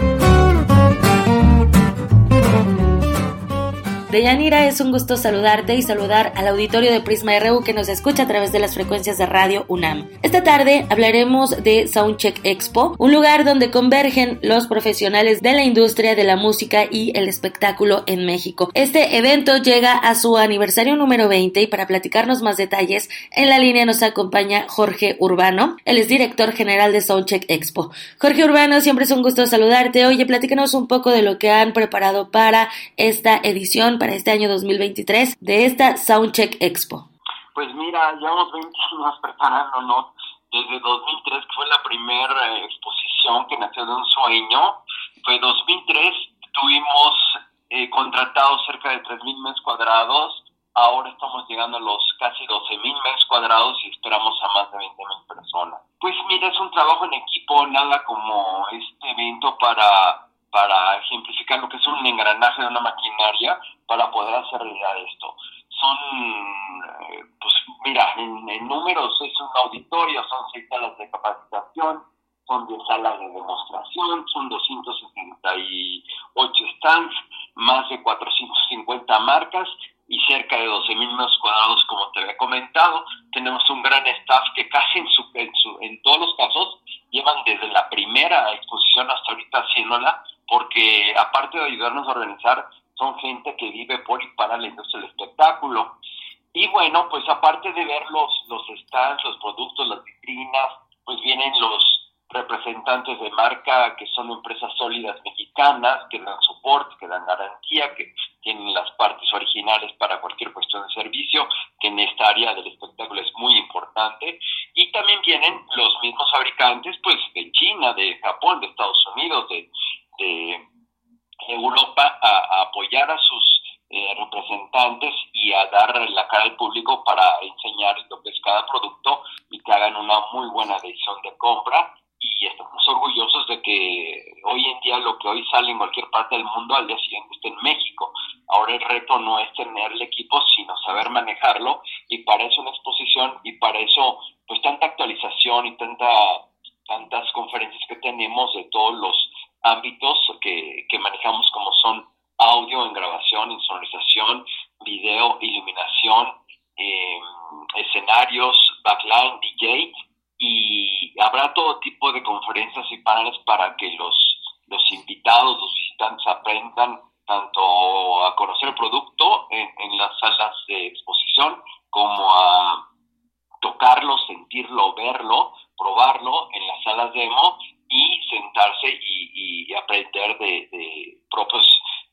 Speaker 5: Deyanira, es un gusto saludarte y saludar al auditorio de Prisma R U que nos escucha a través de las frecuencias de Radio UNAM. Esta tarde hablaremos de Soundcheck Expo, un lugar donde convergen los profesionales de la industria de la música y el espectáculo en México. Este evento llega a su aniversario número veinte y para platicarnos más detalles, en la línea nos acompaña Jorge Urbano. Él es director general de Soundcheck Expo. Jorge Urbano, siempre es un gusto saludarte. Oye, platícanos un poco de lo que han preparado para esta edición, para este año dos mil veintitrés de esta Soundcheck Expo.
Speaker 16: Pues mira, llevamos veinte años preparándonos desde dos mil tres, que fue la primera eh, exposición que nació de un sueño. Fue dos mil tres, tuvimos eh, contratados cerca de tres mil metros cuadrados, ahora estamos llegando a los casi doce mil metros cuadrados y esperamos a más de veinte mil personas. Pues mira, es un trabajo en equipo, nada como este evento para... para ejemplificar lo que es un engranaje de una maquinaria para poder hacer realidad esto. Son, eh, pues mira, en, en números es un auditorio, son seis salas de capacitación, son diez salas de demostración, son doscientos setenta y ocho stands, más de cuatrocientas cincuenta marcas y cerca de doce mil metros cuadrados, como te había comentado. Tenemos un gran staff que casi en, su, en, su, en todos los casos llevan desde la primera exposición hasta ahorita haciéndola, porque aparte de ayudarnos a organizar, son gente que vive por y para la industria del espectáculo. Y bueno, pues aparte de ver los, los stands, los productos, las vitrinas, pues vienen los representantes de marca que son empresas sólidas mexicanas, que dan soporte, que dan garantía, que tienen las partes originales para cualquier cuestión de servicio, que en esta área del espectáculo es muy importante. Y también vienen los mismos fabricantes, pues de China, de Japón, de Estados Unidos, de, de Europa, a, a apoyar a sus eh, representantes y a dar la cara al público para enseñar lo que es cada producto y que hagan una muy buena decisión de compra. Y estamos orgullosos de que hoy en día lo que hoy sale en cualquier parte del mundo al día siguiente está en México. Ahora el reto no es tener el equipo, sino saber manejarlo, y para eso una exposición, y para eso pues tanta actualización y tanta tantas conferencias que tenemos de todos los ámbitos que, que manejamos, como son audio en grabación, en sonorización, video, iluminación, eh, escenarios, backline, D J, y habrá todo tipo de conferencias y paneles para que los, los invitados, los visitantes aprendan tanto a conocer el producto en, en las salas de exposición, como a tocarlo, sentirlo, verlo, probarlo en las salas demo, y sentarse y, y aprender de, de propios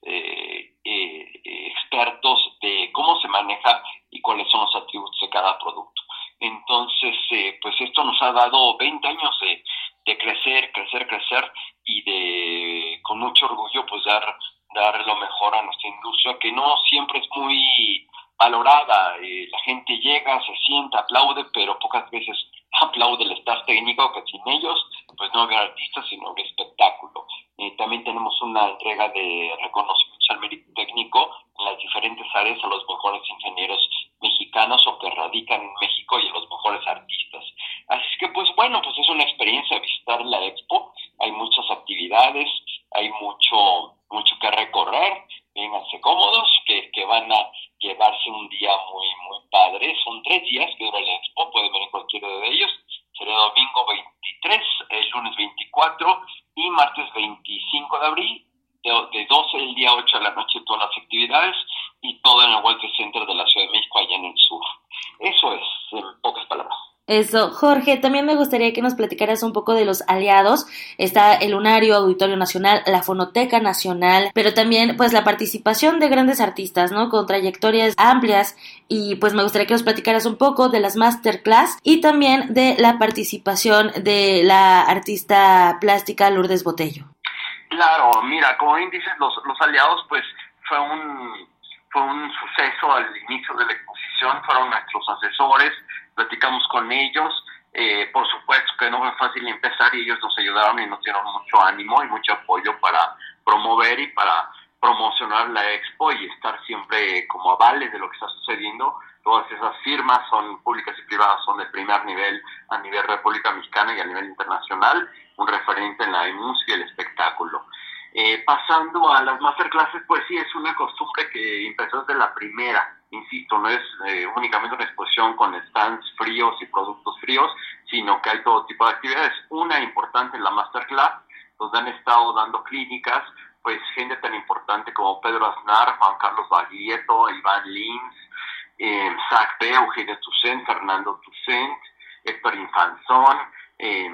Speaker 16: eh, eh, expertos de cómo se maneja y cuáles son los atributos de cada producto. Entonces, eh, pues esto nos ha dado veinte años de, de crecer, crecer, crecer y de, con mucho orgullo, pues dar, dar lo mejor a nuestra industria, que no siempre es muy valorada. Eh, la gente llega, se sienta, aplaude, pero pocas veces aplaude el staff técnico, que sin ellos pues no había artistas, sino había espectáculo. Eh, también tenemos una entrega de reconocimientos al mérito técnico en las diferentes áreas a los mejores ingenieros mexicanos o que radican en México y a los mejores artistas. Así es que pues bueno, pues es una experiencia visitar la Expo. Hay muchas actividades, hay mucho mucho que recorrer. Vénganse cómodos, que, que van a llevarse un día muy muy padre. Son tres días que dura la Expo, pueden venir cualquiera de ellos. Será domingo veintitrés, el lunes veinticuatro y martes veinticinco de abril, de, de doce del día ocho de la noche todas las actividades y todo en el World Trade Center de la Ciudad de México, allá en el sur. Eso es, en pocas palabras.
Speaker 5: Eso, Jorge, también me gustaría que nos platicaras un poco de los aliados. Está el Lunario, Auditorio Nacional, la Fonoteca Nacional, pero también pues la participación de grandes artistas, ¿no? Con trayectorias amplias, y pues me gustaría que nos platicaras un poco de las masterclass y también de la participación de la artista plástica Lourdes Botello.
Speaker 16: Claro, mira, como bien dices, los, los aliados pues fue un, fue un suceso al inicio de la exposición, fueron nuestros asesores. Platicamos con ellos, eh, por supuesto que no fue fácil empezar y ellos nos ayudaron y nos dieron mucho ánimo y mucho apoyo para promover y para promocionar la Expo y estar siempre como avales de lo que está sucediendo. Todas esas firmas son públicas y privadas, son de primer nivel a nivel República Mexicana y a nivel internacional, un referente en la música y el espectáculo. Eh, pasando a las masterclasses, pues sí, es una costumbre que empezó desde la primera. Insisto, no es eh, únicamente una exposición con stands fríos y productos fríos, sino que hay todo tipo de actividades. Una importante en la masterclass, donde han estado dando clínicas, pues gente tan importante como Pedro Aznar, Juan Carlos Baglietto, Iván Lins, eh, Zach B, Eugenio Toussaint, Fernando Toussaint, Héctor Infanzón, eh,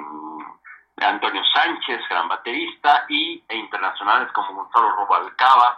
Speaker 16: Antonio Sánchez, gran baterista, y e internacionales como Gonzalo Rubalcaba,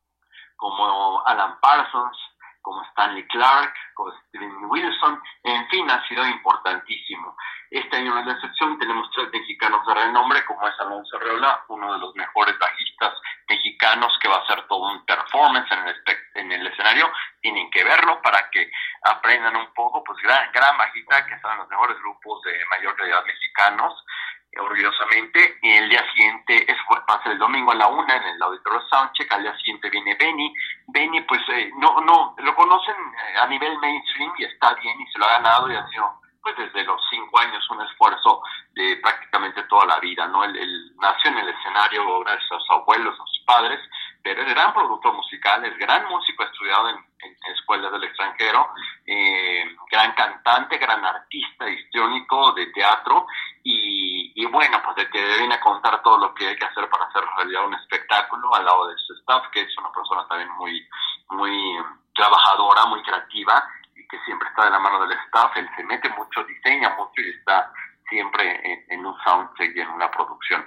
Speaker 16: como Alan Parsons, como Stanley Clark, como Steven Wilson, en fin, ha sido importantísimo. Este año no es la excepción, tenemos tres mexicanos de renombre, como es Alonso Arreola, uno de los mejores bajistas mexicanos, que va a hacer todo un performance en el, en el escenario. Tienen que verlo para que aprendan un poco, pues gran, gran bajista, que están en los mejores grupos de mayor calidad mexicanos, orgullosamente. Y el día siguiente, es va a ser el domingo a la una en el Auditorio Soundcheck. Al día siguiente viene Benny. Benny, pues eh, no, no, lo conocen a nivel mainstream y está bien y se lo ha ganado y ha sido, pues desde los cinco años, un esfuerzo de prácticamente toda la vida, ¿no? Él, él nació en el escenario gracias a sus abuelos, a sus padres, pero es gran productor musical, es gran músico estudiado en, en escuelas del extranjero, eh, gran cantante, gran artista histriónico de teatro y, y bueno, pues de que viene a contar todo lo que hay que hacer para hacer realidad un espectáculo al lado de su staff, que es una persona también muy, muy trabajadora, muy creativa, que siempre está de la mano del staff. Él se mete mucho, diseña mucho y está siempre en, en un soundcheck y en una producción.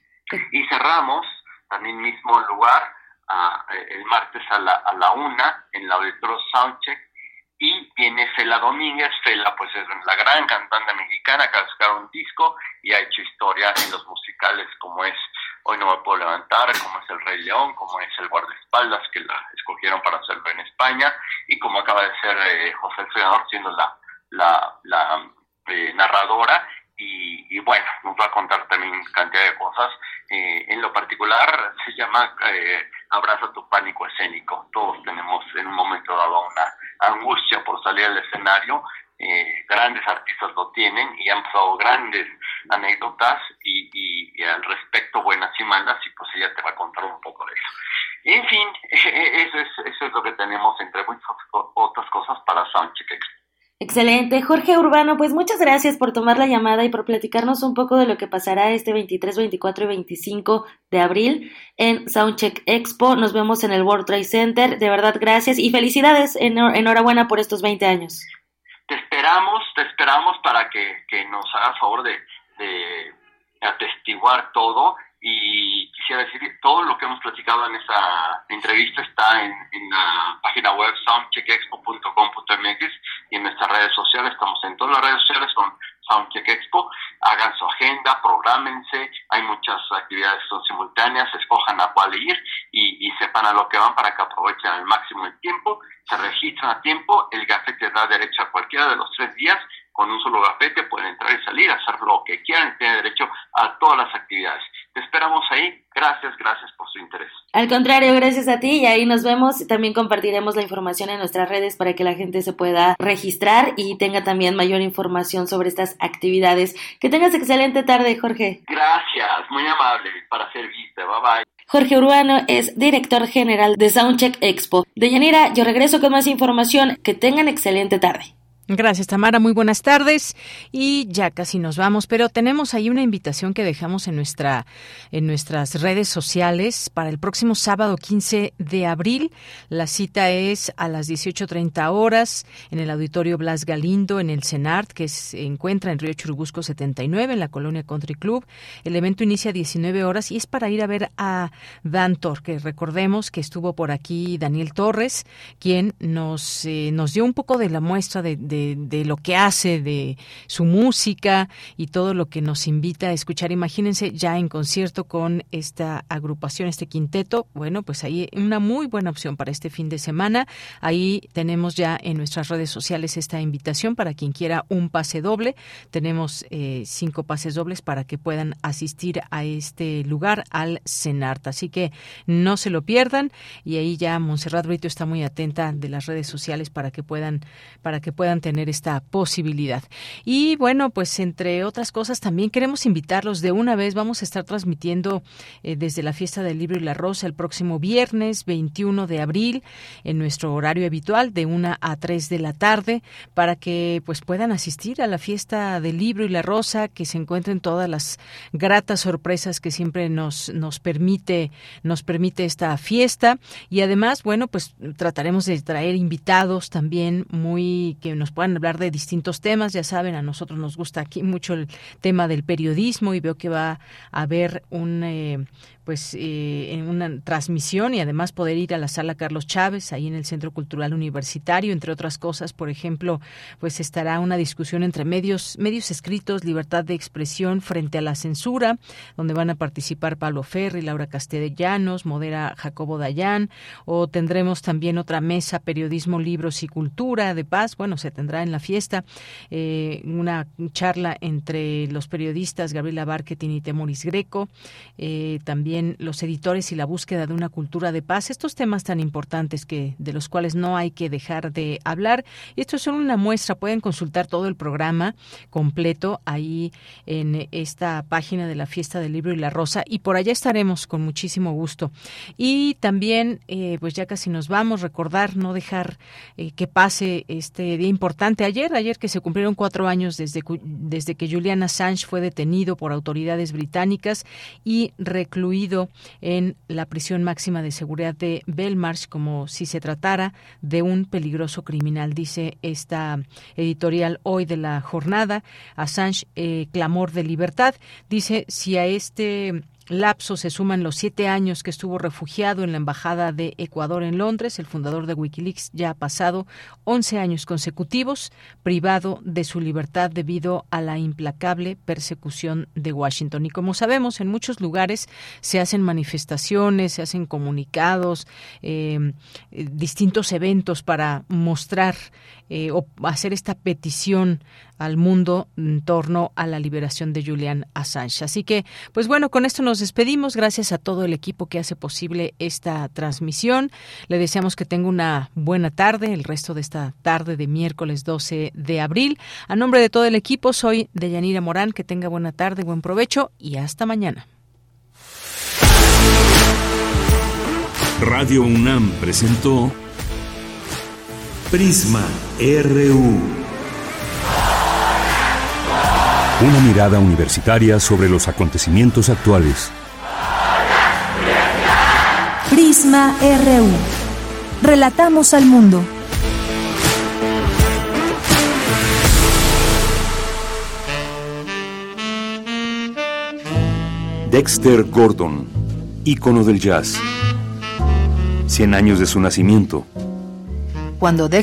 Speaker 16: Y cerramos también mismo lugar uh, el martes a la, a la una en la Auditorio Soundcheck y viene Fela Domínguez. Fela pues es la gran cantante mexicana que ha sacado un disco y ha hecho historia en los musicales como es Hoy no me puedo levantar, como es El Rey León, como es El Guardaespaldas, que la escogieron para hacerlo en España, y como acaba de ser eh, José el Soñador siendo la, la, la eh, narradora, y, y bueno, nos va a contar también cantidad de cosas. Eh, en lo particular se llama eh, Abraza tu pánico escénico. Todos tenemos en un momento dado una angustia por salir al escenario. Eh, grandes artistas lo tienen y han pasado grandes anécdotas y, y, y al respecto buenas y malas, y pues ella te va a contar un poco de eso. En fin, eso es, eso es lo que tenemos entre muchas otras cosas para Soundcheck Expo.
Speaker 5: Excelente, Jorge Urbano, pues muchas gracias por tomar la llamada y por platicarnos un poco de lo que pasará este veintitrés, veinticuatro y veinticinco de abril en Soundcheck Expo. Nos vemos en el World Trade Center. De verdad, gracias y felicidades, enhorabuena por estos veinte años.
Speaker 16: Te esperamos, te esperamos para que, que nos hagas favor de, de atestiguar todo. Y quisiera decir que todo lo que hemos platicado en esa entrevista está en, en la página web soundcheck expo punto com punto m x y en nuestras redes sociales. Estamos en todas las redes sociales con Soundcheck Expo. Hagan su agenda, prográmense. Hay muchas actividades que son simultáneas. Escojan a cuál ir y, y sepan a lo que van para que aprovechen al máximo el tiempo. Se registran a tiempo. El gafete da derecho a cualquiera de los tres días. Con un solo gafete pueden entrar y salir, hacer lo que quieran y tienen derecho a todas las actividades. Te esperamos ahí. Gracias, gracias por su interés.
Speaker 5: Al contrario, gracias a ti y ahí nos vemos. También compartiremos la información en nuestras redes para que la gente se pueda registrar y tenga también mayor información sobre estas actividades. Que tengas excelente tarde, Jorge.
Speaker 16: Gracias, muy amable, para servirte. Bye bye.
Speaker 5: Jorge Urbano es director general de Soundcheck Expo. Deyanira, yo regreso con más información. Que tengan excelente tarde.
Speaker 3: Gracias, Tamara. Muy buenas tardes. Y ya casi nos vamos, pero tenemos ahí una invitación que dejamos en nuestra en nuestras redes sociales para el próximo sábado quince de abril. La cita es a las dieciocho treinta horas en el Auditorio Blas Galindo, en el CENART, que se encuentra en Río Churubusco setenta y nueve, en la Colonia Country Club. El evento inicia a diecinueve horas y es para ir a ver a Dantor, que recordemos que estuvo por aquí Daniel Torres, quien nos, eh, nos dio un poco de la muestra de, de De, de lo que hace, de su música y todo lo que nos invita a escuchar. Imagínense ya en concierto con esta agrupación, este quinteto. Bueno, pues ahí una muy buena opción para este fin de semana. Ahí tenemos ya en nuestras redes sociales esta invitación para quien quiera un pase doble. Tenemos eh, cinco pases dobles para que puedan asistir a este lugar, al CENART. Así que no se lo pierdan y ahí ya Montserrat Brito está muy atenta de las redes sociales para que puedan, para que puedan tener esta posibilidad. Y bueno, pues entre otras cosas también queremos invitarlos de una vez. Vamos a estar transmitiendo eh, desde la Fiesta del Libro y la Rosa el próximo viernes veintiuno de abril en nuestro horario habitual de una a tres de la tarde para que pues puedan asistir a la Fiesta del Libro y la Rosa, que se encuentren todas las gratas sorpresas que siempre nos, nos permite nos permite esta fiesta. Y además, bueno, pues trataremos de traer invitados también muy que nos puedan hablar de distintos temas. Ya saben, a nosotros nos gusta aquí mucho el tema del periodismo y veo que va a haber un eh, pues eh, en una transmisión y además poder ir a la Sala Carlos Chávez, ahí en el Centro Cultural Universitario, entre otras cosas. Por ejemplo, pues estará una discusión entre medios medios escritos, libertad de expresión frente a la censura, donde van a participar Pablo Ferri, Laura Castellanos, modera Jacobo Dayan, o tendremos también otra mesa, periodismo, libros y cultura de paz. Bueno, se tendrá en la fiesta eh, una charla entre los periodistas Gabriela Barquetín y Temoris Greco, eh, también los editores y la búsqueda de una cultura de paz. Estos temas tan importantes que de los cuales no hay que dejar de hablar. Y esto es solo una muestra. Pueden consultar todo el programa completo ahí en esta página de la Fiesta del Libro y la Rosa y por allá estaremos con muchísimo gusto. Y también, eh, pues ya casi nos vamos, recordar, no dejar eh, que pase este día importante. Ayer, ayer que se cumplieron cuatro años desde, desde que Julian Assange fue detenido por autoridades británicas y recluido en la prisión máxima de seguridad de Belmarsh como si se tratara de un peligroso criminal, dice esta editorial hoy de la jornada. Assange, eh, clamor de libertad, dice, si a este lapso se suman los siete años que estuvo refugiado en la Embajada de Ecuador en Londres, el fundador de Wikileaks ya ha pasado once años consecutivos privado de su libertad debido a la implacable persecución de Washington. Y como sabemos, en muchos lugares se hacen manifestaciones, se hacen comunicados, eh, eh, distintos eventos para mostrar eh, o hacer esta petición al mundo en torno a la liberación de Julian Assange. Así que, pues bueno, con esto nos despedimos. Gracias a todo el equipo que hace posible esta transmisión. Le deseamos que tenga una buena tarde, el resto de esta tarde de miércoles doce de abril. A nombre de todo el equipo, soy Deyanira Morán. Que tenga buena tarde, buen provecho y hasta mañana.
Speaker 2: Radio UNAM presentó Prisma R U. Una mirada universitaria sobre los acontecimientos actuales.
Speaker 25: Prisma R U. Relatamos al mundo.
Speaker 2: Dexter Gordon, ícono del jazz. Cien años de su nacimiento.
Speaker 6: Cuando Dexter